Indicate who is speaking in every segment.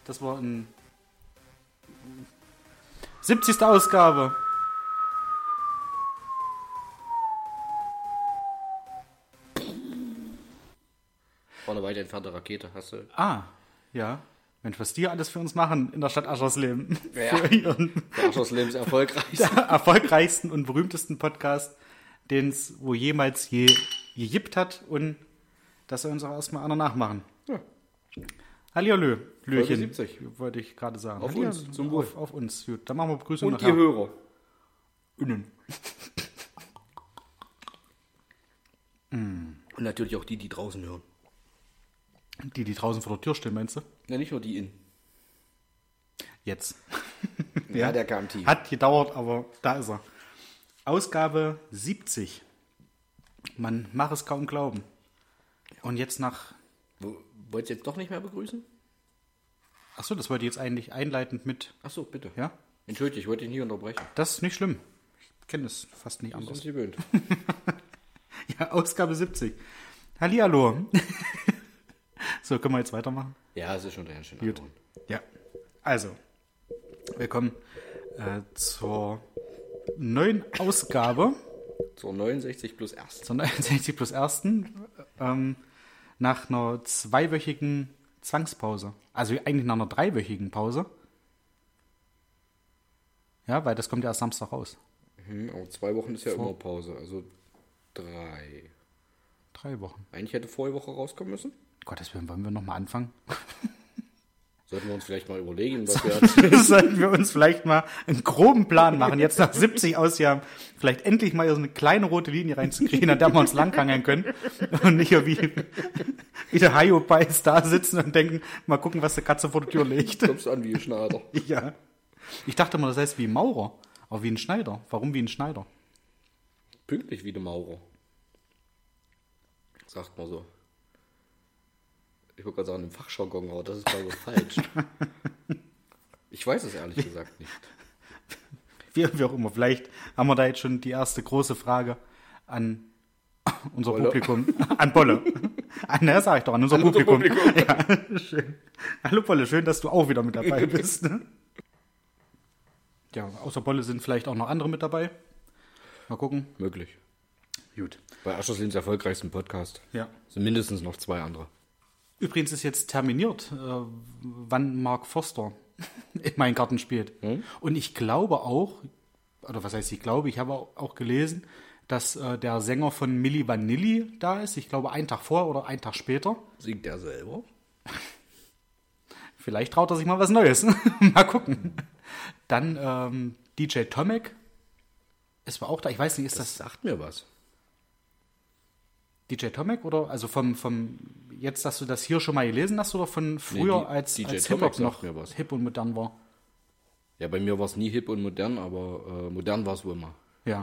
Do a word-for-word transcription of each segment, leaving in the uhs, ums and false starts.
Speaker 1: Das war eine siebzigste Ausgabe.
Speaker 2: War eine weit entfernte Rakete, hast du?
Speaker 1: Ah, ja. Mensch, was die alles für uns machen in der Stadt Aschersleben.
Speaker 2: Ja,
Speaker 1: für ihren
Speaker 2: der Aschersleben ist erfolgreich.
Speaker 1: der erfolgreichsten und berühmtesten Podcast, den es wo jemals je gegippt hat. Und das soll uns auch erstmal einer nachmachen.
Speaker 2: Ja.
Speaker 1: Hallihallo, Löchen,
Speaker 2: siebzig.
Speaker 1: wollte ich gerade sagen.
Speaker 2: Auf
Speaker 1: Hallihallo,
Speaker 2: uns, zum Wohl.
Speaker 1: Auf, auf uns, gut. Dann machen wir Begrüßung
Speaker 2: Und
Speaker 1: nachher.
Speaker 2: die Hörer.
Speaker 1: Innen.
Speaker 2: Und natürlich auch die, die draußen hören.
Speaker 1: Die, die draußen vor der Tür stehen, meinst du?
Speaker 2: Ja, nicht nur die in.
Speaker 1: Jetzt.
Speaker 2: Ja, der kam tief.
Speaker 1: Hat gedauert, aber da ist er. Ausgabe siebzig. Man mag es kaum glauben. Und jetzt nach...
Speaker 2: Wo, wollt ihr jetzt doch nicht mehr begrüßen?
Speaker 1: Achso, das wollte ich jetzt eigentlich einleitend mit...
Speaker 2: Achso, bitte.
Speaker 1: Ja?
Speaker 2: Entschuldige, ich wollte dich nicht unterbrechen.
Speaker 1: Das ist nicht schlimm. Ich kenne es fast nicht
Speaker 2: Das
Speaker 1: anders.
Speaker 2: ist gewöhnt.
Speaker 1: Ja, Ausgabe siebzig. Hallihallo. So, können wir jetzt weitermachen?
Speaker 2: Ja, es ist schon der schön.
Speaker 1: Gut. Ja, also, willkommen äh, zur neuen Ausgabe,
Speaker 2: Zur neunundsechzig plus erst.
Speaker 1: zur neunundsechzig plus ersten, ähm, nach einer zweiwöchigen Zwangspause. Also eigentlich nach einer dreiwöchigen Pause. Ja, weil das kommt ja erst Samstag raus.
Speaker 2: Hm, aber zwei Wochen ist ja
Speaker 1: Vor-
Speaker 2: immer Pause, also drei.
Speaker 1: Drei Wochen.
Speaker 2: Eigentlich hätte vorige Woche rauskommen müssen.
Speaker 1: Gottes Willen, wollen wir nochmal anfangen?
Speaker 2: Sollten wir uns vielleicht mal überlegen, was wir...
Speaker 1: Sollten wir uns vielleicht mal einen groben Plan machen, jetzt nach siebzig Ausgaben, vielleicht endlich mal so eine kleine rote Linie reinzukriegen, an der wir uns langhangeln können und nicht hier wie, wie der Hyopies da sitzen und denken, mal gucken, was die Katze vor der Tür legt.
Speaker 2: Kommst du an wie ein Schneider.
Speaker 1: Ja. Ich dachte mal, das heißt wie ein Maurer, aber wie ein Schneider. Warum wie ein Schneider?
Speaker 2: Pünktlich wie der Maurer. Sagt man so. Ich wollte gerade sagen, im Fachjargon, aber das ist glaube ich falsch. Ich weiß es ehrlich gesagt nicht.
Speaker 1: Wie, wie auch immer, vielleicht haben wir da jetzt schon die erste große Frage an unser
Speaker 2: Bolle.
Speaker 1: Publikum. An Bolle. An, ja, sag ich doch, an unser
Speaker 2: An unser
Speaker 1: Publikum.
Speaker 2: Publikum.
Speaker 1: Ja, schön. Hallo Bolle, schön, dass du auch wieder mit dabei bist. Ne? Ja, außer Bolle sind vielleicht auch noch andere mit dabei. Mal gucken.
Speaker 2: Möglich.
Speaker 1: Gut.
Speaker 2: Bei Ascherslebens erfolgreichsten Podcast
Speaker 1: Ja.
Speaker 2: sind mindestens noch zwei andere.
Speaker 1: Übrigens ist jetzt terminiert, äh, wann Mark Foster in meinen Garten spielt.
Speaker 2: Hm?
Speaker 1: Und ich glaube auch, oder was heißt ich glaube, ich habe auch auch gelesen, dass äh, der Sänger von Milli Vanilli da ist. Ich glaube, einen Tag vor oder einen Tag später.
Speaker 2: Singt er selber?
Speaker 1: Vielleicht traut er sich mal was Neues. Mal gucken. Dann ähm, D J Tomek. Es war auch da. Ich weiß nicht, ist
Speaker 2: Das
Speaker 1: das,
Speaker 2: sagt mir was.
Speaker 1: D J Tomek oder also vom, vom jetzt, dass du das hier schon mal gelesen hast oder von früher,
Speaker 2: die-
Speaker 1: als,
Speaker 2: D J
Speaker 1: als
Speaker 2: Tomek
Speaker 1: Hip-Hop
Speaker 2: sagt
Speaker 1: noch
Speaker 2: mir was.
Speaker 1: hip und modern war?
Speaker 2: Ja, bei mir war es nie hip und modern, aber äh, modern war es wohl immer.
Speaker 1: Ja.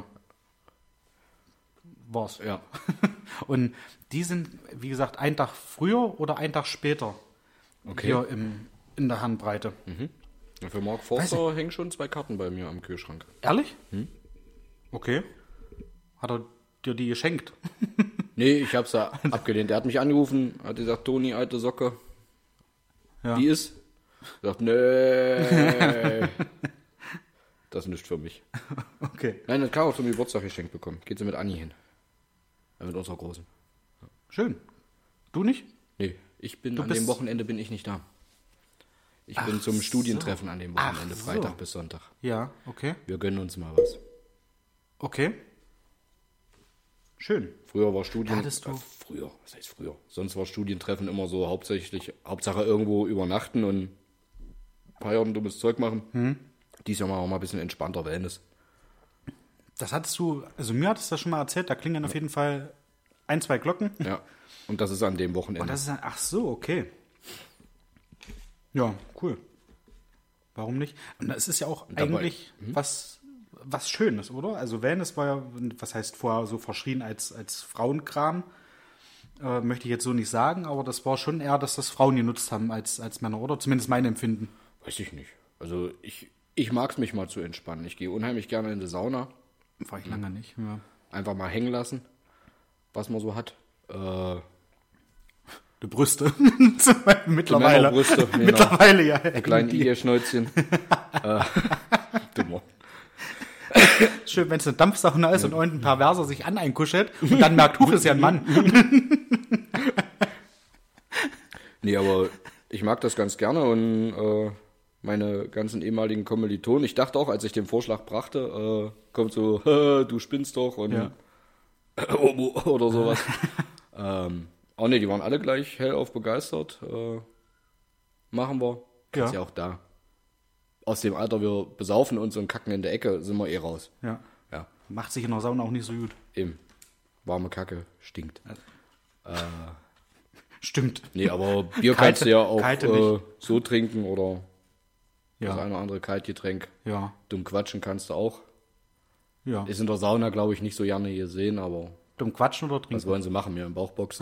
Speaker 1: War's.
Speaker 2: Ja.
Speaker 1: Und die sind, wie gesagt, einen Tag früher oder einen Tag später
Speaker 2: Okay.
Speaker 1: hier im, in der Handbreite.
Speaker 2: Und für Mark Forster hängen schon zwei Karten bei mir am Kühlschrank.
Speaker 1: Ehrlich? Okay. Hat er dir die geschenkt?
Speaker 2: Nee, ich hab's ja abgelehnt. Er hat mich angerufen, hat gesagt, Toni, alte Socke,
Speaker 1: Ja.
Speaker 2: die ist? Ich sagt, nee. Das ist nicht für mich.
Speaker 1: Okay.
Speaker 2: Nein, das kann auch zum Geburtstag geschenkt bekommen. Geht sie mit Anni hin. Ja, mit unserer Großen.
Speaker 1: Schön. Du nicht?
Speaker 2: Nee, ich bin
Speaker 1: Du
Speaker 2: an
Speaker 1: bist-
Speaker 2: dem Wochenende bin ich nicht da. Ich bin
Speaker 1: Ach
Speaker 2: zum
Speaker 1: so.
Speaker 2: Studientreffen an dem Wochenende,
Speaker 1: Ach so.
Speaker 2: Freitag bis Sonntag.
Speaker 1: Ja, okay.
Speaker 2: Wir gönnen uns mal was.
Speaker 1: Okay. Schön.
Speaker 2: Früher war Studien...
Speaker 1: Hattest du-
Speaker 2: äh, früher, was heißt früher? Sonst war Studientreffen immer so hauptsächlich, Hauptsache irgendwo übernachten und feiern, dummes Zeug machen.
Speaker 1: Hm.
Speaker 2: Dies Jahr machen wir mal ein bisschen entspannter Wellness.
Speaker 1: Das hattest du, also mir hattest du das schon mal erzählt, da klingen auf jeden Fall ein, zwei Glocken.
Speaker 2: Ja, und das ist an dem
Speaker 1: Und
Speaker 2: Wochenende.
Speaker 1: das ist ein, ach so, okay. Ja, cool. Warum nicht? Und es ist ja auch
Speaker 2: dabei-
Speaker 1: eigentlich was, was Schönes, oder? Also Wellness war ja, was heißt vorher so verschrien als, als Frauenkram, äh, möchte ich jetzt so nicht sagen, aber das war schon eher, dass das Frauen genutzt haben als, als Männer, oder? Zumindest mein Empfinden.
Speaker 2: Weiß ich nicht. Also ich, ich mag es mich mal zu entspannen. Ich gehe unheimlich gerne in die Sauna.
Speaker 1: War ich lange nicht. Ja.
Speaker 2: Einfach mal hängen lassen, was man so hat. Äh,
Speaker 1: Du Die Brüste. Mittlerweile.
Speaker 2: Die Männerbrüste, genau.
Speaker 1: Mittlerweile, ja.
Speaker 2: Ein kleines Igelschnäuzchen. äh, dummer.
Speaker 1: Schön, wenn es eine Dampfsauna ist und unten ein Perverser sich an einkuschelt und dann merkt, huch, ist ja ein Mann.
Speaker 2: Nee, aber ich mag das ganz gerne und äh, meine ganzen ehemaligen Kommilitonen, ich dachte auch, als ich den Vorschlag brachte, äh, kommt so, du spinnst doch und
Speaker 1: Ja.
Speaker 2: oder sowas. ähm, oh ne, die waren alle gleich hellauf begeistert. Äh, machen wir.
Speaker 1: Ja.
Speaker 2: Ist ja auch da. Aus dem Alter, wir besaufen uns und kacken in der Ecke, sind wir eh raus.
Speaker 1: Ja.
Speaker 2: Ja,
Speaker 1: Macht sich in der Sauna auch nicht so gut.
Speaker 2: eben. Warme Kacke stinkt.
Speaker 1: Stimmt.
Speaker 2: Nee, aber Bier
Speaker 1: Kalte-
Speaker 2: kannst du ja auch
Speaker 1: kalte
Speaker 2: äh,
Speaker 1: nicht.
Speaker 2: so trinken oder das
Speaker 1: Ja.
Speaker 2: eine oder andere Kaltgetränk.
Speaker 1: Ja.
Speaker 2: Dumm quatschen kannst du auch.
Speaker 1: Ja.
Speaker 2: Ist in der Sauna, glaube ich, nicht so gerne gesehen, aber
Speaker 1: Dumm quatschen oder
Speaker 2: was
Speaker 1: trinken?
Speaker 2: wollen sie machen? Mir im Bauch boxen?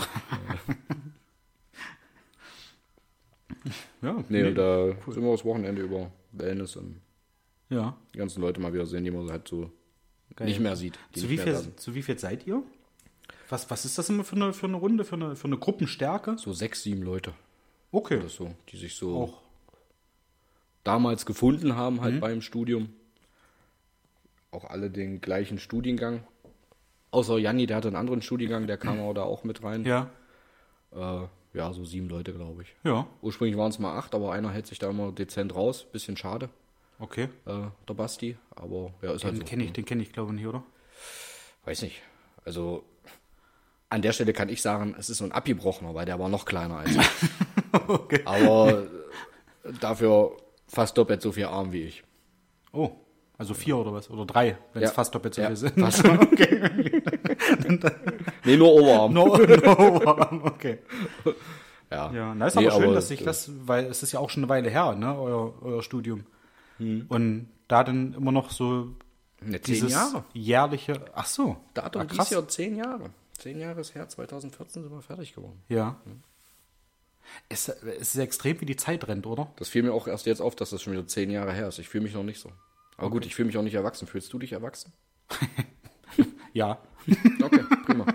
Speaker 1: Ja.
Speaker 2: Nee, und da sind wir das Wochenende über Wellness und
Speaker 1: Ja.
Speaker 2: die ganzen Leute mal wieder sehen, die man halt so
Speaker 1: Geil.
Speaker 2: nicht mehr sieht. Die
Speaker 1: Zu
Speaker 2: nicht
Speaker 1: wie,
Speaker 2: mehr
Speaker 1: viel,
Speaker 2: da sind.
Speaker 1: zu wie viel seid ihr? Was, was ist das immer für eine, für eine Runde, für eine, für eine Gruppenstärke?
Speaker 2: So sechs, sieben Leute
Speaker 1: Okay.
Speaker 2: oder so, die sich so
Speaker 1: Auch.
Speaker 2: damals gefunden haben, halt
Speaker 1: Mhm.
Speaker 2: beim Studium. Auch alle den gleichen Studiengang. Außer Janni, der hatte einen anderen Studiengang, der kam auch da auch mit rein.
Speaker 1: Ja.
Speaker 2: Äh, ja, so sieben Leute, glaube ich.
Speaker 1: Ja.
Speaker 2: Ursprünglich waren es mal acht, aber einer hält sich da immer dezent raus. Bisschen schade,
Speaker 1: Okay.
Speaker 2: äh, der Basti. Aber ja, ist halt
Speaker 1: Den
Speaker 2: so.
Speaker 1: kenne ich, den kenne ich, glaube ich, nicht, oder?
Speaker 2: Weiß nicht. Also an der Stelle kann ich sagen, es ist so ein abgebrochener, weil der war noch kleiner als ich.
Speaker 1: Okay.
Speaker 2: Aber äh, dafür fast doppelt so viel arm wie ich.
Speaker 1: Oh. Also vier oder was? Oder drei, wenn es
Speaker 2: Ja.
Speaker 1: fast doppelt so
Speaker 2: Ja,
Speaker 1: viel sind.
Speaker 2: fast.
Speaker 1: Okay.
Speaker 2: Nee, nur Oberarm.
Speaker 1: No, no, okay.
Speaker 2: Ja,
Speaker 1: Ja, na ist
Speaker 2: Nee,
Speaker 1: aber schön,
Speaker 2: aber,
Speaker 1: dass sich
Speaker 2: äh,
Speaker 1: das, weil es ist ja auch schon eine Weile her, ne, euer, euer Studium.
Speaker 2: Hm.
Speaker 1: Und da dann immer noch so
Speaker 2: Ne, zehn
Speaker 1: dieses
Speaker 2: Jahre.
Speaker 1: jährliche, ach so,
Speaker 2: Datum
Speaker 1: ah,
Speaker 2: dieses Jahr zehn Jahre. Zehn Jahre ist her, zwanzig vierzehn sind wir fertig geworden.
Speaker 1: Ja. Es, es ist extrem, wie die Zeit rennt, oder?
Speaker 2: Das fiel mir auch erst jetzt auf, dass das schon wieder zehn Jahre her ist. Ich fühle mich noch nicht so. Aber gut, ich fühle mich auch nicht erwachsen. Fühlst du dich erwachsen?
Speaker 1: Ja.
Speaker 2: Okay, prima.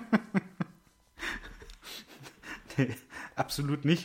Speaker 1: Absolut nicht.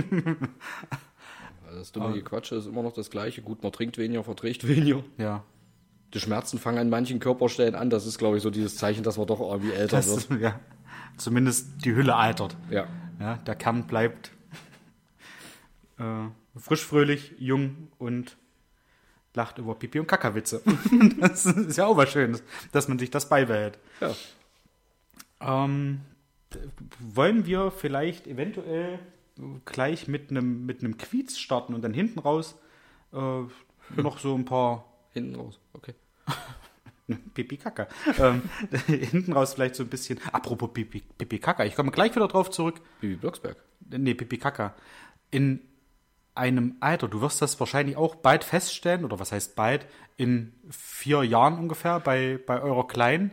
Speaker 2: Das dumme Gequatsche ist immer noch das Gleiche. Gut, man trinkt weniger, verträgt weniger.
Speaker 1: Ja.
Speaker 2: Die Schmerzen fangen an manchen Körperstellen an. Das ist, glaube ich, so dieses Zeichen, dass man doch irgendwie älter
Speaker 1: Das,
Speaker 2: wird.
Speaker 1: ja. Zumindest die Hülle altert.
Speaker 2: Ja.
Speaker 1: Ja, der Kern bleibt äh, frisch, fröhlich, jung und lacht über Pipi- und Kackerwitze. Das ist ja auch was Schönes, dass man sich das beibehält.
Speaker 2: Ja.
Speaker 1: Ähm, wollen wir vielleicht eventuell gleich mit einem mit einem Quiz starten und dann hinten raus äh, noch so ein paar
Speaker 2: Hinten raus. Okay.
Speaker 1: Pipi Kaka. ähm, hinten raus vielleicht so ein bisschen. Apropos Pipi, Pipi Kaka, ich komme gleich wieder drauf zurück.
Speaker 2: Bibi Blocksberg.
Speaker 1: Nee, Pipi Kaka. In einem Alter, du wirst das wahrscheinlich auch bald feststellen, oder was heißt bald, in vier Jahren ungefähr bei, bei eurer Kleinen.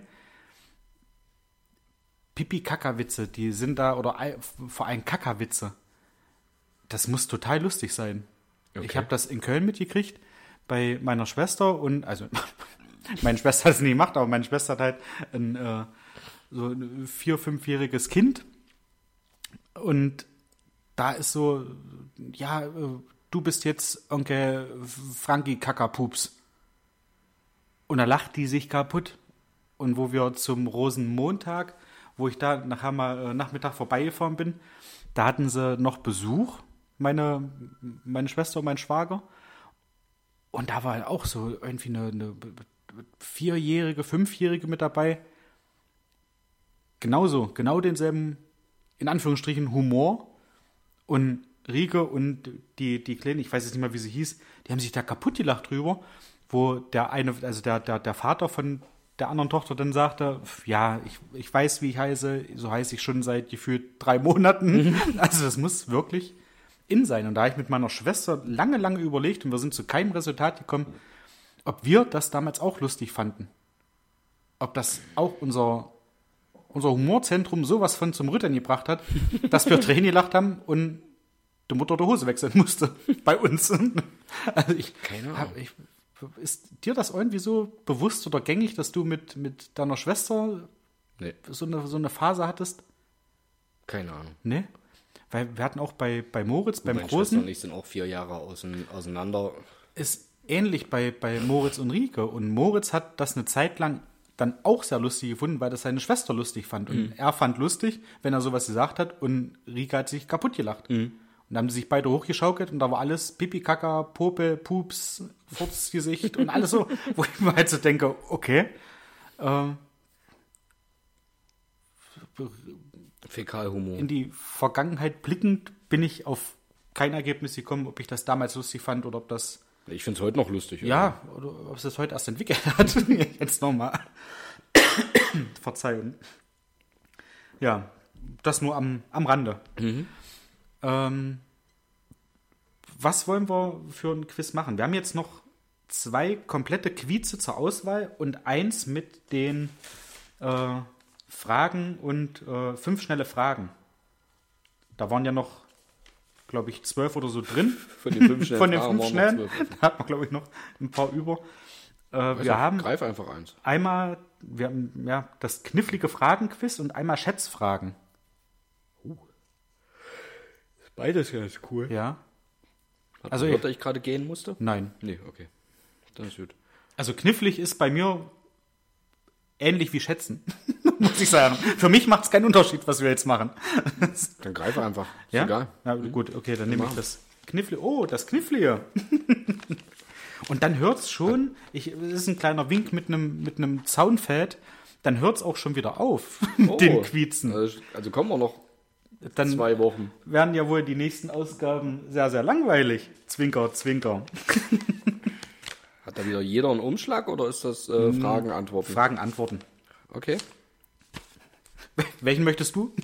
Speaker 1: Pipi-Kaka-Witze, die sind da, oder ei- vor allem Kaka-Witze. Das muss total lustig sein.
Speaker 2: Okay.
Speaker 1: Ich habe das in Köln mitgekriegt, bei meiner Schwester und, also, meine Schwester hat es nie gemacht, aber meine Schwester hat halt ein, äh, so ein vier-, fünfjähriges Kind und da ist so, ja, äh, du bist jetzt Onkel Frankie Kackerpups. Und da lacht die sich kaputt. Und wo wir zum Rosenmontag, wo ich da nachher mal äh, Nachmittag vorbeigefahren bin, da hatten sie noch Besuch, meine, meine Schwester und mein Schwager. Und da war auch so irgendwie eine, eine vierjährige, fünfjährige mit dabei. Genauso, genau denselben, in Anführungsstrichen, Humor. Und Rieke und die, die Kleine, ich weiß jetzt nicht mehr, wie sie hieß, die haben sich da kaputt gelacht drüber, wo der eine, also der, der, der Vater von der anderen Tochter dann sagte, ja, ich, ich weiß, wie ich heiße, so heiße ich schon seit gefühlt drei Monaten. Also das muss wirklich in sein. Und da habe ich mit meiner Schwester lange, lange überlegt und wir sind zu keinem Resultat gekommen, ob wir das damals auch lustig fanden. Ob das auch unser, unser Humorzentrum sowas von zum Rüttern gebracht hat, dass wir Tränen gelacht haben und die Mutter die Hose wechseln musste bei uns. Also ich,
Speaker 2: Keine
Speaker 1: hab,
Speaker 2: Ahnung.
Speaker 1: ich, ist dir das irgendwie so bewusst oder gängig, dass du mit, mit deiner Schwester
Speaker 2: Nee,
Speaker 1: so eine, so eine Phase hattest?
Speaker 2: keine Ahnung.
Speaker 1: Ne? weil wir hatten auch bei, bei Moritz, beim
Speaker 2: Meine Schwester
Speaker 1: Großen,
Speaker 2: und ich sind auch vier Jahre außen, auseinander.
Speaker 1: ist ähnlich bei, bei Moritz und Rike. Und Moritz hat das eine Zeit lang dann auch sehr lustig gefunden, weil das seine Schwester lustig fand. Und
Speaker 2: Mhm.
Speaker 1: er fand lustig, wenn er sowas gesagt hat, und Rike hat sich kaputt gelacht.
Speaker 2: Mhm.
Speaker 1: Und dann haben sie sich beide hochgeschaukelt und da war alles Pipi, Kaka, Popel, Pups, Furzgesicht und alles so, wo ich mir halt so denke, okay, ähm,
Speaker 2: Fäkalhumor.
Speaker 1: in die Vergangenheit blickend bin ich auf kein Ergebnis gekommen, ob ich das damals lustig fand oder ob das,
Speaker 2: Ich finde es heute noch lustig.
Speaker 1: ja, oder ob es das heute erst entwickelt hat. Jetzt nochmal. Verzeihung. Ja, das nur am, am Rande.
Speaker 2: Mhm.
Speaker 1: Ähm, was wollen wir für ein Quiz machen? Wir haben jetzt noch zwei komplette Quize zur Auswahl und eins mit den äh, Fragen und äh, fünf schnelle Fragen. Da waren ja noch, glaube ich, zwölf oder so drin.
Speaker 2: Von den fünf schnellen
Speaker 1: Von den
Speaker 2: Fragen
Speaker 1: fünf
Speaker 2: waren
Speaker 1: schnellen.
Speaker 2: noch zwölf.
Speaker 1: Da hat man, glaube ich, noch ein paar über. Äh,
Speaker 2: Weißt
Speaker 1: wir
Speaker 2: du,
Speaker 1: haben
Speaker 2: Greif einfach eins.
Speaker 1: einmal wir haben, ja, das knifflige Fragenquiz und einmal Schätzfragen.
Speaker 2: Beides ganz cool.
Speaker 1: Ja.
Speaker 2: Hat
Speaker 1: Also
Speaker 2: also
Speaker 1: ich-
Speaker 2: gehört, dass ich gerade gehen musste?
Speaker 1: Nein.
Speaker 2: Nee, okay. Das ist gut.
Speaker 1: Also knifflig ist bei mir ähnlich wie Schätzen, muss ich sagen. Für mich macht es keinen Unterschied, was wir jetzt machen.
Speaker 2: Dann greif einfach. Ist
Speaker 1: Ja?
Speaker 2: egal.
Speaker 1: Na gut, okay, dann nehme ich
Speaker 2: machen.
Speaker 1: das Knifflige. Oh, das Knifflige. Und dann hört es schon, ich, es ist ein kleiner Wink mit einem mit einem Soundfeld, dann hört es auch schon wieder auf mit
Speaker 2: Oh,
Speaker 1: den Quizen.
Speaker 2: Also, also kommen wir noch
Speaker 1: Dann
Speaker 2: zwei Wochen.
Speaker 1: werden ja wohl die nächsten Ausgaben sehr, sehr langweilig. Zwinker, zwinker.
Speaker 2: Hat da wieder jeder einen Umschlag oder ist das äh, Fragen, Antworten?
Speaker 1: Fragen, Antworten.
Speaker 2: Okay.
Speaker 1: Welchen möchtest du?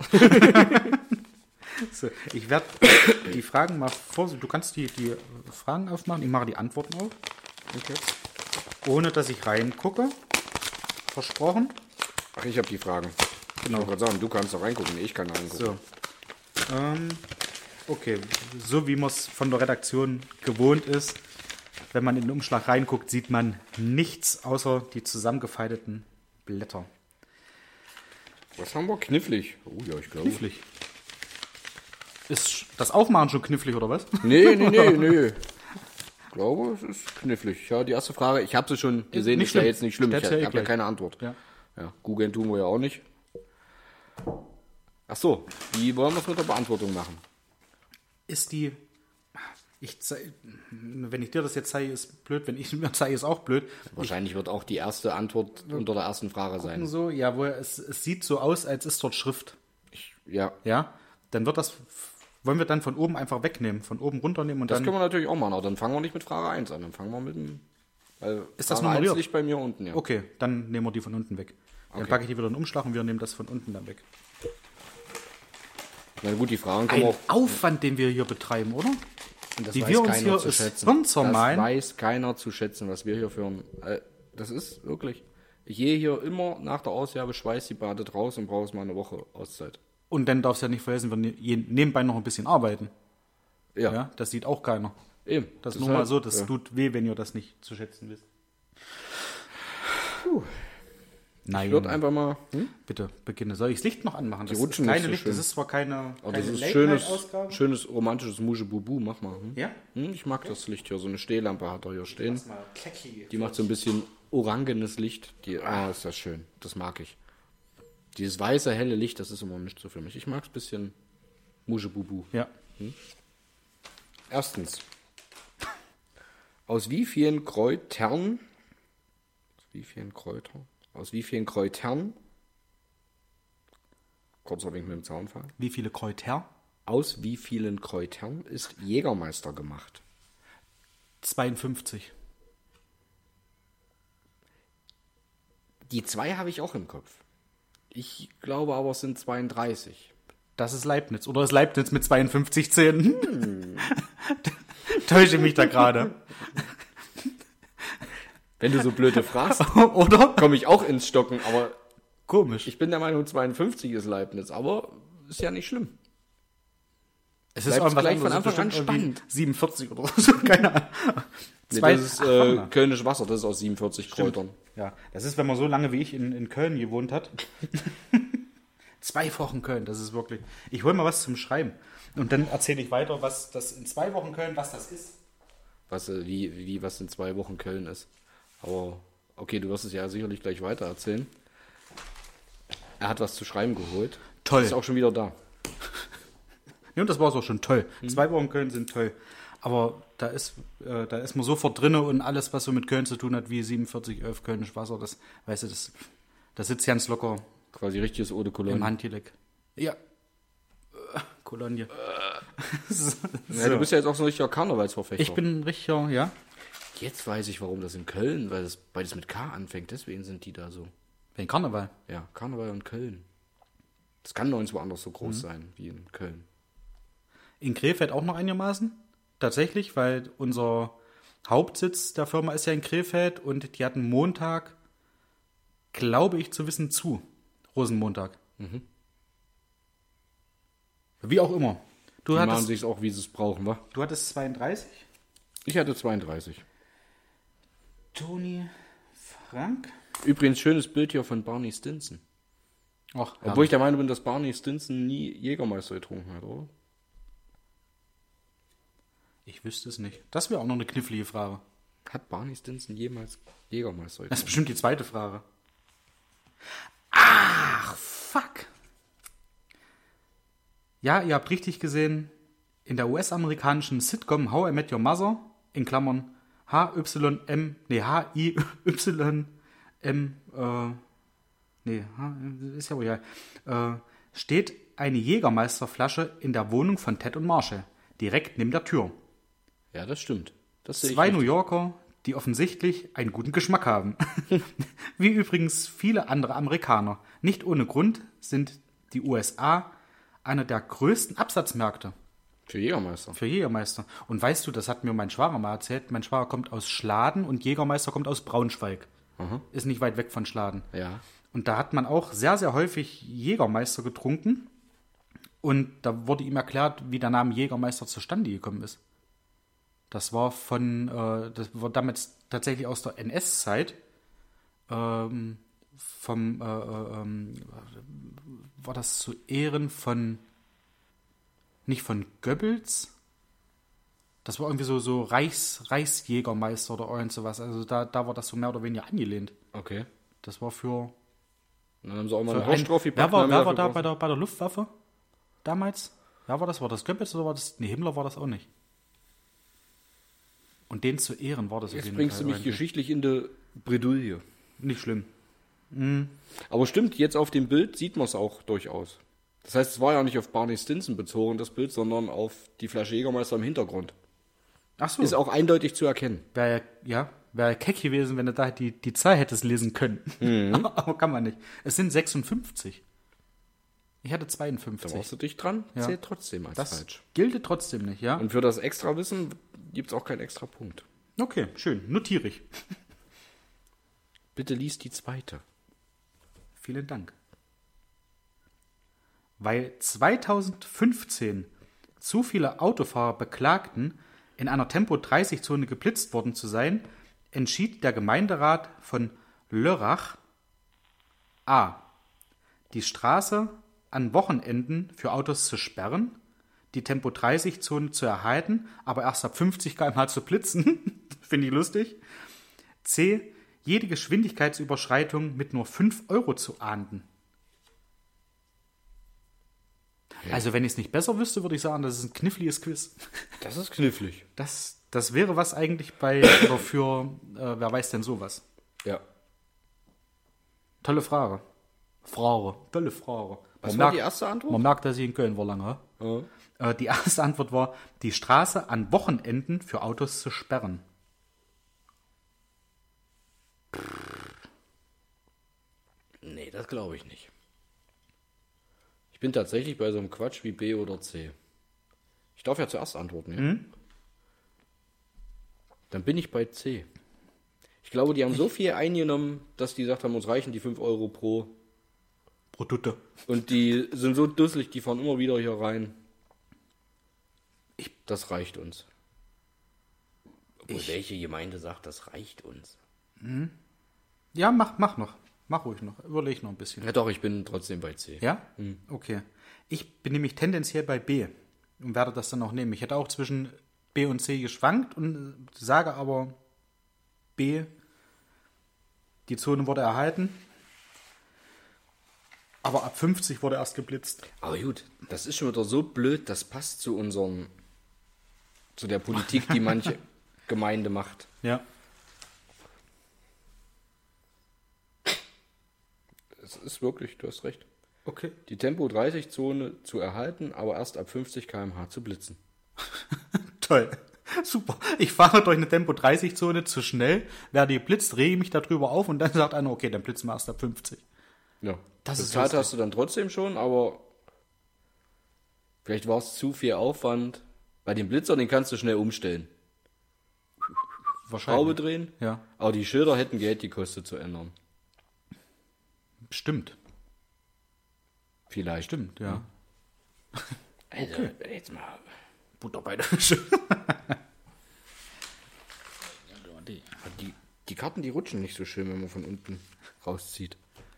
Speaker 1: So, ich werde die Fragen mal vor. Du kannst die, die Fragen aufmachen. Ich mache die Antworten auf.
Speaker 2: okay.
Speaker 1: Ohne dass ich reingucke. Versprochen.
Speaker 2: Ach, ich habe die Fragen. Genau. Ich wollte gerade sagen, du kannst da reingucken. Nee, ich kann da reingucken.
Speaker 1: So. Ähm, okay. So wie man es von der Redaktion gewohnt ist. Wenn man in den Umschlag reinguckt, sieht man nichts außer die zusammengefalteten Blätter.
Speaker 2: Was haben wir? Knifflig. Oh ja, ich glaube.
Speaker 1: Knifflig. Ist das Aufmachen schon knifflig, oder was?
Speaker 2: Nee, nee, nee, nee. Ich glaube, es ist knifflig. Ja, die erste Frage, ich habe sie schon gesehen,
Speaker 1: Nicht
Speaker 2: ist ja
Speaker 1: schlimm.
Speaker 2: jetzt nicht schlimm. Ich
Speaker 1: Stell's ja eh
Speaker 2: habe ja
Speaker 1: gleich.
Speaker 2: keine Antwort.
Speaker 1: Ja.
Speaker 2: Ja, googeln tun wir ja auch nicht. Ach so, wie wollen wir es mit der Beantwortung machen?
Speaker 1: Ist die. Ich, zei- wenn ich dir das jetzt zeige, ist blöd. Wenn ich mir zeige, ist auch blöd.
Speaker 2: Wahrscheinlich wird auch die erste Antwort unter der ersten Frage sein.
Speaker 1: So, ja, wo es, es sieht so aus, als ist dort Schrift.
Speaker 2: Ja,
Speaker 1: Ja, dann wird das. Wollen wir dann von oben einfach wegnehmen, von oben runternehmen und
Speaker 2: das
Speaker 1: dann.
Speaker 2: können wir natürlich auch machen, aber dann fangen wir nicht mit Frage eins an, dann fangen wir mit dem... Weil
Speaker 1: Ist das
Speaker 2: Frage
Speaker 1: nummeriert?
Speaker 2: eins liegt bei mir unten, ja.
Speaker 1: Okay, dann nehmen wir die von unten weg. Dann
Speaker 2: Okay.
Speaker 1: packe ich die wieder in den Umschlag und wir nehmen das von unten dann weg.
Speaker 2: Na gut, die Fragen können wir
Speaker 1: Ein
Speaker 2: auch...
Speaker 1: Aufwand, den wir hier betreiben, oder?
Speaker 2: Das
Speaker 1: wie
Speaker 2: weiß
Speaker 1: wir uns
Speaker 2: keiner
Speaker 1: hier
Speaker 2: zu
Speaker 1: das
Speaker 2: schätzen.
Speaker 1: Hirn
Speaker 2: Das
Speaker 1: zermahlen.
Speaker 2: weiß keiner zu schätzen, was wir hier für ein... Äh, das ist wirklich... Ich gehe hier immer nach der Ausgabe schweiß die badet raus und brauche mal eine Woche Auszeit.
Speaker 1: Und dann darfst du ja nicht vergessen, wir ne- je- nebenbei noch ein bisschen arbeiten.
Speaker 2: Ja,
Speaker 1: Ja, das sieht auch keiner.
Speaker 2: eben.
Speaker 1: Das,
Speaker 2: ist
Speaker 1: nur mal
Speaker 2: halt-
Speaker 1: so, das
Speaker 2: ja.
Speaker 1: tut weh, wenn ihr das nicht zu schätzen wisst. Nein,
Speaker 2: Ich würde einfach mal... Hm?
Speaker 1: bitte beginne. Soll ich das Licht noch anmachen? Das
Speaker 2: rutschen
Speaker 1: kleine
Speaker 2: nicht so
Speaker 1: Licht,
Speaker 2: schön.
Speaker 1: das ist zwar keine,
Speaker 2: Aber
Speaker 1: keine
Speaker 2: das ist schönes,
Speaker 1: Late-Night-Ausgabe.
Speaker 2: schönes romantisches Muschebubu, mach mal. Hm?
Speaker 1: Ja?
Speaker 2: Hm, ich mag das Licht hier, so eine Stehlampe hat er hier stehen.
Speaker 1: Lass mal Klecki.
Speaker 2: Die macht so ein bisschen orangenes Licht. Die, ah, ist das schön. Das mag ich. Dieses weiße, helle Licht, das ist immer nicht so für mich. Ich mag es ein bisschen Muschebubu.
Speaker 1: Ja.
Speaker 2: Erstens. Aus wie vielen Kräutern, aus wie vielen Kräutern, aus wie vielen Kräutern, kurzer Wink mit dem Zaunfall,
Speaker 1: Wie viele Kräuter?
Speaker 2: aus wie vielen Kräutern ist Jägermeister gemacht?
Speaker 1: zweiundfünfzig.
Speaker 2: Die zwei habe ich auch im Kopf. Ich glaube aber, es sind zweiunddreißig.
Speaker 1: Das ist Leibniz. Oder ist Leibniz mit zweiundfünfzig Zähnen? Hm. Täusche mich da gerade.
Speaker 2: Wenn du so blöde fragst,
Speaker 1: Oder?
Speaker 2: komme ich auch ins Stocken, aber
Speaker 1: Komisch.
Speaker 2: ich bin der Meinung, zweiundfünfzig ist Leibniz, aber ist ja nicht schlimm.
Speaker 1: Es
Speaker 2: bleibt's
Speaker 1: irgendwas
Speaker 2: gleich von
Speaker 1: anderes.
Speaker 2: Anfang an
Speaker 1: Bestimmt irgendwie
Speaker 2: spannend.
Speaker 1: siebenundvierzig oder so, keine Ahnung.
Speaker 2: Nee,
Speaker 1: Zwei-
Speaker 2: das ist
Speaker 1: Ach,
Speaker 2: äh,
Speaker 1: warte mal.
Speaker 2: Kölnisch Wasser, das ist aus siebenundvierzig Kräutern.
Speaker 1: Ja, das ist, wenn man so lange wie ich in, in Köln gewohnt hat. Zwei Wochen Köln, das ist wirklich... Ich hole mal was zum Schreiben. Und dann erzähle ich weiter, was das in zwei Wochen Köln, was das ist.
Speaker 2: Was, äh, wie, wie, was in zwei Wochen Köln ist. Aber, okay, du wirst es ja sicherlich gleich weiter erzählen. Er hat was zu schreiben geholt.
Speaker 1: Toll.
Speaker 2: Ist auch schon wieder da.
Speaker 1: Ja, und das war auch schon toll. Hm. Zwei Wochen Köln sind toll. Aber da ist, äh, da ist man sofort drinne und alles, was so mit Köln zu tun hat, wie siebenundvierzig elf Kölnisch Wasser, das, weißt du, das, das sitzt ganz locker.
Speaker 2: Quasi richtiges Eau de Cologne.
Speaker 1: Im Handgelenk. Ja. Äh, Cologne. Äh.
Speaker 2: so. Ja, du bist ja jetzt auch so ein richtiger Karnevalsverfechter.
Speaker 1: Ich bin ein richtiger, ja.
Speaker 2: Jetzt weiß ich, warum das in Köln, weil das beides mit K anfängt, deswegen sind die da so.
Speaker 1: Wegen Karneval?
Speaker 2: Ja, Karneval und Köln. Das kann nirgendwo anders so groß mhm. sein wie in Köln.
Speaker 1: In Krefeld auch noch einigermaßen. Tatsächlich, weil unser Hauptsitz der Firma ist ja in Krefeld und die hatten Montag, glaube ich zu wissen, zu. Rosenmontag. Mhm. Wie auch immer. Du
Speaker 2: die
Speaker 1: hattest,
Speaker 2: machen sich auch, wie sie es brauchen, wa?
Speaker 1: Du hattest zweiunddreißig?
Speaker 2: Ich hatte zweiunddreißig.
Speaker 1: Toni Frank?
Speaker 2: Übrigens, schönes Bild hier von Barney Stinson.
Speaker 1: Ach,
Speaker 2: Obwohl ja. ich der Meinung bin, dass Barney Stinson nie Jägermeister getrunken hat, oder?
Speaker 1: Ich wüsste es nicht. Das wäre auch noch eine knifflige Frage.
Speaker 2: Hat Barney Stinson jemals Jägermeister getrunken?
Speaker 1: Das ist bestimmt die zweite Frage. Ach, fuck. Ja, ihr habt richtig gesehen, in der U S-amerikanischen Sitcom How I Met Your Mother, in Klammern H Y M, nee, H I Y M, äh, nee, ist ja wohl ja, äh, steht eine Jägermeisterflasche in der Wohnung von Ted und Marshall, direkt neben der Tür.
Speaker 2: Ja, das stimmt. Das sehe ich
Speaker 1: Zwei New
Speaker 2: richtig.
Speaker 1: Yorker, die offensichtlich einen guten Geschmack haben. Wie übrigens viele andere Amerikaner. Nicht ohne Grund sind die U S A einer der größten Absatzmärkte.
Speaker 2: Für Jägermeister.
Speaker 1: Für Jägermeister. Und weißt du, das hat mir mein Schwager mal erzählt, mein Schwager kommt aus Schladen und Jägermeister kommt aus Braunschweig.
Speaker 2: Aha.
Speaker 1: Ist nicht weit weg von Schladen.
Speaker 2: Ja.
Speaker 1: Und da hat man auch sehr, sehr häufig Jägermeister getrunken. Und da wurde ihm erklärt, wie der Name Jägermeister zustande gekommen ist. Das war von, äh, das war damals tatsächlich aus der N S-Zeit. Ähm, vom, äh, ähm, war das zu Ehren von, nicht von Goebbels? Das war irgendwie so, so Reichs, Reichsjägermeister oder irgend sowas. Also da, da war das so mehr oder weniger angelehnt.
Speaker 2: Okay.
Speaker 1: Das war für...
Speaker 2: Dann haben sie auch mal einen
Speaker 1: ein,
Speaker 2: Horst drauf
Speaker 1: Wer war, wer war da bei der, bei der Luftwaffe damals? Wer war das? War das Goebbels oder war das... Nee, Himmler war das auch nicht. Und den zu ehren war das
Speaker 2: Jetzt bringst du mich irgendwie geschichtlich in die Bredouille.
Speaker 1: Nicht schlimm. Mhm.
Speaker 2: Aber stimmt, jetzt auf dem Bild sieht man es auch durchaus. Das heißt, es war ja nicht auf Barney Stinson bezogen, das Bild, sondern auf die Flasche Jägermeister im Hintergrund.
Speaker 1: Ach so.
Speaker 2: Ist auch eindeutig zu erkennen.
Speaker 1: Wäre ja, wäre keck gewesen, wenn du da die, die Zahl hättest lesen können. Mhm. Aber kann man nicht. Es sind sechsundfünfzig. Ich hatte zweiundfünfzig.
Speaker 2: Da warst du dich dran,
Speaker 1: ja.
Speaker 2: Zählt trotzdem als
Speaker 1: das
Speaker 2: falsch.
Speaker 1: Gilt trotzdem nicht, ja.
Speaker 2: Und für das Extrawissen gibt es auch keinen extra Punkt.
Speaker 1: Okay, schön. Notiere ich.
Speaker 2: Bitte lies die zweite.
Speaker 1: Vielen Dank. Weil zweitausendfünfzehn zu viele Autofahrer beklagten, in einer Tempo dreißig Zone geblitzt worden zu sein, entschied der Gemeinderat von Lörrach a. die Straße an Wochenenden für Autos zu sperren, die Tempo dreißig Zone zu erhalten, aber erst ab fünfzig Kilometer pro Stunde zu blitzen. Finde ich lustig. C. Jede Geschwindigkeitsüberschreitung mit nur fünf Euro zu ahnden. Ja. Also wenn ich es nicht besser wüsste, würde ich sagen, das ist ein kniffliges Quiz.
Speaker 2: Das ist knifflig.
Speaker 1: Das, das wäre was eigentlich bei, oder für, äh, wer weiß denn sowas?
Speaker 2: Ja.
Speaker 1: Tolle Frage. Frage, tolle Frage.
Speaker 2: Was
Speaker 1: man
Speaker 2: war
Speaker 1: merkt,
Speaker 2: die erste Antwort?
Speaker 1: Man merkt, dass ich in Köln war lange.
Speaker 2: Ja.
Speaker 1: Äh, die erste Antwort war, die Straße an Wochenenden für Autos zu sperren.
Speaker 2: Nee, das glaube ich nicht. Ich bin tatsächlich bei so einem Quatsch wie B oder C. Ich darf ja zuerst antworten, ja? Mhm. Dann bin ich bei C. Ich glaube, die haben ich so viel eingenommen, dass die gesagt haben, uns reichen die fünf Euro pro
Speaker 1: Produkte.
Speaker 2: Und die sind so dusselig, die fahren immer wieder hier rein. Ich, das reicht uns. Obwohl, ich, welche Gemeinde sagt, das reicht uns?
Speaker 1: Mhm. Ja, mach, mach noch. Mach ruhig noch. Überleg noch ein bisschen.
Speaker 2: Ja doch, ich bin trotzdem bei C.
Speaker 1: Ja? Mhm. Okay. Ich bin nämlich tendenziell bei B. und werde das dann auch nehmen. Ich hätte auch zwischen B und C geschwankt und sage aber B, die Zone wurde erhalten, aber ab fünfzig wurde erst geblitzt.
Speaker 2: Aber gut, das ist schon wieder so blöd, das passt zu unseren, zu der Politik, die manche Gemeinde macht.
Speaker 1: Ja.
Speaker 2: Es ist wirklich, du hast recht.
Speaker 1: Okay.
Speaker 2: Die Tempo dreißig Zone zu erhalten, aber erst ab fünfzig Kilometer pro Stunde zu blitzen.
Speaker 1: Toll. Super. Ich fahre durch eine Tempo dreißig Zone zu schnell, werde geblitzt, rege mich darüber auf und dann sagt einer, okay, dann blitzen wir erst ab fünfzig.
Speaker 2: Ja.
Speaker 1: Das ist
Speaker 2: Bezahlt
Speaker 1: lustig.
Speaker 2: hast du dann trotzdem schon, aber vielleicht war es zu viel Aufwand. Bei dem Blitzer, den kannst du schnell umstellen. Schraube drehen.
Speaker 1: Ja.
Speaker 2: Aber die Schilder hätten Geld gekostet zu ändern.
Speaker 1: Stimmt.
Speaker 2: Vielleicht.
Speaker 1: Stimmt, ja.
Speaker 2: Also, jetzt mal.
Speaker 1: Butter bei der Fische.
Speaker 2: Die, die Karten, die rutschen nicht so schön, wenn man von unten rauszieht.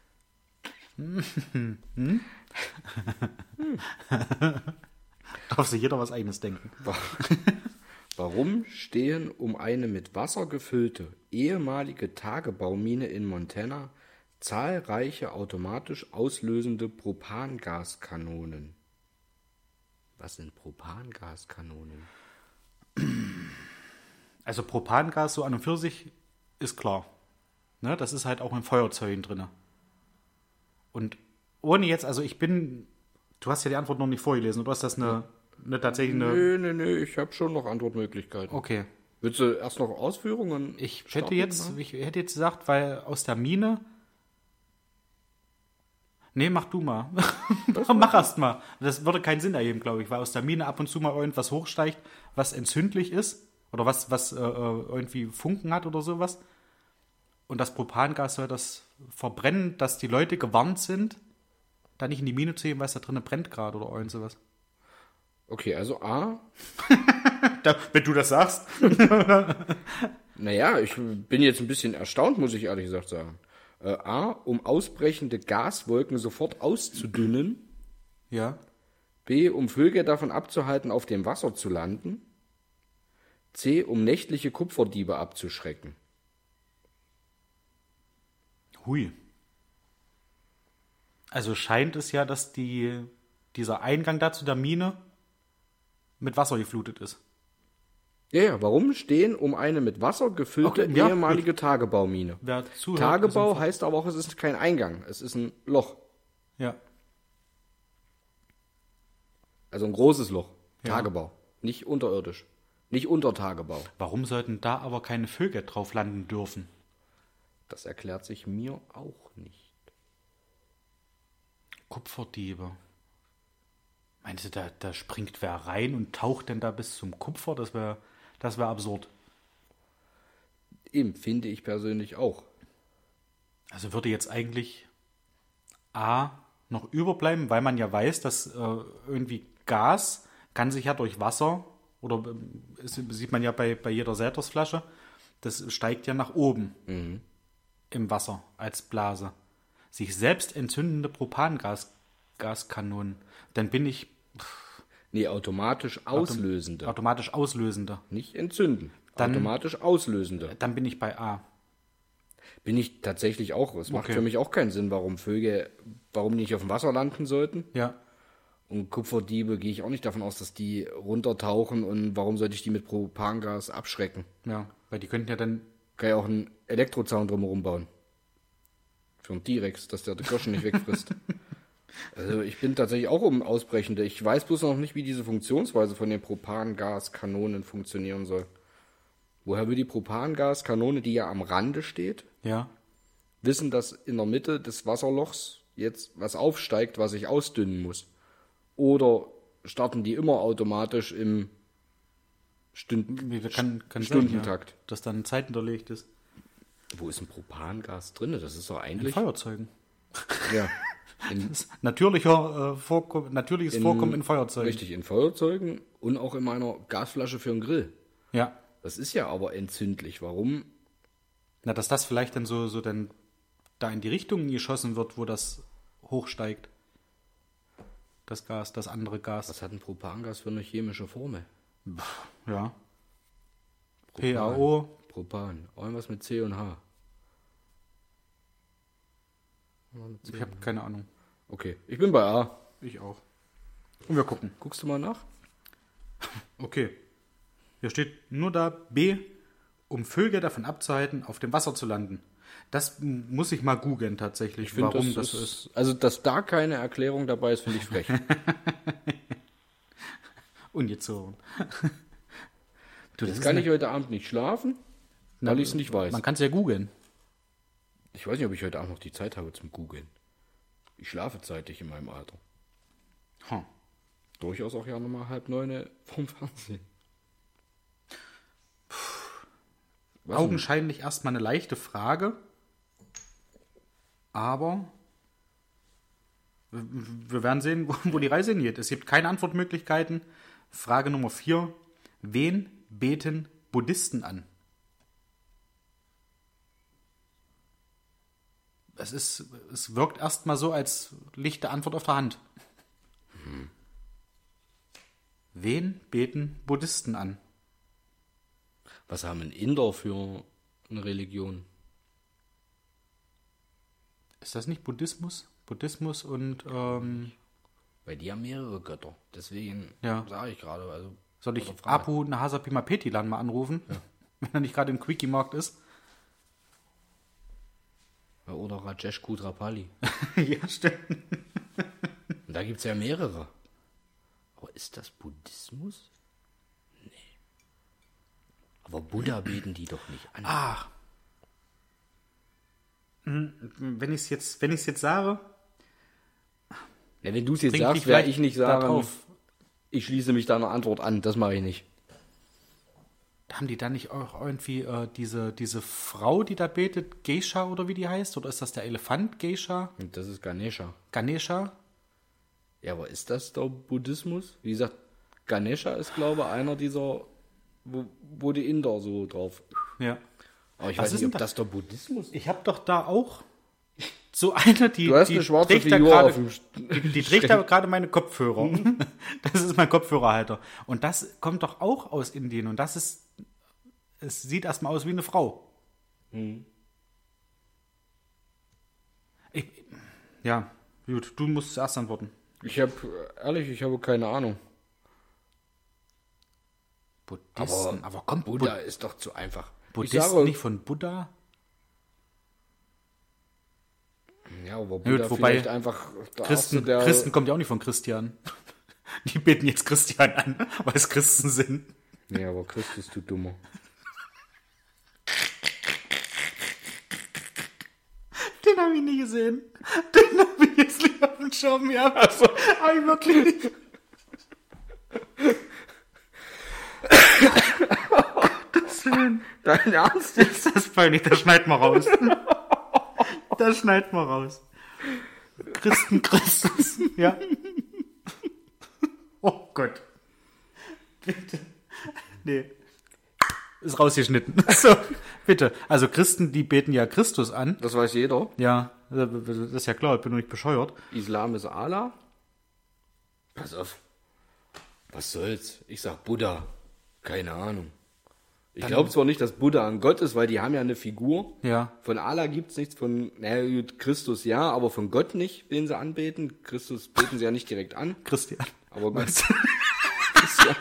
Speaker 1: Darf sich jeder was Eigenes denken.
Speaker 2: Warum stehen um eine mit Wasser gefüllte ehemalige Tagebaumine in Montana zahlreiche automatisch auslösende Propangaskanonen? Was sind Propangaskanonen?
Speaker 1: Also Propangas so an und für sich ist klar. Ne, das ist halt auch in Feuerzeugen drin. Und ohne jetzt, also ich bin, du hast ja die Antwort noch nicht vorgelesen, oder ist das eine, eine tatsächlich eine...
Speaker 2: Nö, nö, nö, ich habe schon noch Antwortmöglichkeiten.
Speaker 1: Okay.
Speaker 2: Willst du erst noch Ausführungen?
Speaker 1: Ich
Speaker 2: starten,
Speaker 1: hätte jetzt,
Speaker 2: ne?
Speaker 1: ich hätte jetzt gesagt, weil aus der Mine... Nee, mach du mal. Mach erst mal. Das würde keinen Sinn ergeben, glaube ich, weil aus der Mine ab und zu mal irgendwas hochsteigt, was entzündlich ist oder was, was äh, irgendwie Funken hat oder sowas. Und das Propangas soll das verbrennen, dass die Leute gewarnt sind, da nicht in die Mine zu gehen, weil es da drinnen brennt gerade oder irgend sowas.
Speaker 2: Okay, also A.
Speaker 1: Da, wenn du das sagst.
Speaker 2: Naja, ich bin jetzt ein bisschen erstaunt, muss ich ehrlich gesagt sagen. Äh, A, um ausbrechende Gaswolken sofort auszudünnen.
Speaker 1: Ja.
Speaker 2: B, um Vögel davon abzuhalten, auf dem Wasser zu landen. C, um nächtliche Kupferdiebe abzuschrecken.
Speaker 1: Hui. Also scheint es ja, dass die, dieser Eingang da zu der Mine mit Wasser geflutet ist.
Speaker 2: Ja, ja, warum stehen um eine mit Wasser gefüllte
Speaker 1: Okay, ja,
Speaker 2: ehemalige Tagebaumine?
Speaker 1: Wer zuhört,
Speaker 2: Tagebau
Speaker 1: ist
Speaker 2: heißt aber auch, es ist kein Eingang, es ist ein Loch.
Speaker 1: Ja.
Speaker 2: Also ein großes Loch.
Speaker 1: Ja.
Speaker 2: Tagebau. Nicht unterirdisch. Nicht unter Tagebau.
Speaker 1: Warum sollten da aber keine Vögel drauf landen dürfen?
Speaker 2: Das erklärt sich mir auch nicht.
Speaker 1: Kupferdiebe. Meinst du, da, da springt wer rein und taucht denn da bis zum Kupfer? Das wäre das wär absurd.
Speaker 2: Eben, finde ich persönlich auch.
Speaker 1: Also würde jetzt eigentlich A noch überbleiben, weil man ja weiß, dass äh, irgendwie Gas kann sich ja durch Wasser, oder ähm, es, sieht man ja bei, bei jeder Seltersflasche, das steigt ja nach oben
Speaker 2: Mhm.
Speaker 1: im Wasser als Blase. Sich selbst entzündende Propangaskanonen, dann bin ich
Speaker 2: Nee, automatisch auslösende.
Speaker 1: automatisch auslösende.
Speaker 2: Nicht entzünden.
Speaker 1: Dann-
Speaker 2: automatisch auslösende.
Speaker 1: Dann bin ich bei A.
Speaker 2: Bin ich tatsächlich auch. Es macht
Speaker 1: Okay.
Speaker 2: für mich auch keinen Sinn, warum Vögel, warum die nicht auf dem Wasser landen sollten.
Speaker 1: Ja.
Speaker 2: Und Kupferdiebe gehe ich auch nicht davon aus, dass die runtertauchen. Und warum sollte ich die mit Propangas abschrecken?
Speaker 1: Ja, weil die könnten ja dann,
Speaker 2: Kann ja auch einen Elektrozaun drumherum bauen. Für einen T-Rex, dass der die Groschen nicht wegfrisst. Also ich bin tatsächlich auch um Ausbrechende. Ich weiß bloß noch nicht, wie diese Funktionsweise von den Propangaskanonen funktionieren soll. Woher will die Propangaskanone, die ja am Rande steht,
Speaker 1: ja,
Speaker 2: wissen, dass in der Mitte des Wasserlochs jetzt was aufsteigt, was ich ausdünnen muss? Oder starten die immer automatisch im Stünd
Speaker 1: wie- kann, kann
Speaker 2: Stundentakt?
Speaker 1: sein, ja, dass dann Zeit hinterlegt ist.
Speaker 2: Wo ist ein Propangas drin? Das ist doch
Speaker 1: In
Speaker 2: eigentlich...
Speaker 1: Feuerzeugen.
Speaker 2: Ja. In,
Speaker 1: Natürlicher, äh, Vorkom natürliches
Speaker 2: In-
Speaker 1: Vorkommen in Feuerzeugen.
Speaker 2: richtig, in Feuerzeugen und auch in meiner Gasflasche für den Grill.
Speaker 1: Ja.
Speaker 2: Das ist ja aber entzündlich. Warum?
Speaker 1: Na, dass das vielleicht dann so, so dann da in die Richtung geschossen wird, wo das hochsteigt. das Gas, das andere Gas.
Speaker 2: Was hat ein Propangas für eine chemische Formel?
Speaker 1: Ja. P A O.
Speaker 2: Propan. Irgendwas mit C und H.
Speaker 1: Ich habe keine Ahnung.
Speaker 2: Okay, ich bin bei A.
Speaker 1: Ich auch. Und wir gucken.
Speaker 2: Guckst du mal nach?
Speaker 1: Okay. Hier steht nur da B, um Vögel davon abzuhalten, auf dem Wasser zu landen. Das m- muss ich mal googeln tatsächlich,
Speaker 2: Ich find,
Speaker 1: warum das, so ist.
Speaker 2: Also, dass da keine Erklärung dabei ist, finde ich frech.
Speaker 1: Ungezogen. Du,
Speaker 2: Jetzt
Speaker 1: ist
Speaker 2: kann
Speaker 1: eine-
Speaker 2: ich heute Abend nicht schlafen, weil ich es nicht weiß.
Speaker 1: Man kann es ja googeln.
Speaker 2: Ich weiß nicht, ob ich heute Abend noch die Zeit habe zum Googeln. Ich schlafe zeitig in meinem Alter.
Speaker 1: Hm.
Speaker 2: Durchaus auch ja nochmal halb neun vom Fernsehen. Was denn?
Speaker 1: Augenscheinlich erstmal eine leichte Frage, aber wir wir werden sehen, wo, wo die Reise hingeht. Es gibt keine Antwortmöglichkeiten. Frage Nummer vier. Wen beten Buddhisten an? Es ist, es wirkt erstmal so, als lichte Antwort auf der Hand.
Speaker 2: Hm.
Speaker 1: Wen beten Buddhisten an?
Speaker 2: Was haben ein Inder für eine Religion?
Speaker 1: Ist das nicht Buddhismus? Buddhismus und ähm,
Speaker 2: Weil die haben mehrere Götter. Deswegen
Speaker 1: Ja.
Speaker 2: sage ich gerade. Also,
Speaker 1: soll ich
Speaker 2: oder Frage.
Speaker 1: Apu Nahasapima Petilan mal anrufen, wenn er nicht gerade im Quickie-Markt ist?
Speaker 2: Oder Rajesh Kudrapali.
Speaker 1: Ja, stimmt.
Speaker 2: Und da gibt es ja mehrere. Aber ist das Buddhismus? Nee. Aber Buddha beten die doch nicht an.
Speaker 1: Ach. Hm, Wenn ich es jetzt, wenn ich's jetzt sage,
Speaker 2: Ja, wenn du es jetzt
Speaker 1: bringt
Speaker 2: sagst,
Speaker 1: mich
Speaker 2: werde
Speaker 1: vielleicht
Speaker 2: ich nicht
Speaker 1: da
Speaker 2: sagen,
Speaker 1: drauf.
Speaker 2: ich schließe mich deiner Antwort an. Das mache ich nicht.
Speaker 1: Haben die da nicht auch irgendwie äh, diese, diese Frau, die da betet, Geisha oder wie die heißt? Oder ist das der Elefant, Geisha?
Speaker 2: Und das ist Ganesha.
Speaker 1: Ganesha?
Speaker 2: Ja, aber ist das der Buddhismus? Wie gesagt, Ganesha ist, glaube ich, einer dieser, wo, wo die Inder so drauf.
Speaker 1: Ja.
Speaker 2: Aber ich
Speaker 1: Was
Speaker 2: weiß
Speaker 1: ist
Speaker 2: nicht, ob
Speaker 1: denn da-
Speaker 2: das der Buddhismus ist.
Speaker 1: Ich habe doch da auch so eine, die,
Speaker 2: Du hast
Speaker 1: die
Speaker 2: eine schwarze
Speaker 1: trägt da
Speaker 2: Figur
Speaker 1: gerade-
Speaker 2: auf dem St-
Speaker 1: Die, die trägt da gerade meine Kopfhörer. Das ist mein Kopfhörerhalter. Und das kommt doch auch aus Indien. Und das ist, es sieht erstmal aus wie eine Frau. Ich, ja, gut, du musst zuerst antworten.
Speaker 2: Ich habe, ehrlich, ich habe keine Ahnung.
Speaker 1: Buddhisten, aber, kommt
Speaker 2: Buddha
Speaker 1: Bud-
Speaker 2: ist doch zu einfach. Ich
Speaker 1: Buddhisten
Speaker 2: sage,
Speaker 1: nicht von Buddha?
Speaker 2: ja, aber Buddha
Speaker 1: Gut, wobei
Speaker 2: vielleicht einfach der
Speaker 1: Christen,
Speaker 2: Erste, der,
Speaker 1: Christen kommt ja auch nicht von Christian. Die beten jetzt Christian an, weil es Christen sind.
Speaker 2: Nee, aber Christus, du Dummer.
Speaker 1: Den habe ich nie gesehen. Den habe ich jetzt nicht auf dem Schirm gehabt. Also, habe ich wirklich nicht. Das Willen.
Speaker 2: Dein Ernst?
Speaker 1: Ist das peinlich? Das schneiden wir raus. Das schneiden wir raus. Christen Christus. Ja. Oh Gott. Bitte. Nee. Ist rausgeschnitten. So, bitte. Also Christen, die beten ja Christus an.
Speaker 2: Das weiß jeder.
Speaker 1: Ja, das ist ja klar, ich bin nur nicht bescheuert.
Speaker 2: Islam ist Allah. Pass auf. Was soll's? Ich sag Buddha. Keine Ahnung. Ich glaube zwar nicht, dass Buddha ein Gott ist, weil die haben ja eine Figur.
Speaker 1: Ja.
Speaker 2: Von Allah gibt's nichts, von na gut, Christus ja, aber von Gott nicht, den sie anbeten. Christus beten sie ja nicht direkt an.
Speaker 1: Christian.
Speaker 2: Aber Gott
Speaker 1: Was,
Speaker 2: Christian.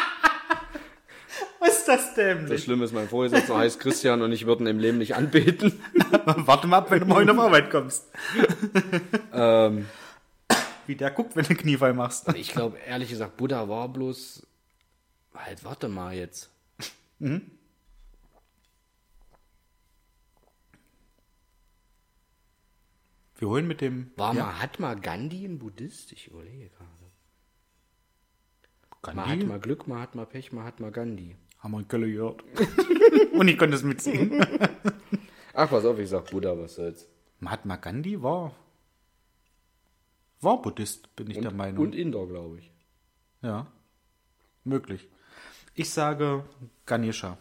Speaker 1: was ist das denn?
Speaker 2: Das Schlimme ist, mein Vorgesetzter heißt Christian und ich würde ihn im Leben nicht anbeten.
Speaker 1: Warte mal ab, wenn du morgen auf Arbeit kommst.
Speaker 2: ähm,
Speaker 1: Wie der guckt, wenn du Kniefall machst.
Speaker 2: ich glaube, ehrlich gesagt, Buddha war bloß. Halt, warte mal jetzt.
Speaker 1: Wir holen mit dem
Speaker 2: War
Speaker 1: ja,
Speaker 2: Mahatma Gandhi ein Buddhist? Ich überlege gerade.
Speaker 1: Gandhi.
Speaker 2: Mahatma Glück, Mahatma Pech, Mahatma Gandhi.
Speaker 1: Haben wir in Köln gehört. Und ich konnte es mitsingen.
Speaker 2: Ach, pass auf, ich sag Buddha, was soll's.
Speaker 1: Mahatma Gandhi war war Buddhist, bin ich der Meinung.
Speaker 2: Und Inder, glaube ich.
Speaker 1: Ja, möglich. Ich sage Ganesha.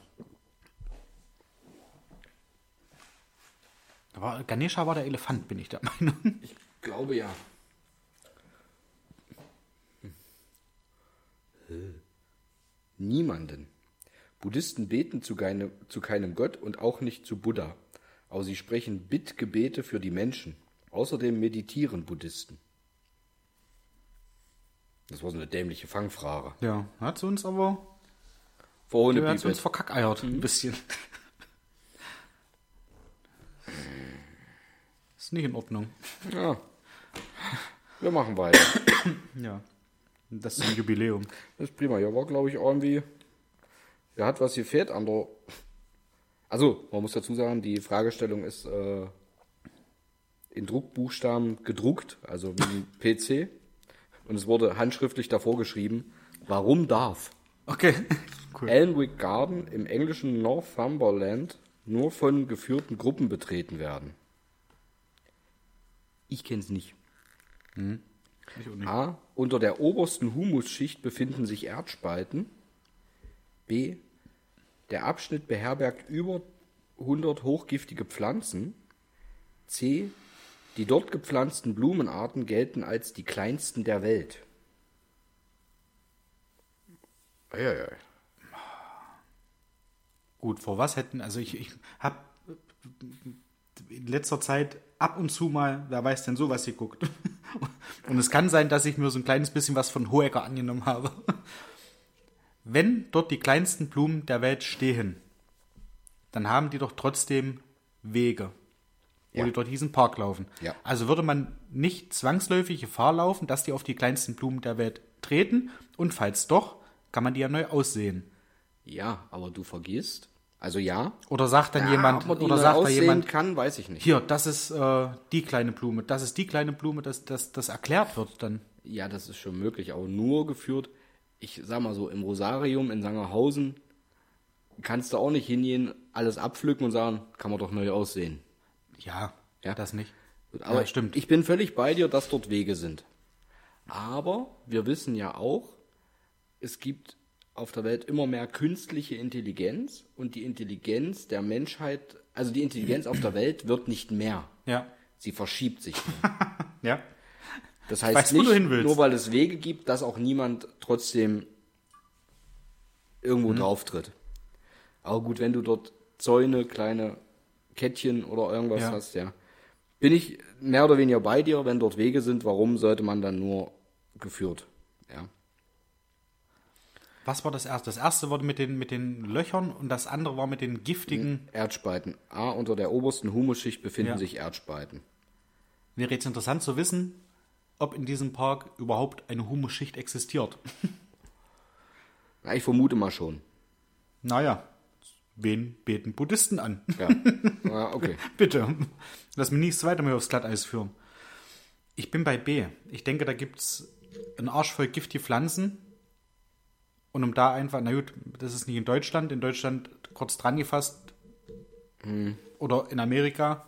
Speaker 1: Aber Ganesha war der Elefant, bin ich der Meinung.
Speaker 2: Ich glaube ja. Niemanden. Buddhisten beten zu, keine, zu keinem Gott und auch nicht zu Buddha. Aber sie sprechen Bittgebete für die Menschen. Außerdem meditieren Buddhisten. Das war so eine dämliche Fangfrage.
Speaker 1: Ja, hat sie uns aber
Speaker 2: Vorhunde
Speaker 1: die hat sie uns
Speaker 2: Pipet.
Speaker 1: verkackeiert, ein bisschen. Ist nicht in Ordnung.
Speaker 2: Ja. Wir machen weiter.
Speaker 1: Ja, das ist ein Jubiläum.
Speaker 2: Das ist prima. Ja, war, glaube ich, irgendwie. Wer hat was gefehlt an der. Also, man muss dazu sagen, die Fragestellung ist äh, in Druckbuchstaben gedruckt, also wie ein P C. Und es wurde handschriftlich davor geschrieben, warum darf
Speaker 1: Okay, cool.
Speaker 2: Alnwick Garden im englischen Northumberland nur von geführten Gruppen betreten werden? Ich kenne es nicht.
Speaker 1: Ich auch nicht.
Speaker 2: A. Unter der obersten Humusschicht befinden sich Erdspalten. B. Der Abschnitt beherbergt über hundert hochgiftige Pflanzen. C. Die dort gepflanzten Blumenarten gelten als die kleinsten der Welt. Eieiei.
Speaker 1: Gut, vor was hätten, also ich, ich habe in letzter Zeit ab und zu mal, wer weiß denn sowas geguckt. Und es kann sein, dass ich mir so ein kleines bisschen was von Hohecker angenommen habe. Wenn dort die kleinsten Blumen der Welt stehen, dann haben die doch trotzdem Wege, wo
Speaker 2: Ja.
Speaker 1: die durch diesen Park laufen.
Speaker 2: Ja.
Speaker 1: Also würde man nicht zwangsläufig Gefahr laufen, dass die auf die kleinsten Blumen der Welt treten, und falls doch, kann man die ja neu aussehen.
Speaker 2: Ja, aber du vergisst. Also ja.
Speaker 1: Oder sagt dann
Speaker 2: ja,
Speaker 1: jemand,
Speaker 2: ob man die
Speaker 1: oder
Speaker 2: neu
Speaker 1: sagt da
Speaker 2: aussehen
Speaker 1: jemand,
Speaker 2: kann, weiß ich nicht.
Speaker 1: hier, das ist äh, die kleine Blume, das ist die kleine Blume, das, das, das erklärt wird dann.
Speaker 2: Ja, das ist schon möglich, aber nur geführt. Ich sag mal so, im Rosarium in Sangerhausen kannst du auch nicht hingehen, alles abpflücken und sagen, kann man doch neu aussehen.
Speaker 1: Ja,
Speaker 2: Ja.
Speaker 1: das nicht.
Speaker 2: Gut, aber
Speaker 1: Ja, stimmt.
Speaker 2: ich bin völlig bei dir, dass dort Wege sind. Aber wir wissen ja auch, es gibt auf der Welt immer mehr künstliche Intelligenz und die Intelligenz der Menschheit, also die Intelligenz auf der Welt wird nicht mehr.
Speaker 1: Ja,
Speaker 2: Sie verschiebt sich.
Speaker 1: ja.
Speaker 2: Das
Speaker 1: Ich
Speaker 2: heißt
Speaker 1: weiß, wo
Speaker 2: nicht,
Speaker 1: du hin willst.
Speaker 2: nur weil es Wege gibt, dass auch niemand trotzdem irgendwo
Speaker 1: Mhm.
Speaker 2: drauf tritt. Aber gut, wenn du dort Zäune, kleine Kettchen oder irgendwas
Speaker 1: Ja.
Speaker 2: hast, ja. Bin ich mehr oder weniger bei dir, wenn dort Wege sind, warum sollte man dann nur geführt? Ja.
Speaker 1: Was war das erste? Das erste war mit den, mit den Löchern und das andere war mit den giftigen.
Speaker 2: Erdspalten. A, unter der obersten Humusschicht befinden
Speaker 1: Ja.
Speaker 2: sich Erdspalten.
Speaker 1: Wäre jetzt interessant zu wissen, ob in diesem Park überhaupt eine Humusschicht existiert.
Speaker 2: Na, ich vermute mal schon.
Speaker 1: Naja, wen beten Buddhisten an?
Speaker 2: Ja, ja okay.
Speaker 1: Bitte, lass mich nicht weiter mehr aufs Glatteis führen. Ich bin bei B. Ich denke, da gibt es einen Arsch voll giftige Pflanzen. Und um da einfach, na gut, das ist nicht in Deutschland. In Deutschland kurz dran gefasst. Oder in Amerika.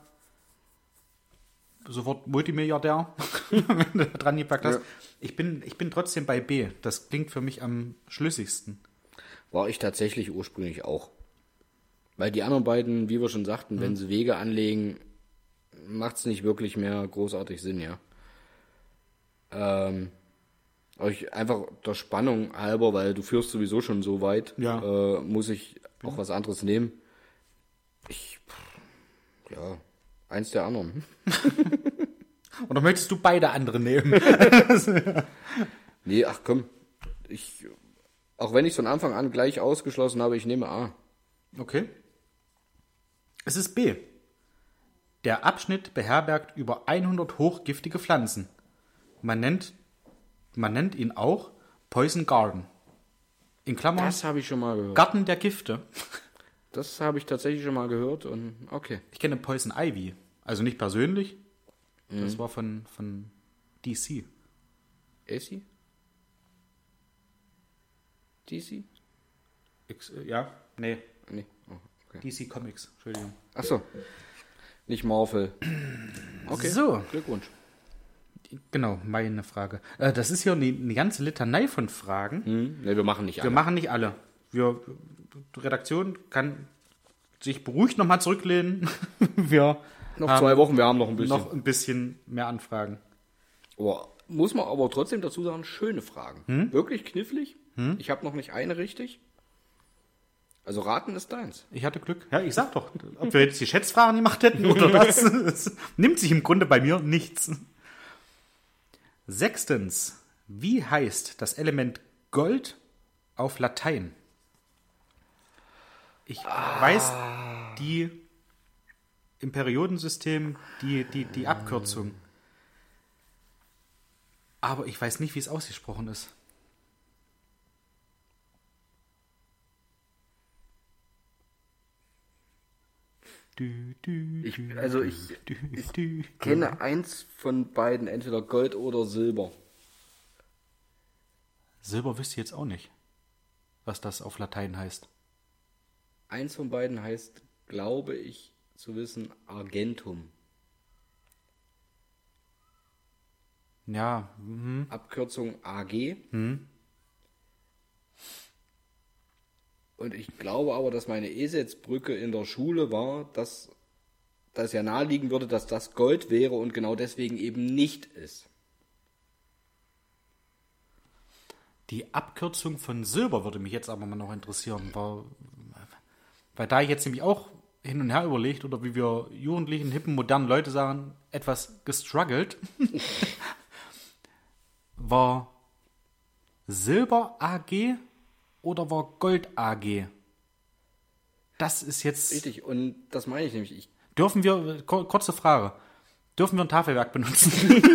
Speaker 1: Sofort Multimilliardär, wenn du da dran gepackt hast.
Speaker 2: Ja.
Speaker 1: Ich bin, ich bin trotzdem bei B. Das klingt für mich am schlüssigsten.
Speaker 2: War ich tatsächlich ursprünglich auch. Weil die anderen beiden, wie wir schon sagten, wenn sie Wege anlegen, macht es nicht wirklich mehr großartig Sinn, ja. Ähm, aber ich, einfach der Spannung halber, weil du führst sowieso schon so weit,
Speaker 1: Ja.
Speaker 2: äh, muss ich auch was anderes nehmen. Ich, ja, eins der anderen.
Speaker 1: Oder möchtest du beide andere nehmen?
Speaker 2: Nee, ach komm, ich, auch wenn ich von Anfang an gleich ausgeschlossen habe, ich nehme A.
Speaker 1: Okay. Es ist B. Der Abschnitt beherbergt über hundert hochgiftige Pflanzen. Man nennt, man nennt ihn auch Poison Garden. In Klammern
Speaker 2: Das habe ich schon mal gehört.
Speaker 1: Garten der Gifte.
Speaker 2: Das habe ich tatsächlich schon mal gehört und okay.
Speaker 1: Ich kenne Poison Ivy. Also nicht persönlich. Das war von, von D C.
Speaker 2: Essie? D C?
Speaker 1: X, äh, ja, nee.
Speaker 2: Nee. Oh, okay.
Speaker 1: D C Comics. Entschuldigung.
Speaker 2: Achso. Nicht Marvel. Okay.
Speaker 1: So.
Speaker 2: Glückwunsch.
Speaker 1: Genau, meine Frage. Äh, das ist hier eine, eine ganze Litanei von Fragen.
Speaker 2: Hm? Ne, wir machen nicht alle.
Speaker 1: Wir machen nicht alle. Wir, die Redaktion kann sich beruhigt nochmal zurücklehnen. Wir
Speaker 2: noch
Speaker 1: haben
Speaker 2: zwei Wochen, wir haben noch ein bisschen.
Speaker 1: noch ein bisschen mehr Anfragen.
Speaker 2: Oh, muss man aber trotzdem dazu sagen, schöne Fragen.
Speaker 1: Hm?
Speaker 2: Wirklich knifflig. Hm? Ich habe noch nicht eine richtig. Also raten ist deins.
Speaker 1: Ich hatte Glück. Ja, ich sag doch, ob wir jetzt die Schätzfragen gemacht hätten oder das, es nimmt sich im Grunde bei mir nichts. Sechstens. Wie heißt das Element Gold auf Latein? Ich ah. weiß die im Periodensystem die, die, die Abkürzung. Aber ich weiß nicht, wie es ausgesprochen ist.
Speaker 2: Ich, also ich, ich kenne eins von beiden, entweder Gold oder Silber.
Speaker 1: Silber wüsste ich jetzt auch nicht, was das auf Latein heißt.
Speaker 2: Eins von beiden heißt, glaube ich, zu wissen, Argentum.
Speaker 1: Ja. Mhm.
Speaker 2: Abkürzung A G.
Speaker 1: Mhm.
Speaker 2: Und ich glaube aber, dass meine Eselsbrücke in der Schule war, dass das ja naheliegen würde, dass das Gold wäre und genau deswegen eben nicht ist.
Speaker 1: Die Abkürzung von Silber würde mich jetzt aber mal noch interessieren, weil, weil da ich jetzt nämlich auch hin und her überlegt, oder wie wir jugendlichen, hippen, modernen Leute sagen, etwas gestruggelt, war Silber A G oder war Gold A G? Das ist jetzt...
Speaker 2: Richtig, und das meine ich nämlich. Ich
Speaker 1: dürfen wir, kurze Frage, dürfen wir ein Tafelwerk benutzen?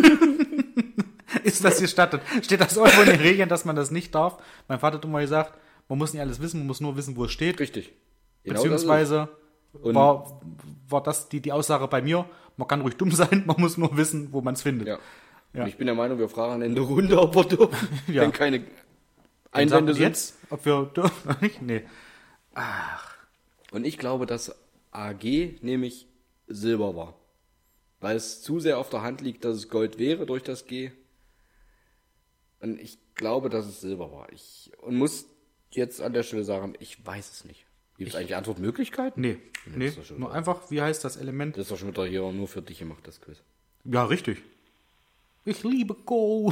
Speaker 1: Ist das gestattet? Steht das irgendwo in den Regeln, dass man das nicht darf? Mein Vater hat immer gesagt, man muss nicht alles wissen, man muss nur wissen, wo es steht.
Speaker 2: Richtig.
Speaker 1: Genau. Beziehungsweise war, war das die, die Aussage bei mir, man kann ruhig dumm sein, man muss nur wissen, wo man es findet.
Speaker 2: Ja. Ja. Und ich bin der Meinung, wir fragen in der Runde, ob wir dürfen,
Speaker 1: ja.
Speaker 2: wenn keine Einwände sind.
Speaker 1: Jetzt, ob wir dürfen oder nicht? Nee. Ach.
Speaker 2: Und ich glaube, dass A G nämlich Silber war. Weil es zu sehr auf der Hand liegt, dass es Gold wäre durch das G. Und ich glaube, dass es Silber war. Ich und muss jetzt an der Stelle sagen, ich weiß es nicht. Gibt es eigentlich Antwortmöglichkeiten?
Speaker 1: Nee, nee, nee nur einfach, wie heißt das Element?
Speaker 2: Das ist doch schon wieder hier nur für dich gemacht, das Quiz.
Speaker 1: Ja, richtig. Ich liebe Gold.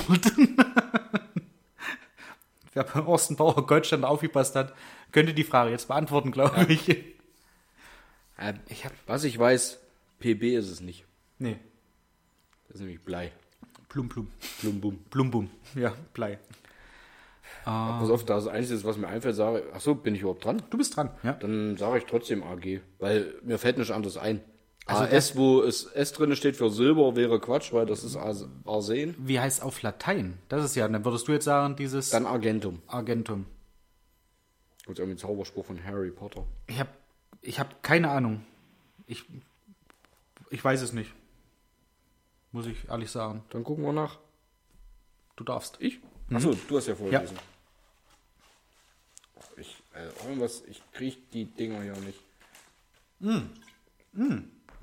Speaker 1: Wer bei Orsten Bauer Goldstand aufgepasst hat, könnte die Frage jetzt beantworten, glaube ja. ich.
Speaker 2: Ja, ich hab, was ich weiß, P B ist es nicht.
Speaker 1: Nee.
Speaker 2: Das ist nämlich Blei.
Speaker 1: Plum, plum.
Speaker 2: Plum, bum.
Speaker 1: Plum, bum. Ja, Blei.
Speaker 2: Ah. Pass auf, da ist eins, was mir einfällt, sage ich, achso, bin ich überhaupt dran?
Speaker 1: Du bist dran, ja.
Speaker 2: Dann sage ich trotzdem A G, weil mir fällt nichts anderes ein. Also A S, wo es S drin steht für Silber, wäre Quatsch, weil das ist Arsen.
Speaker 1: Wie heißt auf Latein? Das ist ja, dann würdest du jetzt sagen, dieses...
Speaker 2: Dann Argentum.
Speaker 1: Argentum.
Speaker 2: Gut, irgendwie Zauberspruch von Harry Potter.
Speaker 1: Ich habe ich hab keine Ahnung. Ich, ich weiß es nicht. Muss ich ehrlich sagen.
Speaker 2: Dann gucken wir nach.
Speaker 1: Du darfst.
Speaker 2: Ich? Achso, mhm. Du hast ja vorgelesen.
Speaker 1: Ja.
Speaker 2: Ich, äh, irgendwas, ich kriege die Dinger ja nicht.
Speaker 1: Mm. Mm.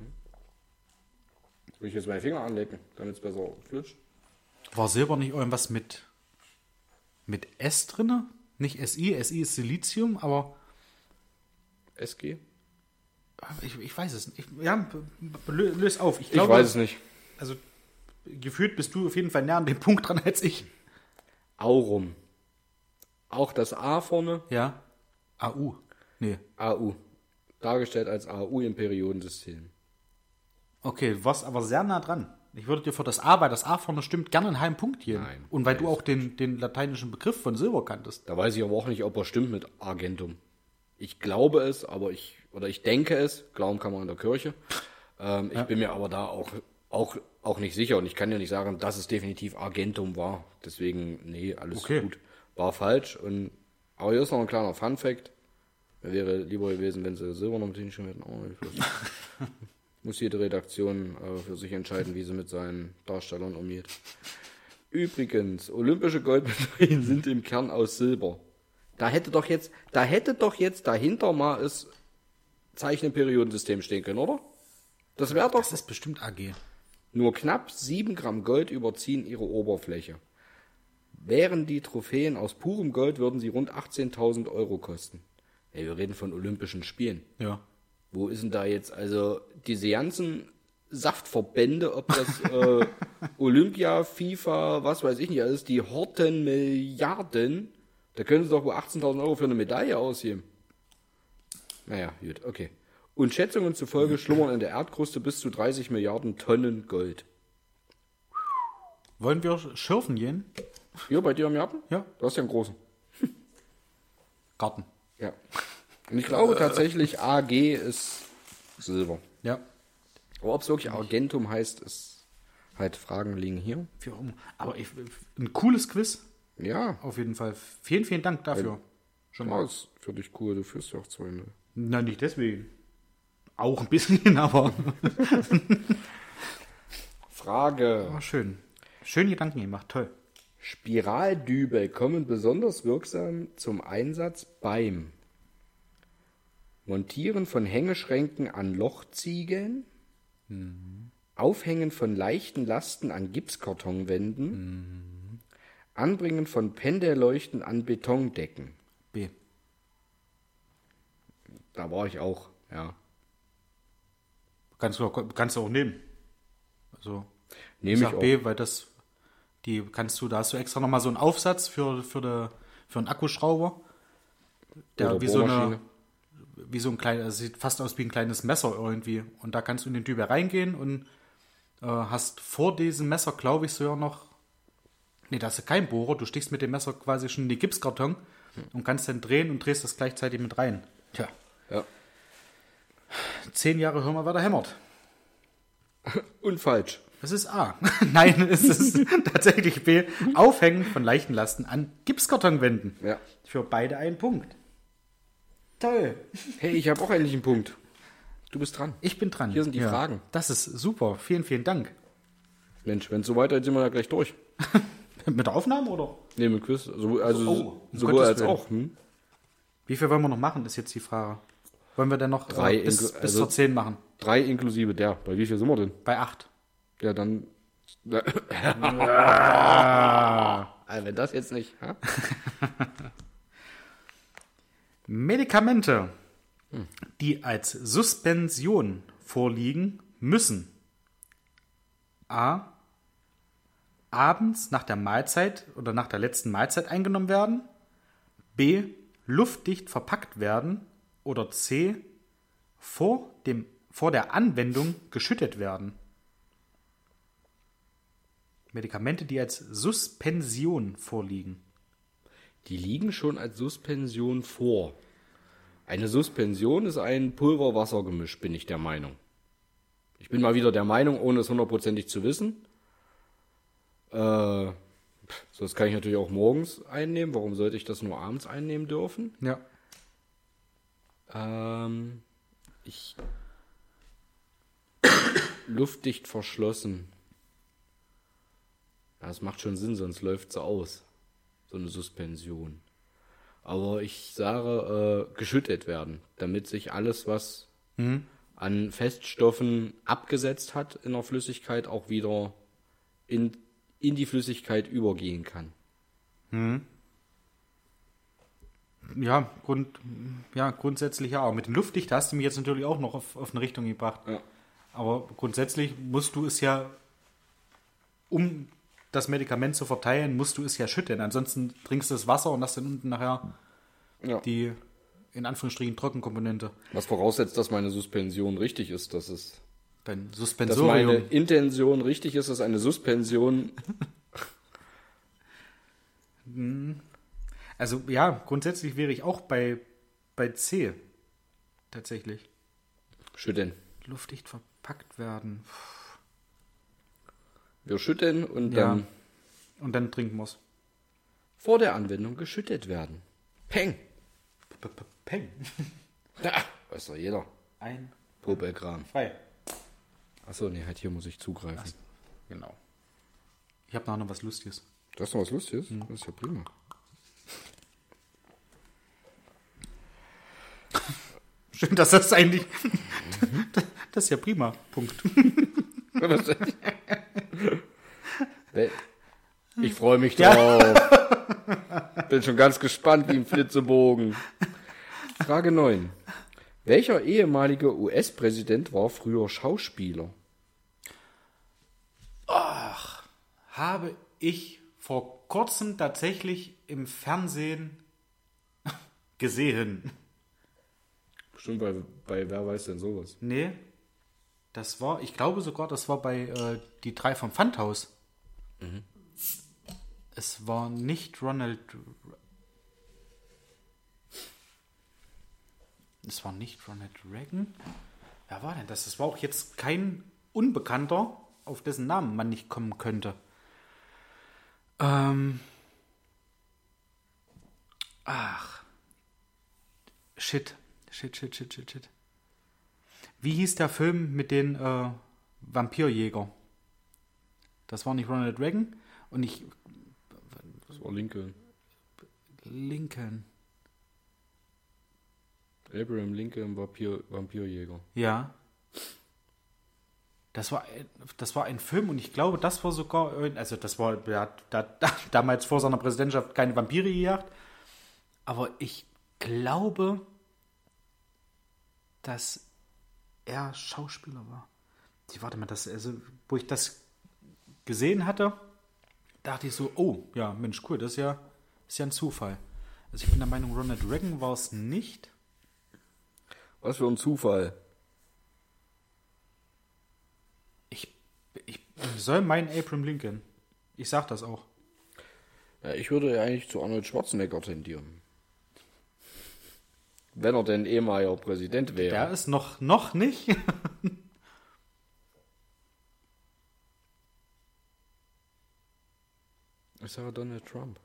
Speaker 2: Soll ich jetzt meine Finger anlecken, damit es besser flutscht?
Speaker 1: War Silber nicht irgendwas mit, mit S drinne? Nicht S I, S I ist Silizium, aber...
Speaker 2: S G?
Speaker 1: Ich, ich weiß es nicht. Ich, ja, löse auf. Ich,
Speaker 2: ich
Speaker 1: glaube,
Speaker 2: weiß es nicht.
Speaker 1: Also, gefühlt bist du auf jeden Fall näher an dem Punkt dran als ich.
Speaker 2: Aurum. Auch das A vorne?
Speaker 1: Ja. A U. Nee.
Speaker 2: A U. Dargestellt als A U im Periodensystem.
Speaker 1: Okay, du warst aber sehr nah dran. Ich würde dir für das A, weil das A vorne stimmt, gerne einen halben Punkt geben.
Speaker 2: Nein.
Speaker 1: Und weil du auch den, den lateinischen Begriff von Silber kanntest.
Speaker 2: Da weiß ich aber auch nicht, ob er stimmt mit Argentum. Ich glaube es, aber ich, oder ich denke es, glauben kann man in der Kirche. Ähm, ja. Ich bin mir aber da auch, auch, auch nicht sicher und ich kann ja nicht sagen, dass es definitiv Argentum war. Deswegen, nee, alles
Speaker 1: okay.
Speaker 2: gut. War falsch. Und, aber hier ist noch ein kleiner Funfact. Wäre lieber gewesen, wenn sie Silber noch mit hingeschrieben hätten. Oh, muss jede Redaktion äh, für sich entscheiden, wie sie mit seinen Darstellern umgeht. Übrigens, olympische Goldmedaillen sind im Kern aus Silber. Da hätte doch jetzt, da hätte doch jetzt dahinter mal das Zeichen im Periodensystem stehen können, oder? Das wäre doch.
Speaker 1: Das ist bestimmt A G.
Speaker 2: Nur knapp sieben Gramm Gold überziehen ihre Oberfläche. Wären die Trophäen aus purem Gold, würden sie rund achtzehntausend Euro kosten. Ey, wir reden von Olympischen Spielen.
Speaker 1: Ja.
Speaker 2: Wo ist denn da jetzt, also diese ganzen Saftverbände, ob das äh, Olympia, FIFA, was weiß ich nicht alles, die horten Milliarden, Da können sie doch wohl achtzehntausend Euro für eine Medaille ausgeben. Naja, gut, okay. Und Schätzungen zufolge schlummern in der Erdkruste bis zu dreißig Milliarden Tonnen Gold.
Speaker 1: Wollen wir schürfen gehen?
Speaker 2: Hier bei dir am Garten?
Speaker 1: Ja.
Speaker 2: Du hast ja einen großen.
Speaker 1: Garten.
Speaker 2: Ja. Und ich glaube tatsächlich, A G ist Silber.
Speaker 1: Ja.
Speaker 2: Aber ob es wirklich Argentum heißt, ist halt Fragen liegen hier.
Speaker 1: Wie auch immer. Aber ich, ein cooles Quiz.
Speaker 2: Ja.
Speaker 1: Auf jeden Fall. Vielen, vielen Dank dafür.
Speaker 2: Schon mal. Ist für dich cool, du führst ja auch zwei null.
Speaker 1: Nein, nicht deswegen. Auch ein bisschen, aber.
Speaker 2: Frage.
Speaker 1: Oh, schön. Schön Gedanken gemacht, toll.
Speaker 2: Spiraldübel kommen besonders wirksam zum Einsatz beim Montieren von Hängeschränken an Lochziegeln, mhm. Aufhängen von leichten Lasten an Gipskartonwänden, mhm. Anbringen von Pendelleuchten an Betondecken.
Speaker 1: B.
Speaker 2: Da war ich auch, ja.
Speaker 1: Kannst du, kannst du auch nehmen. Also,
Speaker 2: Nehme
Speaker 1: ich
Speaker 2: ich
Speaker 1: sag
Speaker 2: auch.
Speaker 1: B, weil das, die kannst du, da hast du extra nochmal so einen Aufsatz für, für, de, für einen Akkuschrauber. Der
Speaker 2: Oder
Speaker 1: wie so
Speaker 2: Bohrmaschine.
Speaker 1: eine, wie so ein kleines, also sieht fast aus wie ein kleines Messer irgendwie. Und da kannst du in den Typ reingehen und äh, hast vor diesem Messer, glaube ich, sogar noch, nee, da hast du kein Bohrer, du stichst mit dem Messer quasi schon in die Gipskarton hm. und kannst dann drehen und drehst das gleichzeitig mit rein. Tja.
Speaker 2: Ja.
Speaker 1: Zehn Jahre hör mal, wer da hämmert.
Speaker 2: Und falsch.
Speaker 1: Das ist A. Nein, es ist tatsächlich B. Aufhängen von leichten Lasten an Gipskartonwänden.
Speaker 2: Ja.
Speaker 1: Für beide einen Punkt. Toll.
Speaker 2: Hey, ich habe auch endlich einen Punkt. Du bist dran.
Speaker 1: Ich bin dran.
Speaker 2: Hier sind die
Speaker 1: ja.
Speaker 2: Fragen.
Speaker 1: Das ist super. Vielen, vielen Dank.
Speaker 2: Mensch, wenn es so weitergeht, sind wir ja gleich durch.
Speaker 1: Mit der Aufnahme oder?
Speaker 2: Nee, mit Quiz. Also, also
Speaker 1: Oh, um
Speaker 2: sowohl
Speaker 1: Gottes
Speaker 2: als
Speaker 1: Willen.
Speaker 2: auch. Hm?
Speaker 1: Wie viel wollen wir noch machen, ist jetzt die Frage. Wollen wir denn noch
Speaker 2: Drei
Speaker 1: äh, bis,
Speaker 2: inklu-
Speaker 1: bis
Speaker 2: also-
Speaker 1: zur zehn machen?
Speaker 2: Drei inklusive der. Bei wie viel sind wir denn?
Speaker 1: Bei acht.
Speaker 2: Ja, dann. Also, wenn das jetzt nicht. Ha?
Speaker 1: Medikamente, die als Suspension vorliegen, müssen A. abends nach der Mahlzeit oder nach der letzten Mahlzeit eingenommen werden, B. luftdicht verpackt werden oder C. vor, dem, vor der Anwendung geschüttet werden. Medikamente, die als Suspension vorliegen.
Speaker 2: Die liegen schon als Suspension vor. Eine Suspension ist ein Pulver-Wasser-Gemisch, bin ich der Meinung. Ich bin mal wieder der Meinung, ohne es hundertprozentig zu wissen. Äh, so, das kann ich natürlich auch morgens einnehmen. Warum sollte ich das nur abends einnehmen dürfen?
Speaker 1: Ja.
Speaker 2: Ähm, ich luftdicht verschlossen. Ja, das macht schon Sinn, sonst läuft sie aus. So eine Suspension. Aber ich sage, äh, geschüttet werden, damit sich alles, was
Speaker 1: Mhm.
Speaker 2: an Feststoffen abgesetzt hat in der Flüssigkeit, auch wieder in, in die Flüssigkeit übergehen kann.
Speaker 1: Ja, Grund, ja, grundsätzlich ja. Aber mit dem Luftdicht hast du mich jetzt natürlich auch noch auf, auf eine Richtung gebracht.
Speaker 2: Ja.
Speaker 1: Aber grundsätzlich musst du es ja, um das Medikament zu verteilen, musst du es ja schütten. Ansonsten trinkst du das Wasser und hast dann unten nachher
Speaker 2: Ja.
Speaker 1: die, in Anführungsstrichen, Trockenkomponente.
Speaker 2: Was voraussetzt, dass meine Suspension richtig ist, dass es,
Speaker 1: Dein
Speaker 2: dass
Speaker 1: Suspensorium.
Speaker 2: meine Intention richtig ist, dass eine Suspension.
Speaker 1: Also ja, grundsätzlich wäre ich auch bei, bei C. Tatsächlich.
Speaker 2: Schütten.
Speaker 1: Luftdicht verpackt werden.
Speaker 2: Wir schütten und
Speaker 1: Ja.
Speaker 2: dann
Speaker 1: Und dann trinken wir es.
Speaker 2: vor der Anwendung geschüttet werden. Peng.
Speaker 1: Peng.
Speaker 2: Ja, weiß doch jeder.
Speaker 1: Ein.
Speaker 2: Popelkram.
Speaker 1: Frei.
Speaker 2: Achso, nee, halt hier muss ich zugreifen.
Speaker 1: Genau. Ich habe noch was Lustiges.
Speaker 2: Du hast noch was Lustiges? Das ist ja prima.
Speaker 1: Schön, dass das eigentlich. Das ist ja prima. Punkt.
Speaker 2: Ich freue mich drauf. Bin schon ganz gespannt wie ein Flitzebogen. Frage neun. Welcher ehemalige U S-Präsident war früher Schauspieler?
Speaker 1: Habe ich vor kurzem tatsächlich im Fernsehen gesehen.
Speaker 2: Bestimmt bei, bei Wer weiß denn sowas.
Speaker 1: Nee, das war, ich glaube sogar, das war bei äh, die drei vom Pfandhaus.
Speaker 2: Mhm.
Speaker 1: Es war nicht Ronald. Es war nicht Ronald Reagan. Wer war denn das? Das war auch jetzt kein Unbekannter, auf dessen Namen man nicht kommen könnte. Ähm. Ach. Shit. Shit, shit, shit, shit, shit. Wie hieß der Film mit den äh, Vampirjäger? Das war nicht Ronald Reagan und ich.
Speaker 2: Das war Lincoln.
Speaker 1: Lincoln.
Speaker 2: Abraham Lincoln, Vampir, Vampirjäger.
Speaker 1: Ja. Das war, das war ein Film und ich glaube, das war sogar, also das war, er hat da, da, damals vor seiner Präsidentschaft keine Vampire gejagt, aber ich glaube, dass er Schauspieler war. Ich warte mal, das, also, wo ich das gesehen hatte, dachte ich so, oh, ja, Mensch, cool, das ist ja, ist ja ein Zufall. Also ich bin der Meinung, Ronald Reagan war es nicht.
Speaker 2: Was für ein Zufall.
Speaker 1: Ich, ich soll meinen Abraham Lincoln. Ich sag das auch.
Speaker 2: Ja, ich würde ja eigentlich zu Arnold Schwarzenegger tendieren. Wenn er denn ehemaliger Präsident wäre.
Speaker 1: Der ist noch, noch nicht.
Speaker 2: Ich sage Donald Trump.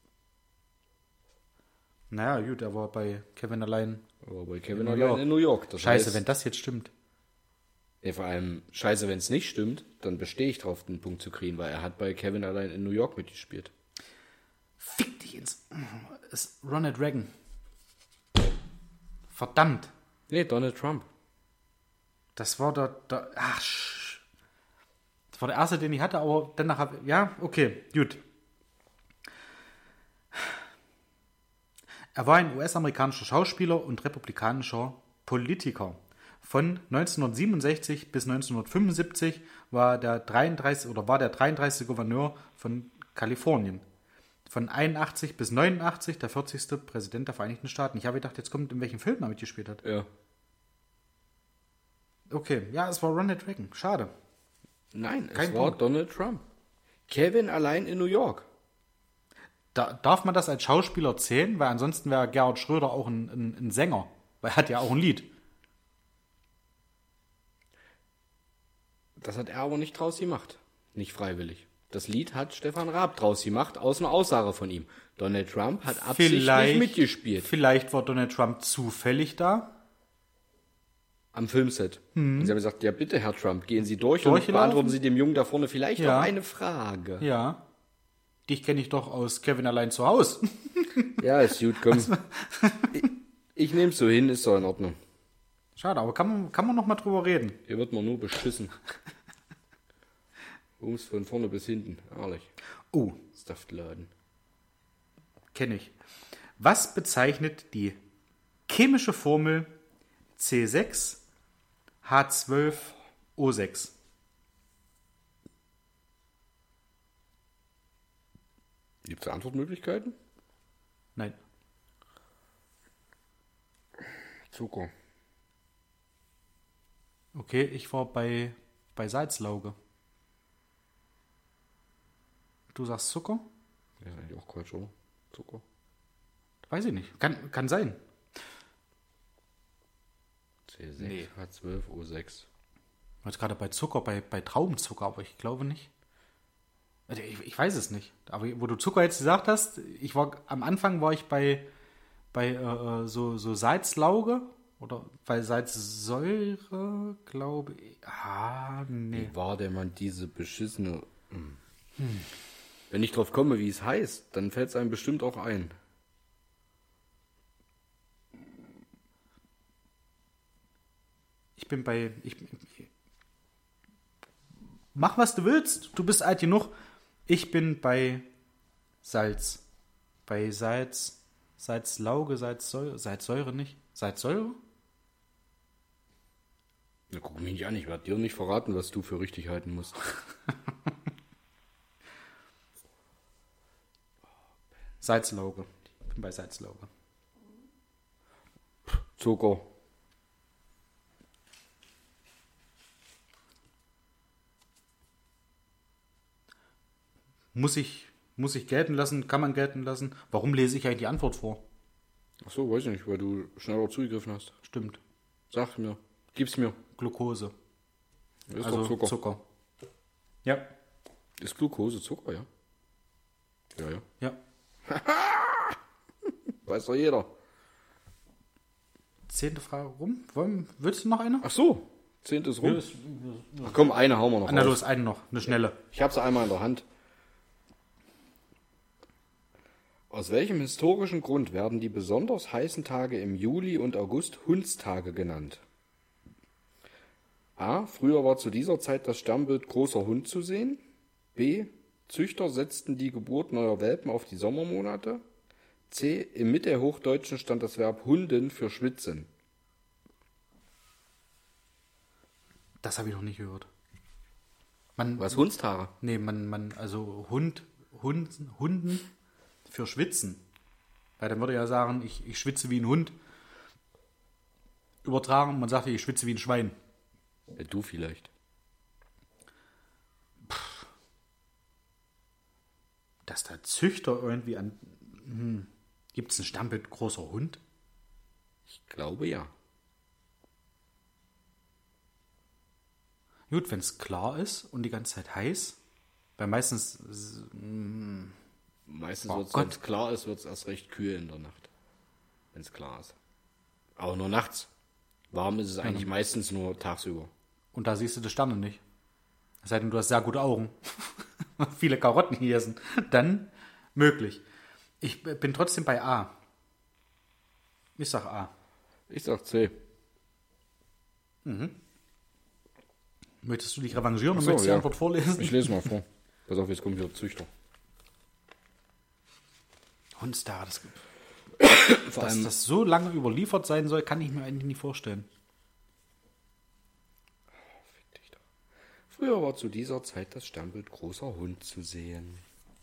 Speaker 1: Naja, gut, er war bei Kevin allein.
Speaker 2: Aber bei Kevin
Speaker 1: In New
Speaker 2: allein
Speaker 1: York.
Speaker 2: in New York. Das
Speaker 1: Scheiße,
Speaker 2: heißt,
Speaker 1: wenn das jetzt stimmt.
Speaker 2: ja, vor allem scheiße, wenn es nicht stimmt, dann bestehe ich drauf, den Punkt zu kriegen, weil er hat bei Kevin allein in New York mitgespielt.
Speaker 1: Fick dich ins... Ist Ronald Reagan. Verdammt.
Speaker 2: Nee, Donald Trump.
Speaker 1: Das war der... der ach, sch- das war der erste, den ich hatte, aber danach habe ja, okay, gut. Er war ein U S-amerikanischer Schauspieler und republikanischer Politiker. Von neunzehnhundertsiebenundsechzig bis neunzehnhundertfünfundsiebzig war der dreiunddreißigste oder war der dreiunddreißigste Gouverneur von Kalifornien. Von einundachtzig bis neunundachtzig der vierzigste Präsident der Vereinigten Staaten. Ich habe gedacht, jetzt kommt, in welchem Film er mitgespielt hat.
Speaker 2: Ja.
Speaker 1: Okay, ja, es war Ronald Reagan. Schade.
Speaker 2: Nein,
Speaker 1: Kein
Speaker 2: es war
Speaker 1: Punkt.
Speaker 2: Donald Trump. Kevin allein in New York.
Speaker 1: Da, darf man das als Schauspieler zählen? Weil ansonsten wäre Gerhard Schröder auch ein, ein, ein Sänger. Weil er hat ja auch ein Lied.
Speaker 2: Das hat er aber nicht draus gemacht. Nicht freiwillig. Das Lied hat Stefan Raab draus gemacht, aus einer Aussage von ihm. Donald Trump hat absichtlich
Speaker 1: Vielleicht-
Speaker 2: mitgespielt.
Speaker 1: Vielleicht war Donald Trump zufällig da.
Speaker 2: Am Filmset. Und sie haben gesagt, ja bitte, Herr Trump, gehen Sie durch und
Speaker 1: Durchlaufen?
Speaker 2: beantworten Sie dem Jungen da vorne vielleicht
Speaker 1: Ja.
Speaker 2: noch eine Frage.
Speaker 1: Ja. Dich kenne ich doch aus Kevin allein zu Hause.
Speaker 2: Ja, ist gut, komm. ich ich nehme es so hin, ist doch in Ordnung.
Speaker 1: Schade, aber kann man, kann man noch mal drüber reden.
Speaker 2: Hier wird man nur beschissen. Ums von vorne bis hinten, ehrlich.
Speaker 1: Oh,
Speaker 2: Saftladen.
Speaker 1: kenne ich. Was bezeichnet die chemische Formel C sechs H zwölf O sechs?
Speaker 2: Gibt es Antwortmöglichkeiten?
Speaker 1: Nein.
Speaker 2: Zucker.
Speaker 1: Okay, ich war bei, bei Salzlauge. Du sagst Zucker?
Speaker 2: Ja, ist eigentlich auch Quatsch, oder? Zucker.
Speaker 1: Weiß ich nicht. Kann, kann sein.
Speaker 2: C sechs,
Speaker 1: Nee.
Speaker 2: H zwölf, O sechs.
Speaker 1: Ich war jetzt gerade bei Zucker, bei, bei Traubenzucker, aber ich glaube nicht. Also Ich, ich weiß es nicht. Aber wo du Zucker jetzt gesagt hast, ich war am Anfang war ich bei, bei äh, so, so Salzlauge oder bei Salzsäure, glaube ich. Ah, nee.
Speaker 2: Wie war denn man diese beschissene... Hm. Wenn ich drauf komme, wie es heißt, dann fällt es einem bestimmt auch ein.
Speaker 1: Ich bin bei. Ich, ich, mach, was du willst. Du bist alt genug. Ich bin bei Salz. Bei Salz. Salzlauge, Salzsäure. Salzsäure nicht. Salzsäure?
Speaker 2: Na, guck mich nicht an, ich werde dir nicht verraten, was du für richtig halten musst.
Speaker 1: Salzlauge. Ich bin bei Salzlauge.
Speaker 2: Zucker.
Speaker 1: Muss ich, muss ich gelten lassen? Kann man gelten lassen? Warum lese ich eigentlich die Antwort vor?
Speaker 2: Ach so, weiß ich nicht, weil du schneller zugegriffen hast.
Speaker 1: Stimmt.
Speaker 2: Sag mir. Gib's mir.
Speaker 1: Glucose.
Speaker 2: Ist
Speaker 1: also
Speaker 2: doch Zucker.
Speaker 1: Zucker. Ja.
Speaker 2: Ist Glucose Zucker, ja? Ja, ja.
Speaker 1: Ja.
Speaker 2: Weiß doch jeder.
Speaker 1: Zehnte Frage rum. Wollen, willst du noch eine?
Speaker 2: Ach so. Zehnte ist rum.
Speaker 1: Ja, ist-
Speaker 2: Ach komm, eine hauen wir noch
Speaker 1: Na
Speaker 2: raus.
Speaker 1: los, eine noch. Eine schnelle.
Speaker 2: Ich habe sie einmal in der Hand. Aus welchem historischen Grund werden die besonders heißen Tage im Juli und August Hundstage genannt? A. Früher war zu dieser Zeit das Sternbild großer Hund zu sehen. B. Züchter setzten die Geburt neuer Welpen auf die Sommermonate. C. Im Mittelhochdeutschen stand das Verb hunden für schwitzen.
Speaker 1: Das habe ich noch nicht gehört. Man,
Speaker 2: Was, Hundstage?
Speaker 1: Nee, man, man, also Hund, Hund, Hunden für Schwitzen. Weil dann würde er ja sagen, ich, ich schwitze wie ein Hund. Übertragen, man sagt, ich schwitze wie ein Schwein.
Speaker 2: Ja, du vielleicht.
Speaker 1: Dass da Züchter irgendwie an... Hm, gibt es ein Sternbild großer Hund?
Speaker 2: Ich glaube ja.
Speaker 1: Gut, wenn es klar ist und die ganze Zeit heiß, weil meistens... hm,
Speaker 2: Meistens,
Speaker 1: Oh
Speaker 2: wird's,
Speaker 1: Gott.
Speaker 2: wenn es klar ist, wird es erst recht kühl in der Nacht. Wenn es klar ist. Aber nur nachts. Warm ist es eigentlich meistens nur tagsüber.
Speaker 1: Und da siehst du die Sterne nicht. Es sei denn, du hast sehr gute Augen. Viele Karotten gegessen. Dann möglich. Ich bin trotzdem bei A. Ich sag A.
Speaker 2: Ich sag C.
Speaker 1: Möchtest du dich revanchieren und
Speaker 2: Ach so,
Speaker 1: möchtest die
Speaker 2: ja.
Speaker 1: Antwort vorlesen?
Speaker 2: Ich lese mal vor. Pass auf, jetzt kommt wieder Züchter.
Speaker 1: Hundstage, das gibt.
Speaker 2: Vor
Speaker 1: Dass
Speaker 2: allem,
Speaker 1: das so lange überliefert sein soll, kann ich mir eigentlich nicht vorstellen.
Speaker 2: früher war zu dieser Zeit das Sternbild großer Hund zu sehen.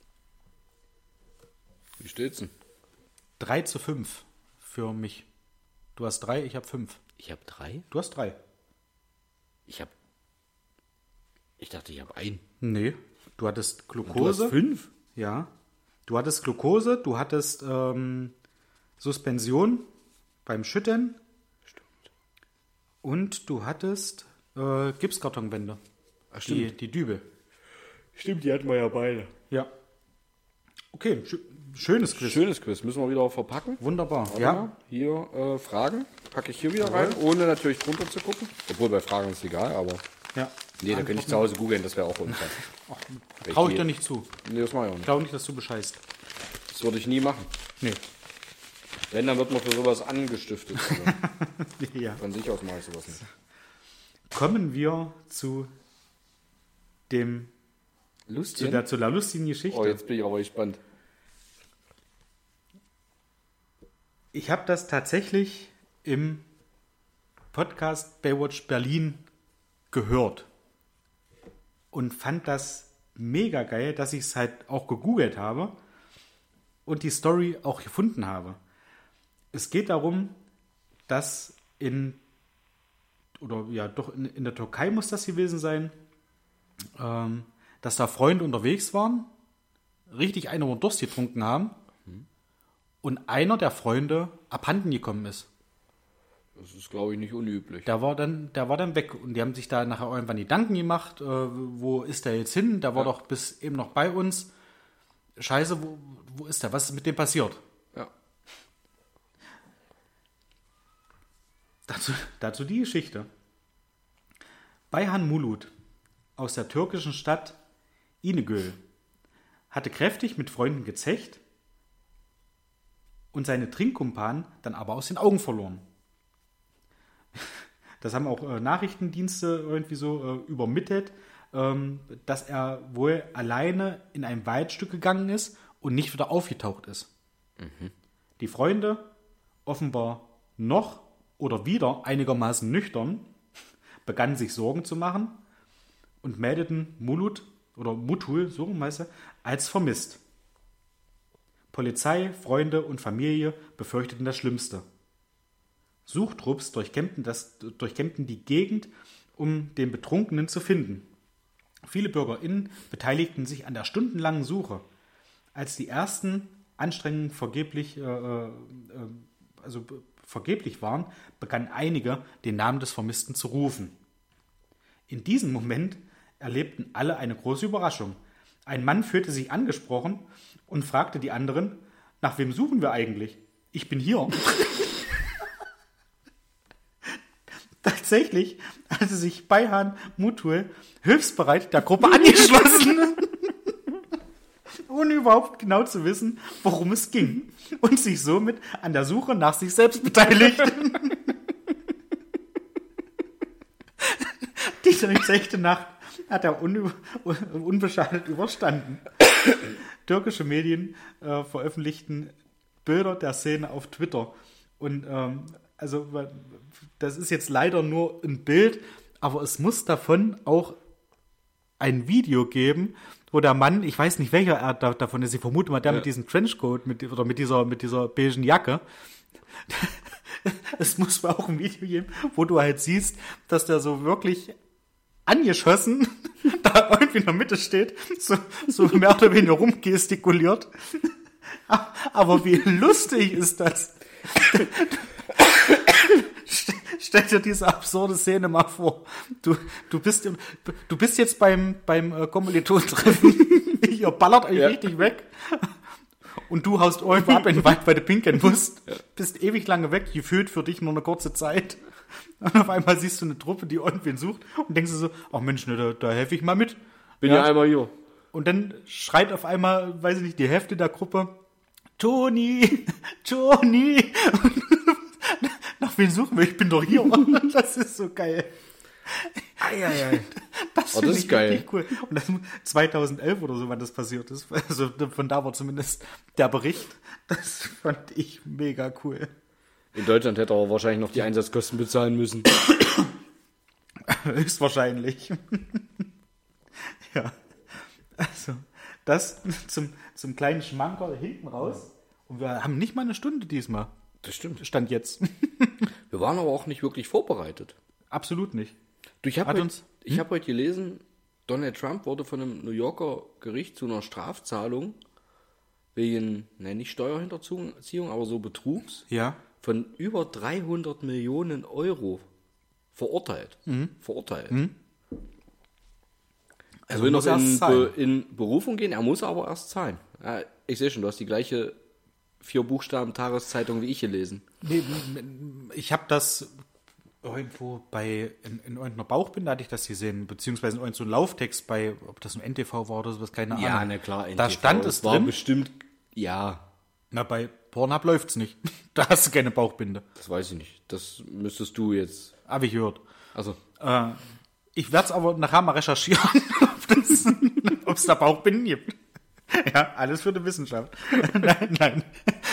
Speaker 2: Wie steht's denn?
Speaker 1: drei zu fünf für mich. Du hast drei, ich habe fünf.
Speaker 2: Ich habe drei?
Speaker 1: Du hast drei.
Speaker 2: Ich habe... Ich dachte, ich habe einen.
Speaker 1: Nee, du hattest
Speaker 2: Du hast
Speaker 1: Glucose.
Speaker 2: fünf?
Speaker 1: Ja. Du hattest Glucose, du hattest ähm, Suspension beim Schütten
Speaker 2: Stimmt.
Speaker 1: und du hattest äh, Gipskartonwände.
Speaker 2: Ach,
Speaker 1: Die,
Speaker 2: stimmt.
Speaker 1: die Dübel.
Speaker 2: Stimmt, die hatten wir ja beide.
Speaker 1: Ja. Okay, schö schönes Quiz.
Speaker 2: Schönes Quiz. Müssen wir wieder verpacken?
Speaker 1: Wunderbar.
Speaker 2: Warte
Speaker 1: Ja.
Speaker 2: mal. Hier äh, Fragen. Packe ich hier wieder rein, ohne natürlich drunter zu gucken. Obwohl bei Fragen ist egal, aber...
Speaker 1: ja.
Speaker 2: Nee, da könnte ich zu Hause googeln, das wäre auch unfair.
Speaker 1: Traue ich dir nicht zu.
Speaker 2: Nee, das mache ich auch
Speaker 1: Ich
Speaker 2: nicht.
Speaker 1: glaube nicht, dass du bescheißt.
Speaker 2: Das würde ich nie machen.
Speaker 1: Nee.
Speaker 2: Wenn, dann wird man für sowas angestiftet. Also
Speaker 1: Ja.
Speaker 2: von sich aus mache ich sowas nicht.
Speaker 1: Kommen wir zu dem zu
Speaker 2: Lustig.
Speaker 1: der, zu der lustigen Geschichte.
Speaker 2: Oh, jetzt bin ich aber gespannt.
Speaker 1: Ich habe das tatsächlich im Podcast Baywatch Berlin gehört und fand das mega geil, dass ich es halt auch gegoogelt habe und die Story auch gefunden habe. Es geht darum, dass in oder ja doch in, in der Türkei muss das gewesen sein, ähm, dass da Freunde unterwegs waren, richtig einen über den Durst getrunken haben und einer der Freunde abhanden gekommen ist.
Speaker 2: Das ist, glaube ich, nicht unüblich.
Speaker 1: Der war dann, der war dann weg und die haben sich da nachher irgendwann Gedanken gemacht, äh, wo ist der jetzt hin? Der war
Speaker 2: Ja.
Speaker 1: doch bis eben noch bei uns. Scheiße, wo, wo ist der? Was ist mit dem passiert?
Speaker 2: Ja.
Speaker 1: Dazu, dazu die Geschichte. Bayhan Mulut aus der türkischen Stadt İnegöl hatte kräftig mit Freunden gezecht und seine Trinkkumpanen dann aber aus den Augen verloren. Das haben auch äh, Nachrichtendienste irgendwie so äh, übermittelt, ähm, dass er wohl alleine in ein Waldstück gegangen ist und nicht wieder aufgetaucht ist. Die Freunde, offenbar noch oder wieder einigermaßen nüchtern, begannen sich Sorgen zu machen und meldeten Mulut oder Mutul, so rum heißt er, als vermisst. Polizei, Freunde und Familie befürchteten das Schlimmste. Suchtrupps durchkämmten, das, durchkämmten die Gegend, um den Betrunkenen zu finden. Viele BürgerInnen beteiligten sich an der stundenlangen Suche. Als die ersten Anstrengungen vergeblich, äh, äh, also vergeblich waren, begannen einige, den Namen des Vermissten zu rufen. In diesem Moment erlebten alle eine große Überraschung. Ein Mann fühlte sich angesprochen und fragte die anderen, nach wem suchen wir eigentlich? Ich bin hier. Tatsächlich hatte sich Beihan Mutuel hilfsbereit der Gruppe angeschlossen, ohne überhaupt genau zu wissen, worum es ging, und sich somit an der Suche nach sich selbst beteiligt. Die durchzechte Nacht hat er un- unbeschadet überstanden. Türkische Medien äh, veröffentlichten Bilder der Szene auf Twitter. Und ähm, also das ist jetzt leider nur ein Bild, aber es muss davon auch ein Video geben, wo der Mann, ich weiß nicht welcher er da, davon ist, ich vermute mal der ja. mit diesem Trenchcoat mit, oder mit dieser, mit dieser beigen Jacke. Es muss auch ein Video geben, wo du halt siehst, dass der so wirklich angeschossen da irgendwie in der Mitte steht, so, so mehr oder weniger rumgestikuliert. Aber wie lustig ist das? Stell dir diese absurde Szene mal vor. Du, du, bist, im, du bist jetzt beim, beim äh, Kommilitonen-Treffen. Ihr ballert euch ja. richtig weg. Und du haust irgendwo ab in den Wald, weil du pinkeln musst. Ja. Bist ewig lange weg, gefühlt für dich nur eine kurze Zeit. Und auf einmal siehst du eine Truppe, die irgendwen sucht. Und denkst du so, ach Mensch, ne, da, da helfe ich mal mit.
Speaker 2: Bin ja, ja einmal hier.
Speaker 1: Und dann schreit auf einmal, weiß ich nicht, die Hälfte der Gruppe, Toni, Toni. Nach wen suchen wir? Ich bin doch hier. Das ist so geil.
Speaker 2: Ei, ei, ei.
Speaker 1: Das,
Speaker 2: oh, das ist geil.
Speaker 1: Richtig cool. Und das zweitausendelf oder so, wann das passiert ist. Also von da war zumindest der Bericht. Das fand ich mega cool.
Speaker 2: In Deutschland hätte er wahrscheinlich noch die Einsatzkosten bezahlen müssen.
Speaker 1: Höchstwahrscheinlich. Ja. Also, das zum, zum kleinen Schmankerl hinten raus. Und wir haben nicht mal eine Stunde diesmal.
Speaker 2: Das stimmt.
Speaker 1: Stand jetzt.
Speaker 2: Wir waren aber auch nicht wirklich vorbereitet.
Speaker 1: Absolut nicht.
Speaker 2: Du, ich habe
Speaker 1: Hat
Speaker 2: heute,
Speaker 1: uns-
Speaker 2: ich hab heute gelesen, Donald Trump wurde von einem New Yorker Gericht zu einer Strafzahlung wegen, ne, nicht Steuerhinterziehung, aber so Betrugs,
Speaker 1: Ja.
Speaker 2: von über dreihundert Millionen Euro verurteilt. Verurteilt.
Speaker 1: Mhm.
Speaker 2: Also will noch
Speaker 1: muss erst
Speaker 2: in,
Speaker 1: zahlen.
Speaker 2: Be, in Berufung gehen, er muss aber erst zahlen. Ja, ich sehe schon, du hast die gleiche vier Buchstaben Tageszeitung wie ich gelesen.
Speaker 1: Nee, ich habe das irgendwo bei, in, in irgendeiner Bauchbinde hatte ich das gesehen, beziehungsweise in irgendeinem so Lauftext bei, ob das ein N T V war oder sowas, keine Ahnung.
Speaker 2: Ja, na klar.
Speaker 1: Da
Speaker 2: N T V,
Speaker 1: stand
Speaker 2: das
Speaker 1: es
Speaker 2: war
Speaker 1: drin.
Speaker 2: bestimmt, ja,
Speaker 1: Na, bei Pornhub läuft's nicht. Da hast du keine Bauchbinde.
Speaker 2: das weiß ich nicht. Das müsstest du jetzt,
Speaker 1: Hab ich gehört.
Speaker 2: also,
Speaker 1: Äh, ich werde es aber nachher mal recherchieren, ob es da Bauchbinden gibt. Ja, alles für die Wissenschaft. Nein, nein.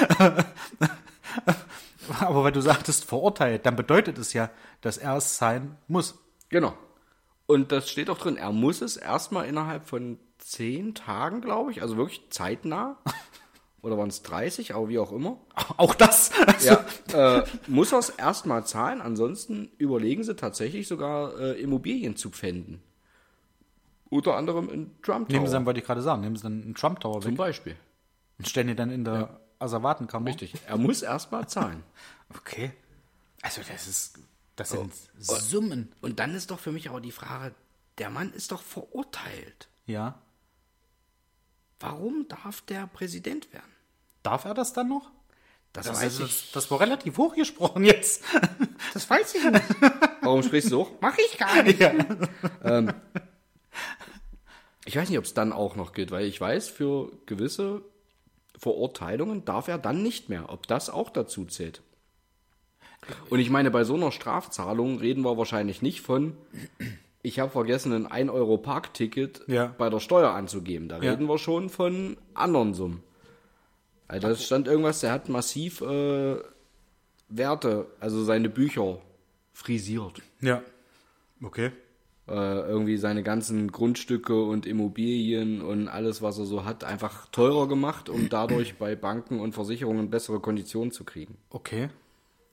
Speaker 1: Aber weil du sagtest verurteilt, dann bedeutet es ja, dass er es sein muss.
Speaker 2: genau. Und das steht auch drin, er muss es erstmal innerhalb von zehn Tagen, glaube ich, also wirklich zeitnah, oder waren es dreißig, aber wie auch immer,
Speaker 1: Auch das. Also,
Speaker 2: ja, äh, muss er es erstmal zahlen, ansonsten überlegen sie tatsächlich sogar äh, Immobilien zu pfänden. Unter anderem in Trump Tower.
Speaker 1: Nehmen Sie dann, wollte ich gerade sagen, nehmen Sie dann einen Trump Tower
Speaker 2: Zum
Speaker 1: weg
Speaker 2: Beispiel.
Speaker 1: und stellen die dann in der
Speaker 2: Ja.
Speaker 1: Asservatenkammer.
Speaker 2: Richtig. Er muss erstmal zahlen.
Speaker 1: Okay. Also das ist, das sind Summen.
Speaker 2: Und dann ist doch für mich aber die Frage, der Mann ist doch verurteilt.
Speaker 1: Ja.
Speaker 2: Warum darf der Präsident werden?
Speaker 1: Darf er das dann noch?
Speaker 2: Das,
Speaker 1: Das,
Speaker 2: weiß
Speaker 1: ist,
Speaker 2: ich.
Speaker 1: das war relativ hochgesprochen jetzt.
Speaker 2: Das weiß ich nicht. Warum sprichst du hoch? Mach ich gar nicht.
Speaker 1: Ja.
Speaker 2: Ähm, ich weiß nicht, ob es dann auch noch gilt, weil ich weiß, für gewisse Verurteilungen darf er dann nicht mehr. Ob das auch dazu zählt. Und ich meine, bei so einer Strafzahlung reden wir wahrscheinlich nicht von, ich habe vergessen, ein ein Euro Parkticket
Speaker 1: Ja.
Speaker 2: bei der Steuer anzugeben. Da
Speaker 1: Ja.
Speaker 2: reden wir schon von anderen Summen. Also da stand irgendwas, der hat massiv äh, Werte, also seine Bücher frisiert.
Speaker 1: Ja. Okay.
Speaker 2: Äh, irgendwie seine ganzen Grundstücke und Immobilien und alles, was er so hat, einfach teurer gemacht, um dadurch bei Banken und Versicherungen bessere Konditionen zu kriegen.
Speaker 1: Okay.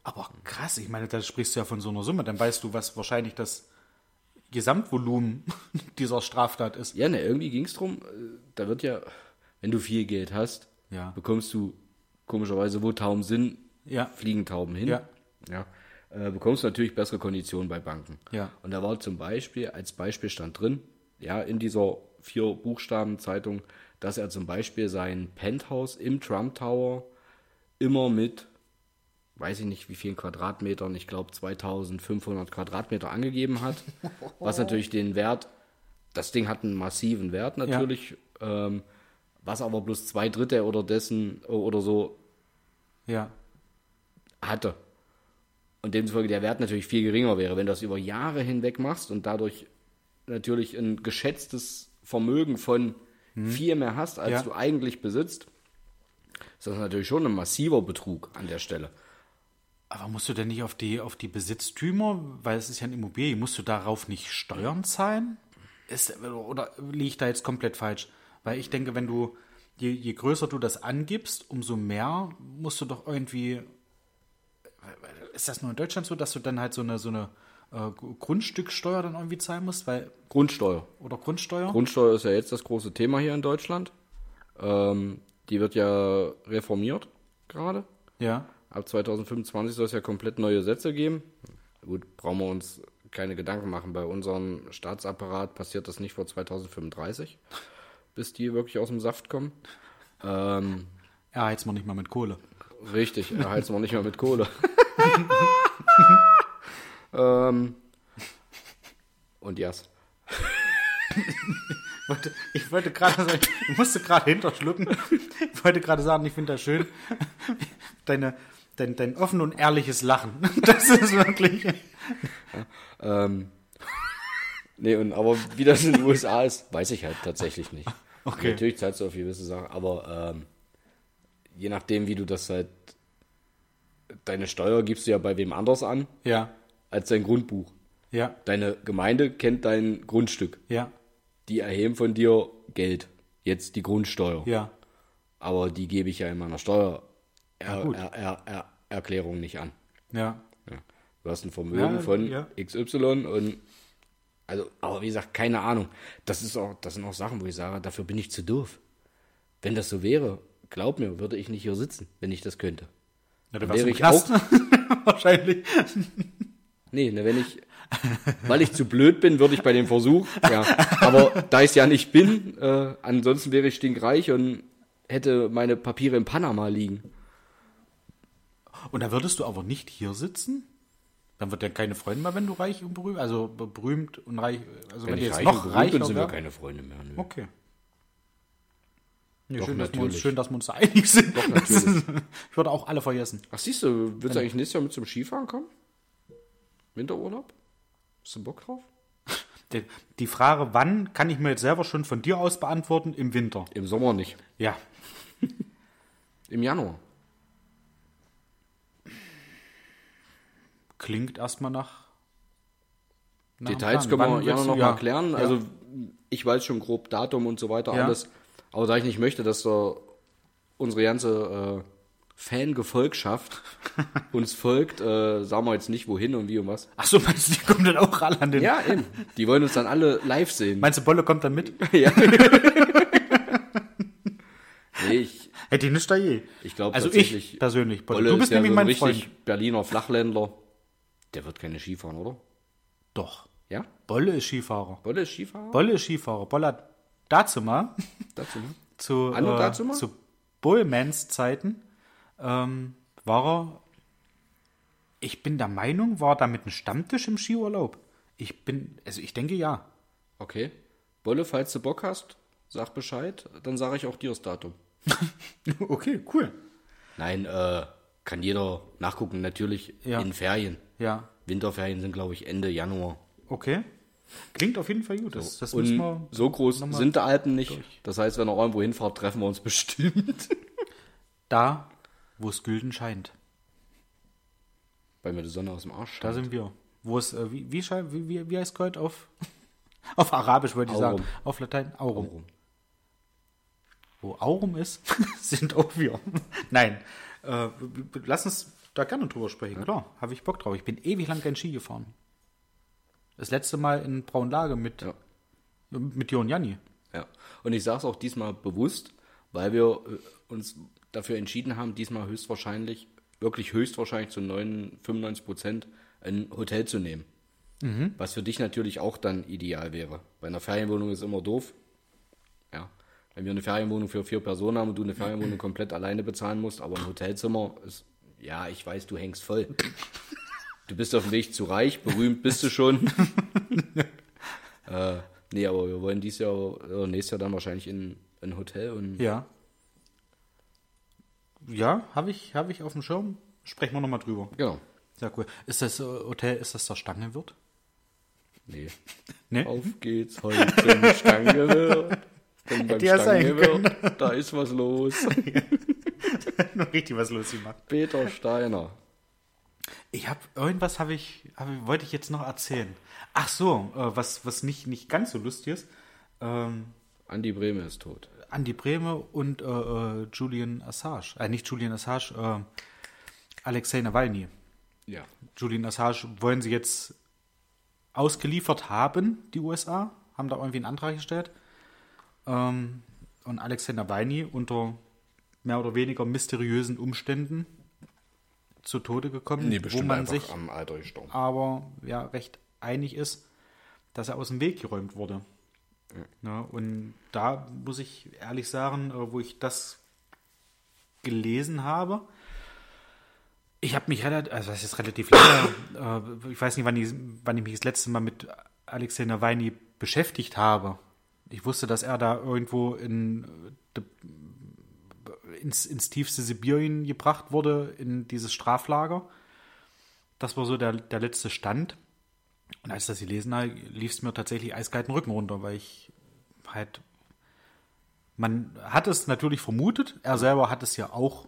Speaker 1: Aber krass, ich meine, da sprichst du ja von so einer Summe. Dann weißt du, was wahrscheinlich das Gesamtvolumen dieser Straftat ist.
Speaker 2: Ja, ne, irgendwie ging es darum, da wird ja, wenn du viel Geld hast,
Speaker 1: Ja.
Speaker 2: bekommst du komischerweise, wo Tauben sind,
Speaker 1: Ja.
Speaker 2: fliegen Tauben hin.
Speaker 1: Ja.
Speaker 2: Ja. Äh, bekommst du natürlich bessere Konditionen bei Banken.
Speaker 1: Ja.
Speaker 2: Und da war zum Beispiel, als Beispiel stand drin, ja, in dieser vier Buchstaben Zeitung, dass er zum Beispiel sein Penthouse im Trump Tower immer mit, weiß ich nicht wie vielen Quadratmetern, ich glaube zweitausendfünfhundert Quadratmeter angegeben hat, was natürlich den Wert, das Ding hat einen massiven Wert natürlich, ähm, was aber bloß zwei Drittel oder dessen oder so
Speaker 1: Ja.
Speaker 2: hatte. Und demzufolge der Wert natürlich viel geringer wäre, wenn du das über Jahre hinweg machst und dadurch natürlich ein geschätztes Vermögen von hm. viel mehr hast, als
Speaker 1: Ja.
Speaker 2: du eigentlich besitzt, ist das natürlich schon ein massiver Betrug an der Stelle.
Speaker 1: Aber musst du denn nicht auf die, auf die Besitztümer, weil es ist ja eine Immobilie, musst du darauf nicht Steuern zahlen? Ist, oder liege ich da jetzt komplett falsch? Weil ich denke, wenn du, je, je größer du das angibst, umso mehr musst du doch irgendwie, ist das nur in Deutschland so, dass du dann halt so eine, so eine äh, Grundstücksteuer dann irgendwie zahlen musst? Weil,
Speaker 2: Grundsteuer.
Speaker 1: oder Grundsteuer?
Speaker 2: Grundsteuer ist ja jetzt das große Thema hier in Deutschland. Ähm, die wird ja reformiert gerade.
Speaker 1: Ja.
Speaker 2: Ab zweitausendfünfundzwanzig soll es ja komplett neue Sätze geben. Gut, brauchen wir uns keine Gedanken machen. Bei unserem Staatsapparat passiert das nicht vor zweitausendfünfunddreißig, bis die wirklich aus dem Saft kommen. Ähm,
Speaker 1: Ja, jetzt mal nicht mal mit Kohle.
Speaker 2: richtig, erheizen wir nicht mehr mit Kohle. ähm, und yes.
Speaker 1: Wollte- Ich wollte gerade sagen, ich musste gerade hinterschlucken. Ich wollte gerade sagen, ich finde das schön. Deine, dein, dein offen und ehrliches Lachen. Das ist wirklich.
Speaker 2: Ähm, nee, und, aber wie das in den U S A ist, weiß ich halt tatsächlich nicht.
Speaker 1: Okay.
Speaker 2: Natürlich zahlst du auf gewisse Sachen, aber ähm, je nachdem, wie du das halt, deine Steuer gibst du ja bei wem anders an,
Speaker 1: Ja,
Speaker 2: als dein Grundbuch.
Speaker 1: ja,
Speaker 2: Deine Gemeinde kennt dein Grundstück.
Speaker 1: ja,
Speaker 2: Die erheben von dir Geld. Jetzt die Grundsteuer.
Speaker 1: ja.
Speaker 2: Aber die gebe ich ja in meiner Steuererklärung
Speaker 1: gut.
Speaker 2: er, er, er, Erklärung nicht an.
Speaker 1: Ja,
Speaker 2: Ja. Du hast ein Vermögen
Speaker 1: Ja,
Speaker 2: von
Speaker 1: ja.
Speaker 2: X Y und also, aber wie gesagt, keine Ahnung. Das ist auch, das sind auch Sachen, wo ich sage, dafür bin ich zu doof. Wenn das so wäre, glaub mir, würde ich nicht hier sitzen, wenn ich das könnte.
Speaker 1: ja da
Speaker 2: Wäre
Speaker 1: wäre
Speaker 2: ich
Speaker 1: ich auch. Wahrscheinlich.
Speaker 2: Nee, ne, wenn ich, weil ich zu blöd bin, würde ich bei dem Versuch, ja. Aber da ich es ja nicht bin, äh, ansonsten wäre ich stinkreich und hätte meine Papiere in Panama liegen.
Speaker 1: Und da würdest du aber nicht hier sitzen? Dann wird ja keine Freunde mehr, wenn du reich und berühmt, also berühmt und reich, also wenn,
Speaker 2: Wenn
Speaker 1: du
Speaker 2: ich
Speaker 1: jetzt
Speaker 2: reich
Speaker 1: noch
Speaker 2: und berühmt
Speaker 1: reicher
Speaker 2: bin, sind wir
Speaker 1: wär-
Speaker 2: keine Freunde mehr. Nö.
Speaker 1: Okay. Nee,
Speaker 2: Doch,
Speaker 1: schön, dass wir uns,
Speaker 2: natürlich.
Speaker 1: schön, dass wir uns da einig sind.
Speaker 2: Doch,
Speaker 1: Das ist-
Speaker 2: natürlich.
Speaker 1: Ich würde auch alle vergessen.
Speaker 2: Ach, siehst du, willst du eigentlich nächstes Jahr mit zum Skifahren kommen? Winterurlaub? Hast du Bock drauf?
Speaker 1: Die, die Frage, wann, kann ich mir jetzt selber schon von dir aus beantworten? Im Winter.
Speaker 2: Im Sommer nicht.
Speaker 1: Ja.
Speaker 2: Im Januar.
Speaker 1: Klingt erstmal nach. nach einem
Speaker 2: Details
Speaker 1: Plan.
Speaker 2: können wir
Speaker 1: Wann
Speaker 2: gerne
Speaker 1: willst
Speaker 2: noch
Speaker 1: du-
Speaker 2: mal
Speaker 1: ja,
Speaker 2: klären.
Speaker 1: ja.
Speaker 2: Also ich weiß schon grob Datum und so weiter
Speaker 1: Ja.
Speaker 2: alles. Aber da ich nicht möchte, dass da unsere ganze äh, Fangefolgschaft uns folgt, äh, sagen wir jetzt nicht wohin und wie und was.
Speaker 1: Ach so, meinst du, die kommen dann auch alle an den.
Speaker 2: Ja, eben. Die wollen uns dann alle live sehen.
Speaker 1: Meinst du, Bolle kommt dann mit?
Speaker 2: ja. nee, ich,
Speaker 1: Hätte ich nicht da je.
Speaker 2: ich glaube
Speaker 1: Also
Speaker 2: tatsächlich,
Speaker 1: ich persönlich, Bolle.
Speaker 2: Bolle
Speaker 1: Du bist
Speaker 2: ist ja
Speaker 1: nämlich
Speaker 2: so ein
Speaker 1: mein
Speaker 2: richtig
Speaker 1: Freund.
Speaker 2: Berliner Flachländler. Der wird keine Skifahren, oder?
Speaker 1: Doch.
Speaker 2: Ja?
Speaker 1: Bolle ist Skifahrer.
Speaker 2: Bolle ist Skifahrer?
Speaker 1: Bolle ist Skifahrer. Bolle hat dazu mal
Speaker 2: Dazu, ne?
Speaker 1: zu,
Speaker 2: Anno
Speaker 1: äh,
Speaker 2: dazu mal?
Speaker 1: zu Bullmans Zeiten ähm, war er, ich bin der Meinung, war da mit einem Stammtisch im Skiurlaub. Ich bin, also ich denke ja.
Speaker 2: Okay. Bolle, falls du Bock hast, sag Bescheid, dann sage ich auch dir das Datum.
Speaker 1: Okay, cool.
Speaker 2: Nein, äh, kann jeder nachgucken, natürlich
Speaker 1: Ja.
Speaker 2: in Ferien.
Speaker 1: Ja,
Speaker 2: Winterferien sind, glaube ich, Ende Januar.
Speaker 1: okay. Klingt auf jeden Fall gut. Das, das müssen wir
Speaker 2: Und so groß
Speaker 1: noch mal
Speaker 2: sind die Alpen nicht.
Speaker 1: durch.
Speaker 2: Das heißt, wenn ihr irgendwo hinfahrt, treffen wir uns bestimmt.
Speaker 1: da, wo es gülden scheint.
Speaker 2: Weil mir die Sonne aus dem Arsch
Speaker 1: Da
Speaker 2: scheint.
Speaker 1: sind wir. Wo es, äh, wie, wie, schei- wie, wie, wie heißt Gold auf, auf Arabisch, wollte ich
Speaker 2: Aurum.
Speaker 1: sagen. Auf Latein Aurum.
Speaker 2: Aurum.
Speaker 1: Wo Aurum ist, sind auch wir. Nein. Äh, w- w- lass uns da gerne drüber sprechen. Ja. Klar, habe ich Bock drauf. Ich bin ewig lang kein Ski gefahren. Das letzte Mal in Braunlage mit, ja. mit Jo und Janni.
Speaker 2: Ja, und ich sage es auch diesmal bewusst, weil wir uns dafür entschieden haben, diesmal höchstwahrscheinlich, wirklich höchstwahrscheinlich zu fünfundneunzig Prozent ein Hotel zu nehmen. Mhm. Was für dich natürlich auch dann ideal wäre. Bei einer Ferienwohnung ist immer doof. Ja. Wenn wir eine Ferienwohnung für vier Personen haben und du eine Ferienwohnung komplett alleine bezahlen musst, aber ein Hotelzimmer ist, ja, ich weiß, du hängst voll. Du bist auf dem Weg zu reich, berühmt bist du schon. äh, nee, aber wir wollen dieses Jahr oder nächstes Jahr dann wahrscheinlich in ein Hotel. Und
Speaker 1: ja. Ja, habe ich, hab ich auf dem Schirm. Sprechen wir nochmal drüber.
Speaker 2: Genau.
Speaker 1: Sehr cool. Ist das Hotel, ist das der Stangewirt?
Speaker 2: Nee.
Speaker 1: nee.
Speaker 2: Auf geht's heute zum Stangewirt. Und beim Stangewirt, da ist was los.
Speaker 1: Noch richtig was los gemacht.
Speaker 2: Peter Steiner.
Speaker 1: Ich habe, irgendwas habe ich, hab, wollte ich jetzt noch erzählen. Ach so, äh, was, was nicht, nicht ganz so lustig ist. Ähm,
Speaker 2: Andi Brehme ist tot.
Speaker 1: Andi Brehme und äh, äh, Julian Assange. Äh, nicht Julian Assange, äh, Alexei Nawalny.
Speaker 2: Ja.
Speaker 1: Julian Assange wollen sie jetzt ausgeliefert haben, die U S A. Haben da irgendwie einen Antrag gestellt. Ähm, und Alexei Nawalny unter mehr oder weniger mysteriösen Umständen zu Tode gekommen,
Speaker 2: nee,
Speaker 1: wo man sich
Speaker 2: am Alter gestorben.
Speaker 1: aber ja recht einig ist, dass er aus dem Weg geräumt wurde. Ja. Ja, und da muss ich ehrlich sagen, wo ich das gelesen habe, ich habe mich relativ, also das ist relativ lange, äh, ich weiß nicht, wann ich, wann ich mich das letzte Mal mit Alexei Nawalny beschäftigt habe. Ich wusste, dass er da irgendwo in ins, ins tiefste Sibirien gebracht wurde, in dieses Straflager. Das war so der, der letzte Stand. Und als ich das gelesen habe, lief es mir tatsächlich eiskalten Rücken runter, weil ich halt, man hat es natürlich vermutet, er selber hat es ja auch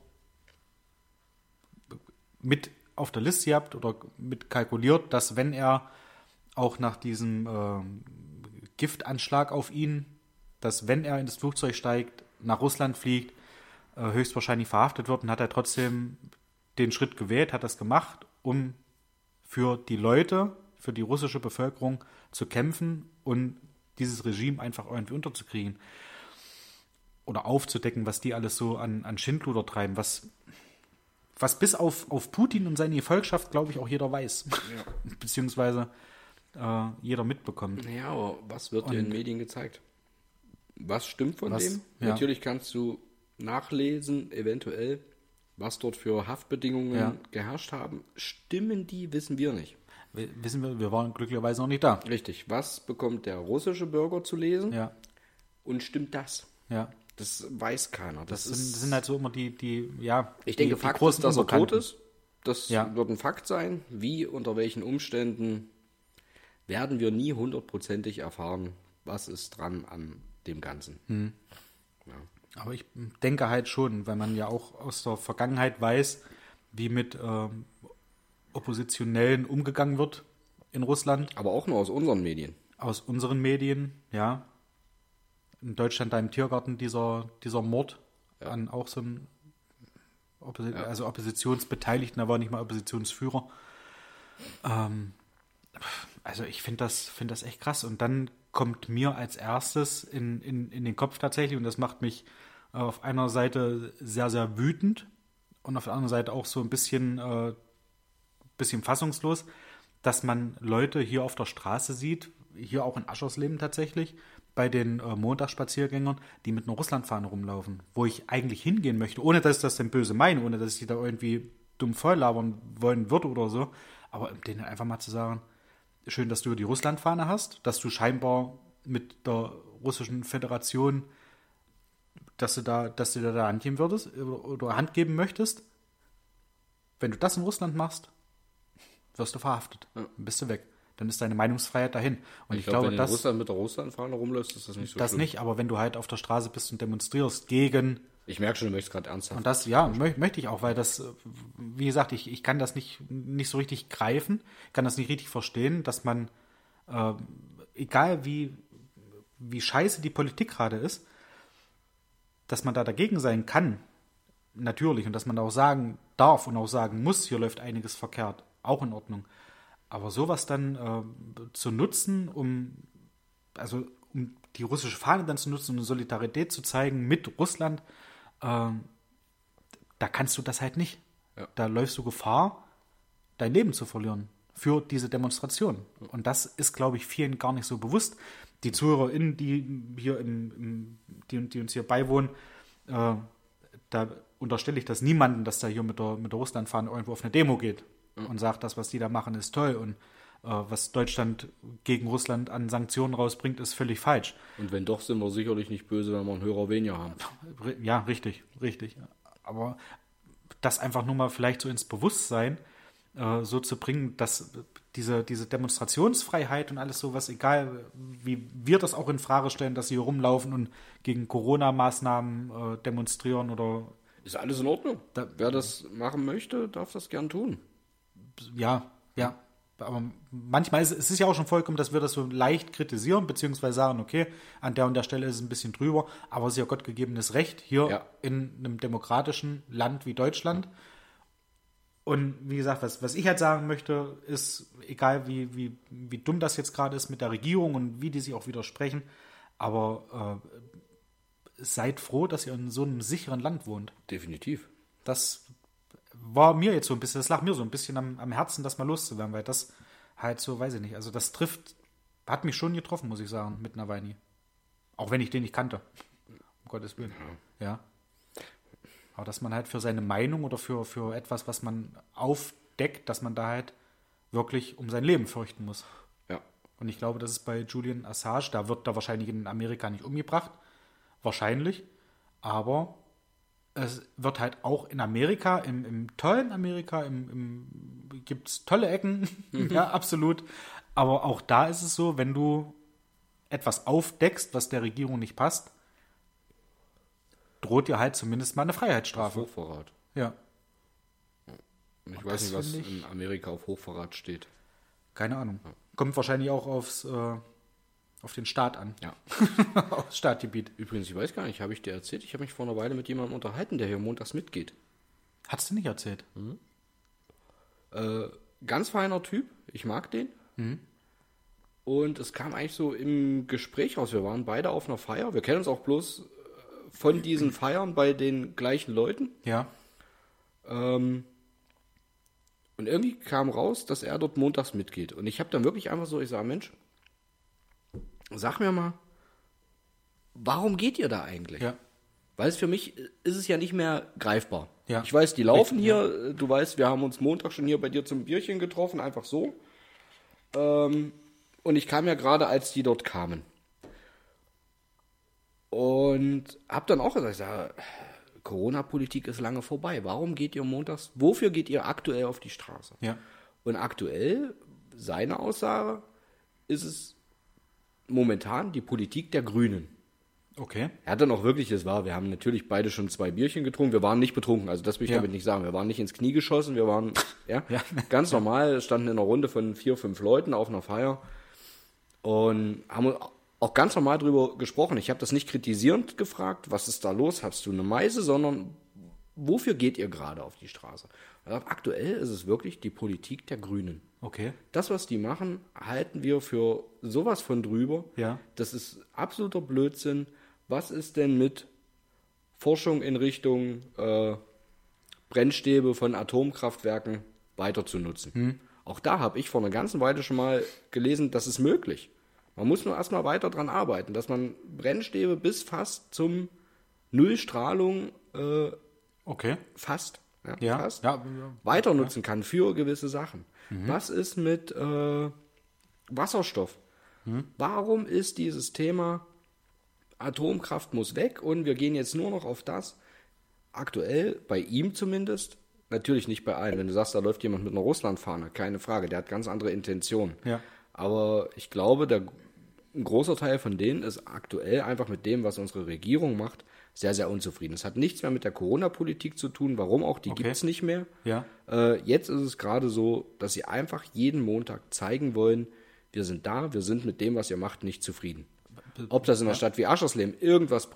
Speaker 1: mit auf der Liste gehabt oder mit kalkuliert, dass wenn er auch nach diesem äh, Giftanschlag auf ihn, dass wenn er in das Flugzeug steigt, nach Russland fliegt, höchstwahrscheinlich verhaftet wird, und hat er trotzdem den Schritt gewählt, hat das gemacht, um für die Leute, für die russische Bevölkerung zu kämpfen und dieses Regime einfach irgendwie unterzukriegen oder aufzudecken, was die alles so an, an Schindluder treiben, was, was bis auf, auf Putin und seine Gefolgschaft, glaube ich, auch jeder weiß, ja. beziehungsweise äh, jeder mitbekommt.
Speaker 2: Ja, aber was wird und, dir in den Medien gezeigt? Was stimmt von
Speaker 1: was,
Speaker 2: dem?
Speaker 1: Ja.
Speaker 2: Natürlich kannst du nachlesen, eventuell, was dort für Haftbedingungen ja. geherrscht haben. Stimmen die, wissen wir nicht.
Speaker 1: W- wissen wir, wir waren glücklicherweise noch nicht da.
Speaker 2: Richtig. Was bekommt der russische Bürger zu lesen?
Speaker 1: Ja.
Speaker 2: Und stimmt das?
Speaker 1: Ja.
Speaker 2: Das weiß keiner. Das,
Speaker 1: das,
Speaker 2: ist,
Speaker 1: sind, das sind halt so immer die, die ja.
Speaker 2: Ich denke,
Speaker 1: die,
Speaker 2: Fakt
Speaker 1: die
Speaker 2: ist, dass er tot ist. Das
Speaker 1: ja.
Speaker 2: wird ein Fakt sein. Wie, unter welchen Umständen, werden wir nie hundertprozentig erfahren, was ist dran an dem Ganzen.
Speaker 1: Hm.
Speaker 2: Ja.
Speaker 1: Aber ich denke halt schon, weil man ja auch aus der Vergangenheit weiß, wie mit ähm, Oppositionellen umgegangen wird in Russland.
Speaker 2: Aber auch nur aus unseren Medien.
Speaker 1: Aus unseren Medien, ja. In Deutschland da im Tiergarten dieser, dieser Mord ja. an auch so einem Opposi- ja. also Oppositionsbeteiligten, er war nicht mal Oppositionsführer. Ähm, also ich finde das, find das echt krass. Und dann kommt mir als erstes in, in, in den Kopf tatsächlich, und das macht mich äh, auf einer Seite sehr, sehr wütend und auf der anderen Seite auch so ein bisschen, äh, bisschen fassungslos, dass man Leute hier auf der Straße sieht, hier auch in Aschersleben tatsächlich, bei den äh, Montagsspaziergängern, die mit einer Russlandfahne rumlaufen, wo ich eigentlich hingehen möchte, ohne dass ich das denn böse meine, ohne dass ich die da irgendwie dumm voll labern wollen würde oder so, aber denen einfach mal zu sagen, schön, dass du die Russlandfahne hast, dass du scheinbar mit der russischen Föderation, dass du da, dass du da Hand geben würdest oder, oder Hand geben möchtest. Wenn du das in Russland machst, wirst du verhaftet. Ja. Dann bist du weg. Dann ist deine Meinungsfreiheit dahin. Und ich, ich
Speaker 2: glaub,
Speaker 1: glaube,
Speaker 2: wenn
Speaker 1: dass
Speaker 2: in Russland mit der Russlandfahne rumläufst, ist das nicht so
Speaker 1: das
Speaker 2: schlimm.
Speaker 1: nicht, aber wenn du halt auf der Straße bist und demonstrierst gegen.
Speaker 2: Ich merke schon, du möchtest gerade ernsthaft.
Speaker 1: Und das, ja, mö- möchte ich auch, weil das, wie gesagt, ich, ich kann das nicht, nicht so richtig greifen, kann das nicht richtig verstehen, dass man, äh, egal wie, wie scheiße die Politik gerade ist, dass man da dagegen sein kann, natürlich und dass man da auch sagen darf und auch sagen muss, hier läuft einiges verkehrt, auch in Ordnung. Aber sowas dann äh, zu nutzen, um also um die russische Fahne dann zu nutzen, um Solidarität zu zeigen mit Russland, äh, da kannst du das halt nicht.
Speaker 2: Ja.
Speaker 1: Da läufst du Gefahr, dein Leben zu verlieren für diese Demonstration. Und das ist, glaube ich, vielen gar nicht so bewusst. Die ZuhörerInnen, die hier im, im, die, die uns hier beiwohnen, äh, da unterstelle ich das niemandem, dass der hier mit der, mit der Russlandfahne irgendwo auf eine Demo geht mhm. und sagt, das, was die da machen, ist toll und äh, was Deutschland gegen Russland an Sanktionen rausbringt, ist völlig falsch.
Speaker 2: Und wenn doch, sind wir sicherlich nicht böse, wenn wir einen Hörer weniger haben.
Speaker 1: Ja, richtig, richtig. Aber das einfach nur mal vielleicht so ins Bewusstsein äh, so zu bringen, dass diese, diese Demonstrationsfreiheit und alles sowas, egal wie wir das auch in Frage stellen, dass sie hier rumlaufen und gegen Corona-Maßnahmen äh, demonstrieren oder...
Speaker 2: Ist alles in Ordnung. Da, Wer das machen möchte, darf das gern tun.
Speaker 1: Ja, ja. Aber manchmal ist es ist ja auch schon vollkommen, dass wir das so leicht kritisieren, beziehungsweise sagen, okay, an der und der Stelle ist es ein bisschen drüber, aber es ist ja gottgegebenes Recht hier
Speaker 2: ja.
Speaker 1: in einem demokratischen Land wie Deutschland. Und wie gesagt, was, was ich halt sagen möchte, ist, egal wie, wie, wie dumm das jetzt gerade ist mit der Regierung und wie die sich auch widersprechen, aber äh, seid froh, dass ihr in so einem sicheren Land wohnt.
Speaker 2: Definitiv.
Speaker 1: Das war mir jetzt so ein bisschen, das lag mir so ein bisschen am, am Herzen, das mal loszuwerden, weil das halt so, weiß ich nicht, also das trifft, hat mich schon getroffen, muss ich sagen, mit Nawalny. Auch wenn ich den nicht kannte. Um Gottes Willen. Ja. ja. Aber dass man halt für seine Meinung oder für, für etwas, was man aufdeckt, dass man da halt wirklich um sein Leben fürchten muss.
Speaker 2: Ja.
Speaker 1: Und ich glaube, das ist bei Julian Assange, da wird er wahrscheinlich in Amerika nicht umgebracht. Wahrscheinlich. Aber es wird halt auch in Amerika, im, im tollen Amerika, im, im, gibt es tolle Ecken, mhm. ja, absolut. Aber auch da ist es so, wenn du etwas aufdeckst, was der Regierung nicht passt, droht dir halt zumindest mal eine Freiheitsstrafe.
Speaker 2: Auf Hochverrat.
Speaker 1: Ja.
Speaker 2: Ich Und weiß nicht, was ich... in Amerika auf Hochverrat steht.
Speaker 1: Keine Ahnung. Ja. Kommt wahrscheinlich auch aufs, äh, auf den Staat an.
Speaker 2: Ja.
Speaker 1: Aufs Staatgebiet.
Speaker 2: Übrigens, ich weiß gar nicht, habe ich dir erzählt? Ich habe mich vor einer Weile mit jemandem unterhalten, der hier montags mitgeht.
Speaker 1: Hast du nicht erzählt?
Speaker 2: Mhm. Äh, ganz feiner Typ. Ich mag den.
Speaker 1: Mhm.
Speaker 2: Und es kam eigentlich so im Gespräch raus. Wir waren beide auf einer Feier. Wir kennen uns auch bloß von diesen Feiern bei den gleichen Leuten.
Speaker 1: Ja.
Speaker 2: Ähm, und irgendwie kam raus, dass er dort montags mitgeht. Und ich habe dann wirklich einfach so, ich sage, Mensch, sag mir mal, warum geht ihr da eigentlich?
Speaker 1: Ja.
Speaker 2: Weil es für mich ist es ja nicht mehr greifbar.
Speaker 1: Ja.
Speaker 2: Ich weiß, die laufen
Speaker 1: Richtig,
Speaker 2: hier. Ja. Du weißt, wir haben uns Montag schon hier bei dir zum Bierchen getroffen, einfach so. Ähm, und ich kam ja gerade, als die dort kamen. Und hab dann auch gesagt, ich sage, Corona-Politik ist lange vorbei. Warum geht ihr montags, wofür geht ihr aktuell auf die Straße?
Speaker 1: Ja.
Speaker 2: Und aktuell, seine Aussage, ist es momentan die Politik der Grünen.
Speaker 1: Okay.
Speaker 2: Er hat dann auch wirklich, es war, wir haben natürlich beide schon zwei Bierchen getrunken, wir waren nicht betrunken, also das will ich
Speaker 1: ja.
Speaker 2: damit nicht sagen. Wir waren nicht ins Knie geschossen, wir waren ja,
Speaker 1: ja.
Speaker 2: ganz normal, standen in einer Runde von vier, fünf Leuten auf einer Feier und haben auch ganz normal drüber gesprochen. Ich habe das nicht kritisierend gefragt, was ist da los, hast du eine Meise, sondern wofür geht ihr gerade auf die Straße? Also aktuell ist es wirklich die Politik der Grünen.
Speaker 1: Okay.
Speaker 2: Das, was die machen, halten wir für sowas von drüber.
Speaker 1: Ja.
Speaker 2: Das ist absoluter Blödsinn. Was ist denn mit Forschung in Richtung äh, Brennstäbe von Atomkraftwerken weiter zu nutzen?
Speaker 1: Hm.
Speaker 2: Auch da habe ich vor einer ganzen Weile schon mal gelesen, das ist möglich. Man muss nur erstmal weiter dran arbeiten, dass man Brennstäbe bis fast zum Nullstrahlung äh,
Speaker 1: okay.
Speaker 2: fast, ja,
Speaker 1: ja.
Speaker 2: fast
Speaker 1: Ja.
Speaker 2: weiter nutzen kann für gewisse Sachen.
Speaker 1: Mhm.
Speaker 2: Was ist mit äh, Wasserstoff?
Speaker 1: Mhm.
Speaker 2: Warum ist dieses Thema Atomkraft muss weg und wir gehen jetzt nur noch auf das, aktuell, bei ihm zumindest, natürlich nicht bei allen. Wenn du sagst, da läuft jemand mit einer Russlandfahne, keine Frage, der hat ganz andere Intentionen.
Speaker 1: Ja.
Speaker 2: Aber ich glaube, der, ein großer Teil von denen ist aktuell einfach mit dem, was unsere Regierung macht, sehr, sehr unzufrieden. Es hat nichts mehr mit der Corona-Politik zu tun, warum auch, die
Speaker 1: Okay.
Speaker 2: gibt es nicht mehr.
Speaker 1: Ja.
Speaker 2: Äh, jetzt ist es gerade so, dass sie einfach jeden Montag zeigen wollen, wir sind da, wir sind mit dem, was ihr macht, nicht zufrieden. Ob das in einer
Speaker 1: Ja.
Speaker 2: Stadt wie Aschersleben irgendwas bringt,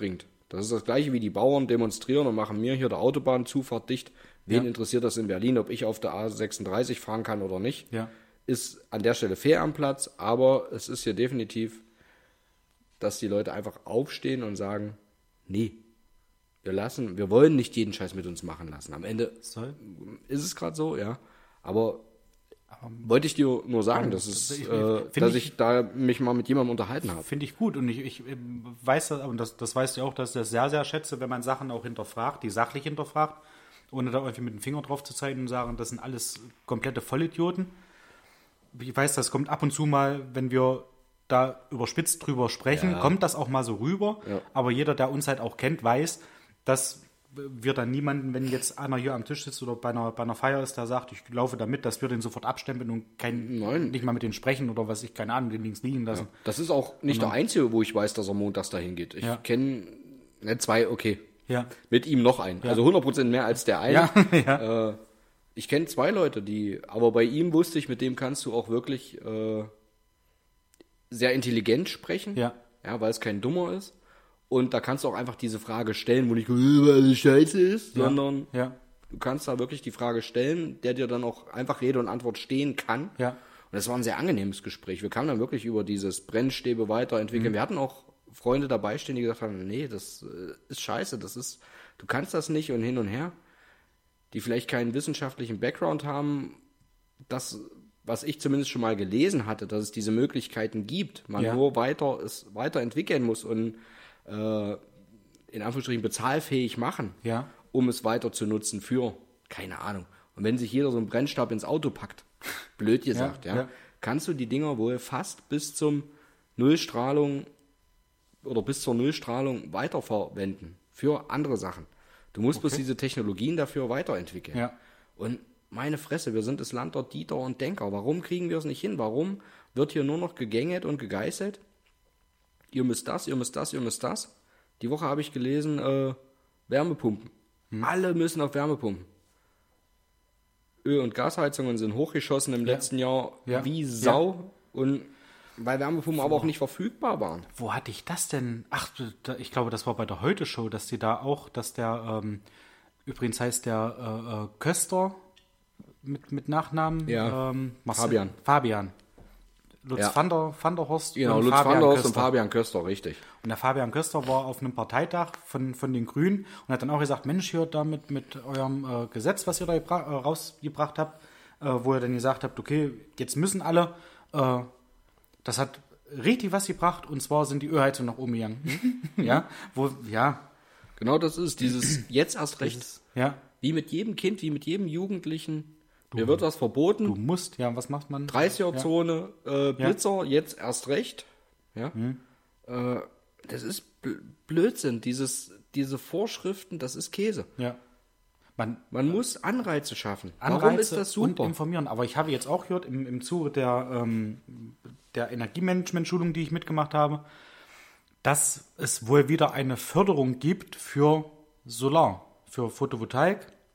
Speaker 2: Das ist das Gleiche wie die Bauern demonstrieren und machen mir hier der Autobahnzufahrt dicht. Wen
Speaker 1: Ja.
Speaker 2: interessiert das in Berlin, ob ich auf der A sechsunddreißig fahren kann oder nicht?
Speaker 1: Ja.
Speaker 2: Ist an der Stelle fair am Platz, aber es ist hier definitiv, dass die Leute einfach aufstehen und sagen, nee, wir lassen, wir wollen nicht jeden Scheiß mit uns machen lassen. Am Ende
Speaker 1: Soll?
Speaker 2: ist es gerade so, ja. Aber wollte ich dir nur sagen, dass, es,
Speaker 1: ich-
Speaker 2: äh,
Speaker 1: find
Speaker 2: dass
Speaker 1: ich-
Speaker 2: ich da mich mal mit jemandem unterhalten habe.
Speaker 1: Finde ich gut und ich, ich ähm, weiß das, und das, das weißt du auch, dass ich das sehr, sehr schätze, wenn man Sachen auch hinterfragt, die sachlich hinterfragt, ohne da irgendwie mit dem Finger drauf zu zeigen und sagen, das sind alles komplette Vollidioten. Ich weiß, das kommt ab und zu mal, wenn wir da überspitzt drüber sprechen,
Speaker 2: Ja.
Speaker 1: kommt das auch mal so rüber,
Speaker 2: Ja.
Speaker 1: aber jeder, der uns halt auch kennt, weiß, dass wir dann niemanden, wenn jetzt einer hier am Tisch sitzt oder bei einer, bei einer Feier ist, der sagt, ich laufe damit, dass wir den sofort abstempeln und kein,
Speaker 2: Nein.
Speaker 1: nicht mal mit denen sprechen oder was ich, keine Ahnung, den links liegen lassen.
Speaker 2: Das ist auch nicht der Einzige, wo ich weiß, dass er montags dahin geht. Ich
Speaker 1: Ja.
Speaker 2: kenne ne, zwei, okay.
Speaker 1: Ja.
Speaker 2: Mit ihm noch einen. Also hundert Prozent mehr als der eine.
Speaker 1: Ja, ja.
Speaker 2: Äh, ich kenne zwei Leute, die, aber bei ihm wusste ich, mit dem kannst du auch wirklich äh, sehr intelligent sprechen.
Speaker 1: Ja.
Speaker 2: Ja, weil es kein Dummer ist. Und da kannst du auch einfach diese Frage stellen, wo nicht, äh, weil es scheiße ist, sondern
Speaker 1: Ja.
Speaker 2: du kannst da wirklich die Frage stellen, der dir dann auch einfach Rede und Antwort stehen kann.
Speaker 1: Ja.
Speaker 2: Und das war ein sehr angenehmes Gespräch. Wir kamen dann wirklich über dieses Brennstäbe weiterentwickeln.
Speaker 1: Mhm.
Speaker 2: Wir hatten auch Freunde dabei stehen, die gesagt haben, nee, das äh, ist scheiße, das ist, du kannst das nicht und hin und her. Die vielleicht keinen wissenschaftlichen Background haben, das, was ich zumindest schon mal gelesen hatte, dass es diese Möglichkeiten gibt, man
Speaker 1: Ja.
Speaker 2: nur weiter es weiterentwickeln muss und äh, in Anführungsstrichen bezahlfähig machen,
Speaker 1: Ja.
Speaker 2: um es weiter zu nutzen für, keine Ahnung. Und wenn sich jeder so einen Brennstab ins Auto packt, blöd gesagt, ja,
Speaker 1: ja.
Speaker 2: kannst du die Dinger wohl fast bis zum Nullstrahlung oder bis zur Nullstrahlung weiterverwenden für andere Sachen. Du musst bloß diese Technologien dafür weiterentwickeln.
Speaker 1: Ja.
Speaker 2: Und meine Fresse, wir sind das Land der Dieter und Denker. Warum kriegen wir es nicht hin? Warum wird hier nur noch gegängelt und gegeißelt? Ihr müsst das, ihr müsst das, ihr müsst das. Die Woche habe ich gelesen, äh, Wärmepumpen.
Speaker 1: Hm.
Speaker 2: Alle müssen auf Wärmepumpen. Öl- und Gasheizungen sind hochgeschossen im letzten Jahr
Speaker 1: Ja.
Speaker 2: wie Sau. Und weil Wärmepumpen aber auch nicht verfügbar waren.
Speaker 1: Wo hatte ich das denn? Ach, da, ich glaube, das war bei der Heute-Show, dass die da auch, dass der, ähm, übrigens heißt der äh, äh, Köster mit, mit Nachnamen.
Speaker 2: Ja.
Speaker 1: Ähm, Marcel-
Speaker 2: Fabian.
Speaker 1: Fabian. Lutz
Speaker 2: Ja.
Speaker 1: van der, van der Horst
Speaker 2: Genau,
Speaker 1: und
Speaker 2: Lutz
Speaker 1: Fabian
Speaker 2: van der Horst und
Speaker 1: Köster.
Speaker 2: Fabian Köster, richtig.
Speaker 1: Und der Fabian Köster war auf einem Parteitag von, von den Grünen und hat dann auch gesagt, Mensch, hier damit mit eurem äh, Gesetz, was ihr da gebra- äh, rausgebracht habt, äh, wo ihr dann gesagt habt, okay, jetzt müssen alle, äh, das hat richtig was gebracht und zwar sind die Ölheizungen nach oben gegangen. ja, wo, ja,
Speaker 2: Genau das ist dieses jetzt erst recht.
Speaker 1: ja,
Speaker 2: Wie mit jedem Kind, wie mit jedem Jugendlichen. Mir wird was verboten.
Speaker 1: du musst, ja, was macht man?
Speaker 2: dreißiger-Zone, äh, Blitzer, jetzt erst recht. Ja. Äh, das ist Bl- Blödsinn. Dieses, diese Vorschriften, das ist Käse.
Speaker 1: Ja. Man,
Speaker 2: Man muss Anreize schaffen.
Speaker 1: Anreize
Speaker 2: Warum ist das
Speaker 1: und
Speaker 2: super?
Speaker 1: informieren. Aber ich habe jetzt auch gehört, im, im Zuge der, ähm, der Energiemanagement-Schulung, die ich mitgemacht habe, dass es wohl wieder eine Förderung gibt für Solar, für Photovoltaik,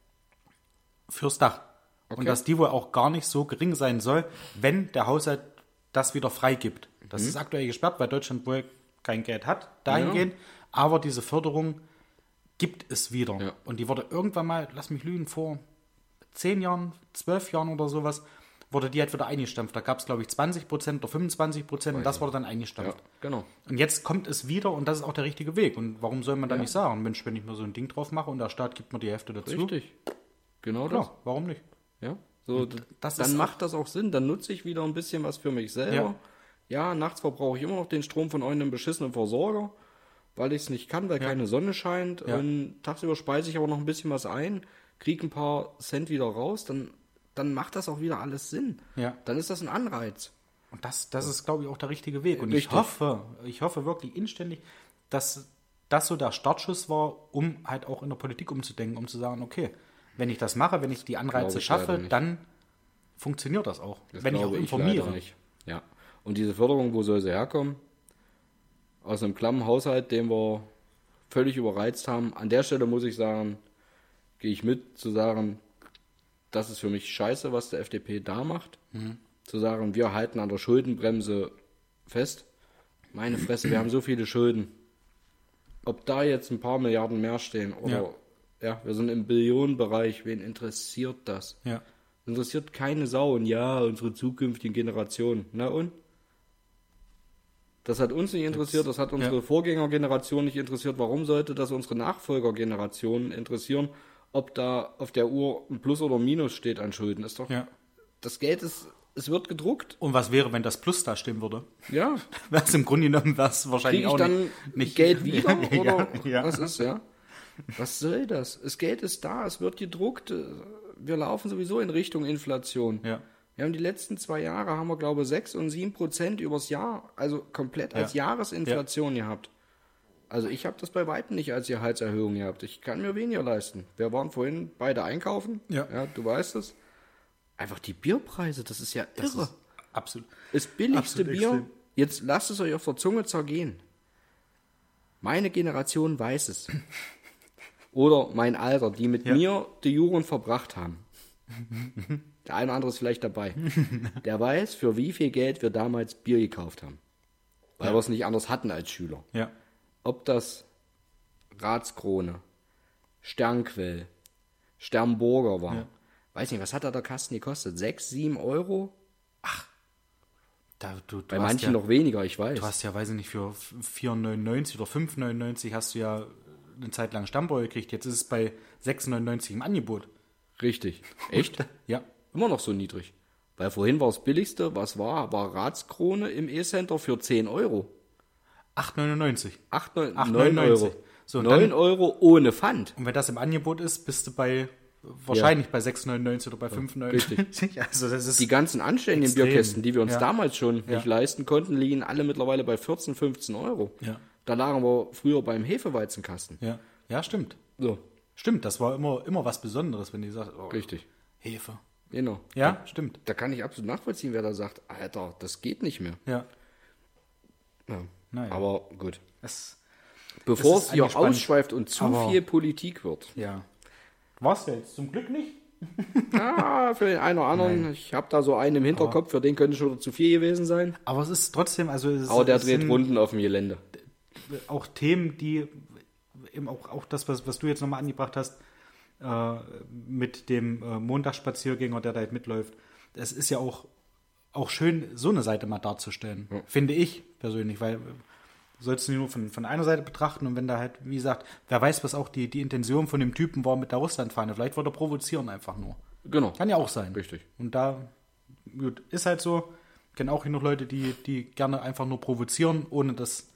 Speaker 1: fürs Dach. Und
Speaker 2: Okay.
Speaker 1: dass die wohl auch gar nicht so gering sein soll, wenn der Haushalt das wieder freigibt. Das
Speaker 2: Mhm.
Speaker 1: ist aktuell gesperrt, weil Deutschland wohl kein Geld hat, dahingehend. Aber diese Förderung gibt es wieder.
Speaker 2: Ja.
Speaker 1: Und die wurde irgendwann mal, lass mich lügen, vor zehn Jahren, zwölf Jahren oder sowas, wurde die halt wieder eingestampft. Da gab es, glaube ich, zwanzig Prozent oder fünfundzwanzig Prozent und das wurde dann
Speaker 2: Ja,
Speaker 1: eingestampft.
Speaker 2: genau.
Speaker 1: Und jetzt kommt es wieder und das ist auch der richtige Weg. Und warum soll man da nicht sagen, Mensch, wenn ich mir so ein Ding drauf mache und der Staat gibt mir die Hälfte dazu?
Speaker 2: Richtig. Genau
Speaker 1: Klar, warum nicht?
Speaker 2: das. Ja. So,
Speaker 1: das
Speaker 2: dann
Speaker 1: ist-
Speaker 2: macht das auch Sinn. Dann nutze ich wieder ein bisschen was für mich selber. Ja, nachts verbrauche ich immer noch den Strom von einem beschissenen Versorger, weil ich es nicht kann, weil keine Sonne scheint.
Speaker 1: Ja.
Speaker 2: Und tagsüber speise ich aber noch ein bisschen was ein, kriege ein paar Cent wieder raus, dann, dann macht das auch wieder alles Sinn.
Speaker 1: Ja.
Speaker 2: Dann ist das ein Anreiz.
Speaker 1: Und das, das ist, glaube ich, auch der richtige Weg. Und
Speaker 2: Richtig.
Speaker 1: ich hoffe, ich hoffe wirklich inständig, dass das so der Startschuss war, um halt auch in der Politik umzudenken, um zu sagen, okay, wenn ich das mache, wenn ich die Anreize
Speaker 2: glaube ich
Speaker 1: schaffe,
Speaker 2: leider nicht.
Speaker 1: dann funktioniert das auch.
Speaker 2: Das
Speaker 1: wenn ich auch
Speaker 2: glaube
Speaker 1: informiere.
Speaker 2: leider nicht. Ja. Und diese Förderung, wo soll sie herkommen? Aus einem klammen Haushalt, den wir völlig überreizt haben. An der Stelle muss ich sagen, gehe ich mit, zu sagen, das ist für mich scheiße, was der F D P da macht.
Speaker 1: Mhm.
Speaker 2: Zu sagen, wir halten an der Schuldenbremse fest. Meine Fresse, wir haben so viele Schulden. ob da jetzt ein paar Milliarden mehr stehen oder ja, ja wir sind im Billionenbereich, wen interessiert das?
Speaker 1: Ja.
Speaker 2: Interessiert keine Sau und ja, unsere zukünftigen Generationen. Na und? Das hat uns nicht interessiert, das hat unsere
Speaker 1: ja.
Speaker 2: Vorgängergeneration nicht interessiert. Warum sollte das unsere Nachfolgergenerationen interessieren, ob da auf der Uhr ein Plus oder ein Minus steht an Schulden? Ist doch,
Speaker 1: Ja.
Speaker 2: das Geld ist, es wird gedruckt.
Speaker 1: Und was wäre, wenn das Plus da stehen würde?
Speaker 2: Ja.
Speaker 1: Was im Grunde genommen wäre es wahrscheinlich
Speaker 2: Kriege ich
Speaker 1: auch
Speaker 2: dann
Speaker 1: nicht, nicht
Speaker 2: Geld wieder?
Speaker 1: ja,
Speaker 2: Oder
Speaker 1: ja.
Speaker 2: was ist, ja? Was soll das? Das Geld ist da, es wird gedruckt. Wir laufen sowieso in Richtung Inflation.
Speaker 1: Ja.
Speaker 2: Wir haben die letzten zwei Jahre, haben wir glaube ich sechs und sieben Prozent übers Jahr, also komplett als
Speaker 1: Ja.
Speaker 2: Jahresinflation gehabt. Also ich habe das bei weitem nicht als Gehaltserhöhung gehabt. Ich kann mir weniger leisten. Wir waren vorhin beide einkaufen.
Speaker 1: Ja.
Speaker 2: ja du weißt es. Einfach die Bierpreise, das ist ja
Speaker 1: Das
Speaker 2: irre.
Speaker 1: ist absolut.
Speaker 2: Das billigste
Speaker 1: absolut
Speaker 2: Bier,
Speaker 1: extrem.
Speaker 2: jetzt lasst es euch auf der Zunge zergehen. Meine Generation weiß es. Oder mein Alter, die mit
Speaker 1: Ja.
Speaker 2: mir die Juren verbracht haben. Der eine oder andere ist vielleicht dabei. Der weiß, für wie viel Geld wir damals Bier gekauft haben. Weil
Speaker 1: Ja.
Speaker 2: wir es nicht anders hatten als Schüler.
Speaker 1: Ja.
Speaker 2: Ob das Ratskrone, Sternquell, Sternburger war.
Speaker 1: Ja.
Speaker 2: Weiß nicht, was hat da der Kasten gekostet? Sechs, sieben Euro?
Speaker 1: Da, du, du
Speaker 2: Bei
Speaker 1: hast
Speaker 2: manchen
Speaker 1: ja,
Speaker 2: noch weniger, ich weiß.
Speaker 1: Du hast ja, weiß ich nicht, für vier neunundneunzig oder fünf neunundneunzig hast du ja eine Zeit lang Stammburger gekriegt. Jetzt ist es bei sechs neunundneunzig im Angebot.
Speaker 2: Richtig. Echt?
Speaker 1: Ja.
Speaker 2: Immer noch so niedrig. Weil vorhin war das billigste, was war, war Ratskrone im E-Center für zehn Euro.
Speaker 1: acht neunundneunzig.
Speaker 2: acht, neun,
Speaker 1: acht
Speaker 2: neun
Speaker 1: neunundneunzig.
Speaker 2: Euro.
Speaker 1: So, und
Speaker 2: neun
Speaker 1: dann-
Speaker 2: Euro ohne Pfand.
Speaker 1: Und wenn das im Angebot ist, bist du bei wahrscheinlich bei sechs neunundneunzig oder bei fünf neunundneunzig. Also das ist
Speaker 2: Die ganzen anständigen
Speaker 1: Extrem.
Speaker 2: Bierkästen, die wir uns
Speaker 1: Ja.
Speaker 2: damals schon
Speaker 1: Ja.
Speaker 2: nicht leisten konnten, liegen alle mittlerweile bei vierzehn, fünfzehn Euro.
Speaker 1: Ja.
Speaker 2: Da lagen wir früher beim Hefeweizenkasten.
Speaker 1: ja, ja, stimmt.
Speaker 2: So,
Speaker 1: Stimmt, das war immer, immer was Besonderes, wenn die sagt, oh,
Speaker 2: richtig.
Speaker 1: Hefe.
Speaker 2: Genau.
Speaker 1: Ja, stimmt.
Speaker 2: Da kann ich absolut nachvollziehen, wer da sagt, Alter, das geht nicht mehr.
Speaker 1: Ja.
Speaker 2: Ja.
Speaker 1: Naja.
Speaker 2: Aber gut.
Speaker 1: Es,
Speaker 2: Bevor
Speaker 1: Es ist
Speaker 2: es hier
Speaker 1: eigentlich spannend.
Speaker 2: ausschweift und zu
Speaker 1: Aber-
Speaker 2: viel Politik wird.
Speaker 1: ja. War's ja jetzt zum Glück nicht.
Speaker 2: Ah, für den einen oder anderen, ich habe da so einen im Hinterkopf, für den könnte schon zu viel gewesen sein.
Speaker 1: Aber es ist trotzdem, also es,
Speaker 2: Aber der
Speaker 1: es
Speaker 2: dreht
Speaker 1: sind
Speaker 2: Runden auf dem Gelände.
Speaker 1: auch Themen, die eben auch, auch das, was, was du jetzt nochmal angebracht hast, äh, mit dem äh, Montagsspaziergänger, der da halt mitläuft. Es ist ja auch, auch schön, so eine Seite mal darzustellen,
Speaker 2: Ja.
Speaker 1: finde ich persönlich, weil äh, sollst du nur von, von einer Seite betrachten und wenn da halt, wie gesagt, wer weiß, was auch die, die Intention von dem Typen war mit der Russlandfahne. Vielleicht wollte er provozieren einfach nur.
Speaker 2: Genau.
Speaker 1: Kann ja auch sein.
Speaker 2: Richtig.
Speaker 1: Und da, gut, ist halt so. Ich kenne auch genug Leute, die, die gerne einfach nur provozieren, ohne das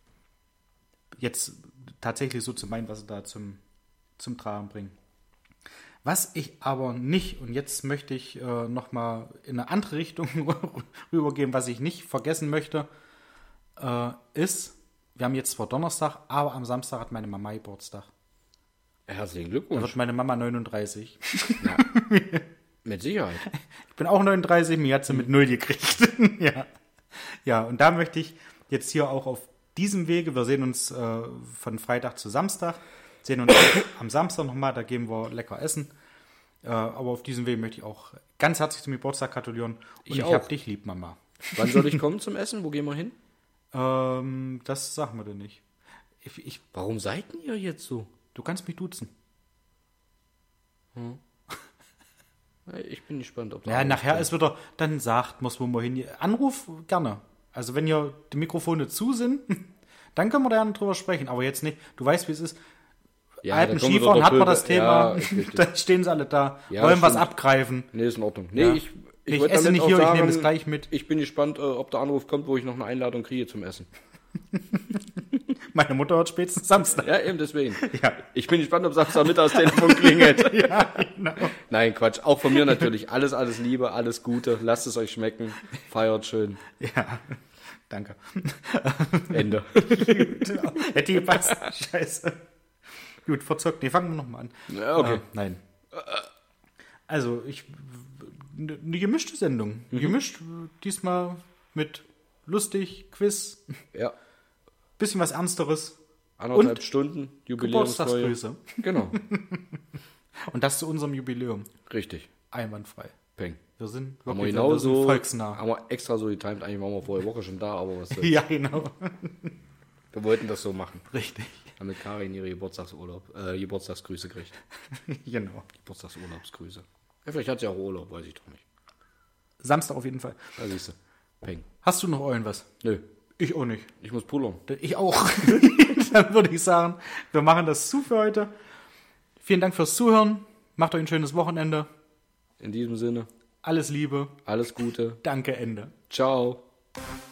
Speaker 1: jetzt tatsächlich so zu meinen, was sie da zum, zum Tragen bringen. Was ich aber nicht, und jetzt möchte ich äh, nochmal in eine andere Richtung rübergehen, was ich nicht vergessen möchte, äh, ist, wir haben jetzt zwar Donnerstag, aber am Samstag hat meine Mama Geburtstag.
Speaker 2: Herzlichen
Speaker 1: Da
Speaker 2: Glückwunsch.
Speaker 1: wird meine Mama neununddreißig.
Speaker 2: Ja. Mit Sicherheit.
Speaker 1: Ich bin auch neununddreißig, mir hat sie mit null gekriegt. ja. ja, und da möchte ich jetzt hier auch auf diesem Wege, wir sehen uns äh, von Freitag zu Samstag, sehen uns am Samstag nochmal, da gehen wir lecker essen. Äh, aber auf diesem Weg möchte ich auch ganz herzlich zum Geburtstag gratulieren. Und
Speaker 2: Ich
Speaker 1: ich,
Speaker 2: auch.
Speaker 1: hab dich lieb, Mama.
Speaker 2: Wann soll ich kommen zum Essen? Wo gehen wir hin?
Speaker 1: Ähm, das sagen wir dir nicht. Ich, ich,
Speaker 2: Warum seid ihr jetzt so?
Speaker 1: du kannst mich duzen.
Speaker 2: Ich bin gespannt, ob da
Speaker 1: Ja,
Speaker 2: alles
Speaker 1: nachher
Speaker 2: kommt.
Speaker 1: ist wieder, dann sagt, muss wo wir hin. Anruf gerne. Also wenn hier die Mikrofone zu sind, dann können wir da gerne drüber sprechen. Aber jetzt nicht. Du weißt, wie es ist.
Speaker 2: Ja,
Speaker 1: Alpen
Speaker 2: da kommen wir
Speaker 1: Skifahren
Speaker 2: doch
Speaker 1: hat man
Speaker 2: drüber.
Speaker 1: das Thema.
Speaker 2: Ja, ist richtig.
Speaker 1: Da stehen sie alle da,
Speaker 2: Ja,
Speaker 1: wollen was
Speaker 2: stimmt.
Speaker 1: abgreifen.
Speaker 2: Nee, ist in Ordnung. Nee,
Speaker 1: Ja.
Speaker 2: ich, ich,
Speaker 1: Ich
Speaker 2: wollte
Speaker 1: esse
Speaker 2: damit
Speaker 1: nicht
Speaker 2: auch
Speaker 1: hier, ich
Speaker 2: sagen,
Speaker 1: nehme es gleich mit.
Speaker 2: Ich bin gespannt, äh, ob der Anruf kommt, wo ich noch eine Einladung kriege zum Essen.
Speaker 1: Meine Mutter hört spätestens Samstag.
Speaker 2: Ja, eben deswegen.
Speaker 1: Ja.
Speaker 2: Ich bin gespannt, ob Samstagmittag das Telefon klingelt.
Speaker 1: Ja, genau.
Speaker 2: Nein, Quatsch. Auch von mir natürlich. Alles, alles Liebe, alles Gute. Lasst es euch schmecken. Feiert schön.
Speaker 1: Ja, danke.
Speaker 2: Ende.
Speaker 1: Hätte gepasst. Scheiße. Gut, verzockt. Nee, fangen wir nochmal an.
Speaker 2: Ja, okay.
Speaker 1: Äh, nein. Also, ich. Eine gemischte Sendung.
Speaker 2: Mhm.
Speaker 1: Gemischt, diesmal mit lustig, Quiz,
Speaker 2: Ja.
Speaker 1: bisschen was Ernsteres.
Speaker 2: Anderthalb
Speaker 1: Und
Speaker 2: Stunden. Jubiläumsfolge.
Speaker 1: Geburtstagsgrüße.
Speaker 2: Genau.
Speaker 1: Und das zu unserem Jubiläum.
Speaker 2: Richtig.
Speaker 1: Einwandfrei.
Speaker 2: Peng.
Speaker 1: Wir sind
Speaker 2: Haben wir
Speaker 1: wirklich wir sind
Speaker 2: genauso.
Speaker 1: volksnah.
Speaker 2: Haben wir extra so getimed. Eigentlich waren wir vor der Woche schon da, aber was soll's.
Speaker 1: Ja, genau.
Speaker 2: Wir wollten das so machen.
Speaker 1: Richtig.
Speaker 2: Damit Karin ihre Geburtstagsurlaub, äh, Geburtstagsgrüße kriegt.
Speaker 1: Genau.
Speaker 2: Geburtstagsurlaubsgrüße. Ja, vielleicht hat sie auch Urlaub, weiß ich doch nicht.
Speaker 1: Samstag auf jeden Fall.
Speaker 2: Da siehst du. Peng.
Speaker 1: Hast du noch irgendwas?
Speaker 2: Nö,
Speaker 1: Ich auch nicht.
Speaker 2: ich muss pullern.
Speaker 1: Ich auch. Dann würde ich sagen, wir machen das zu für heute. Vielen Dank fürs Zuhören. Macht euch ein schönes Wochenende.
Speaker 2: In diesem Sinne,
Speaker 1: Alles Liebe.
Speaker 2: alles Gute.
Speaker 1: Danke, Ende.
Speaker 2: Ciao.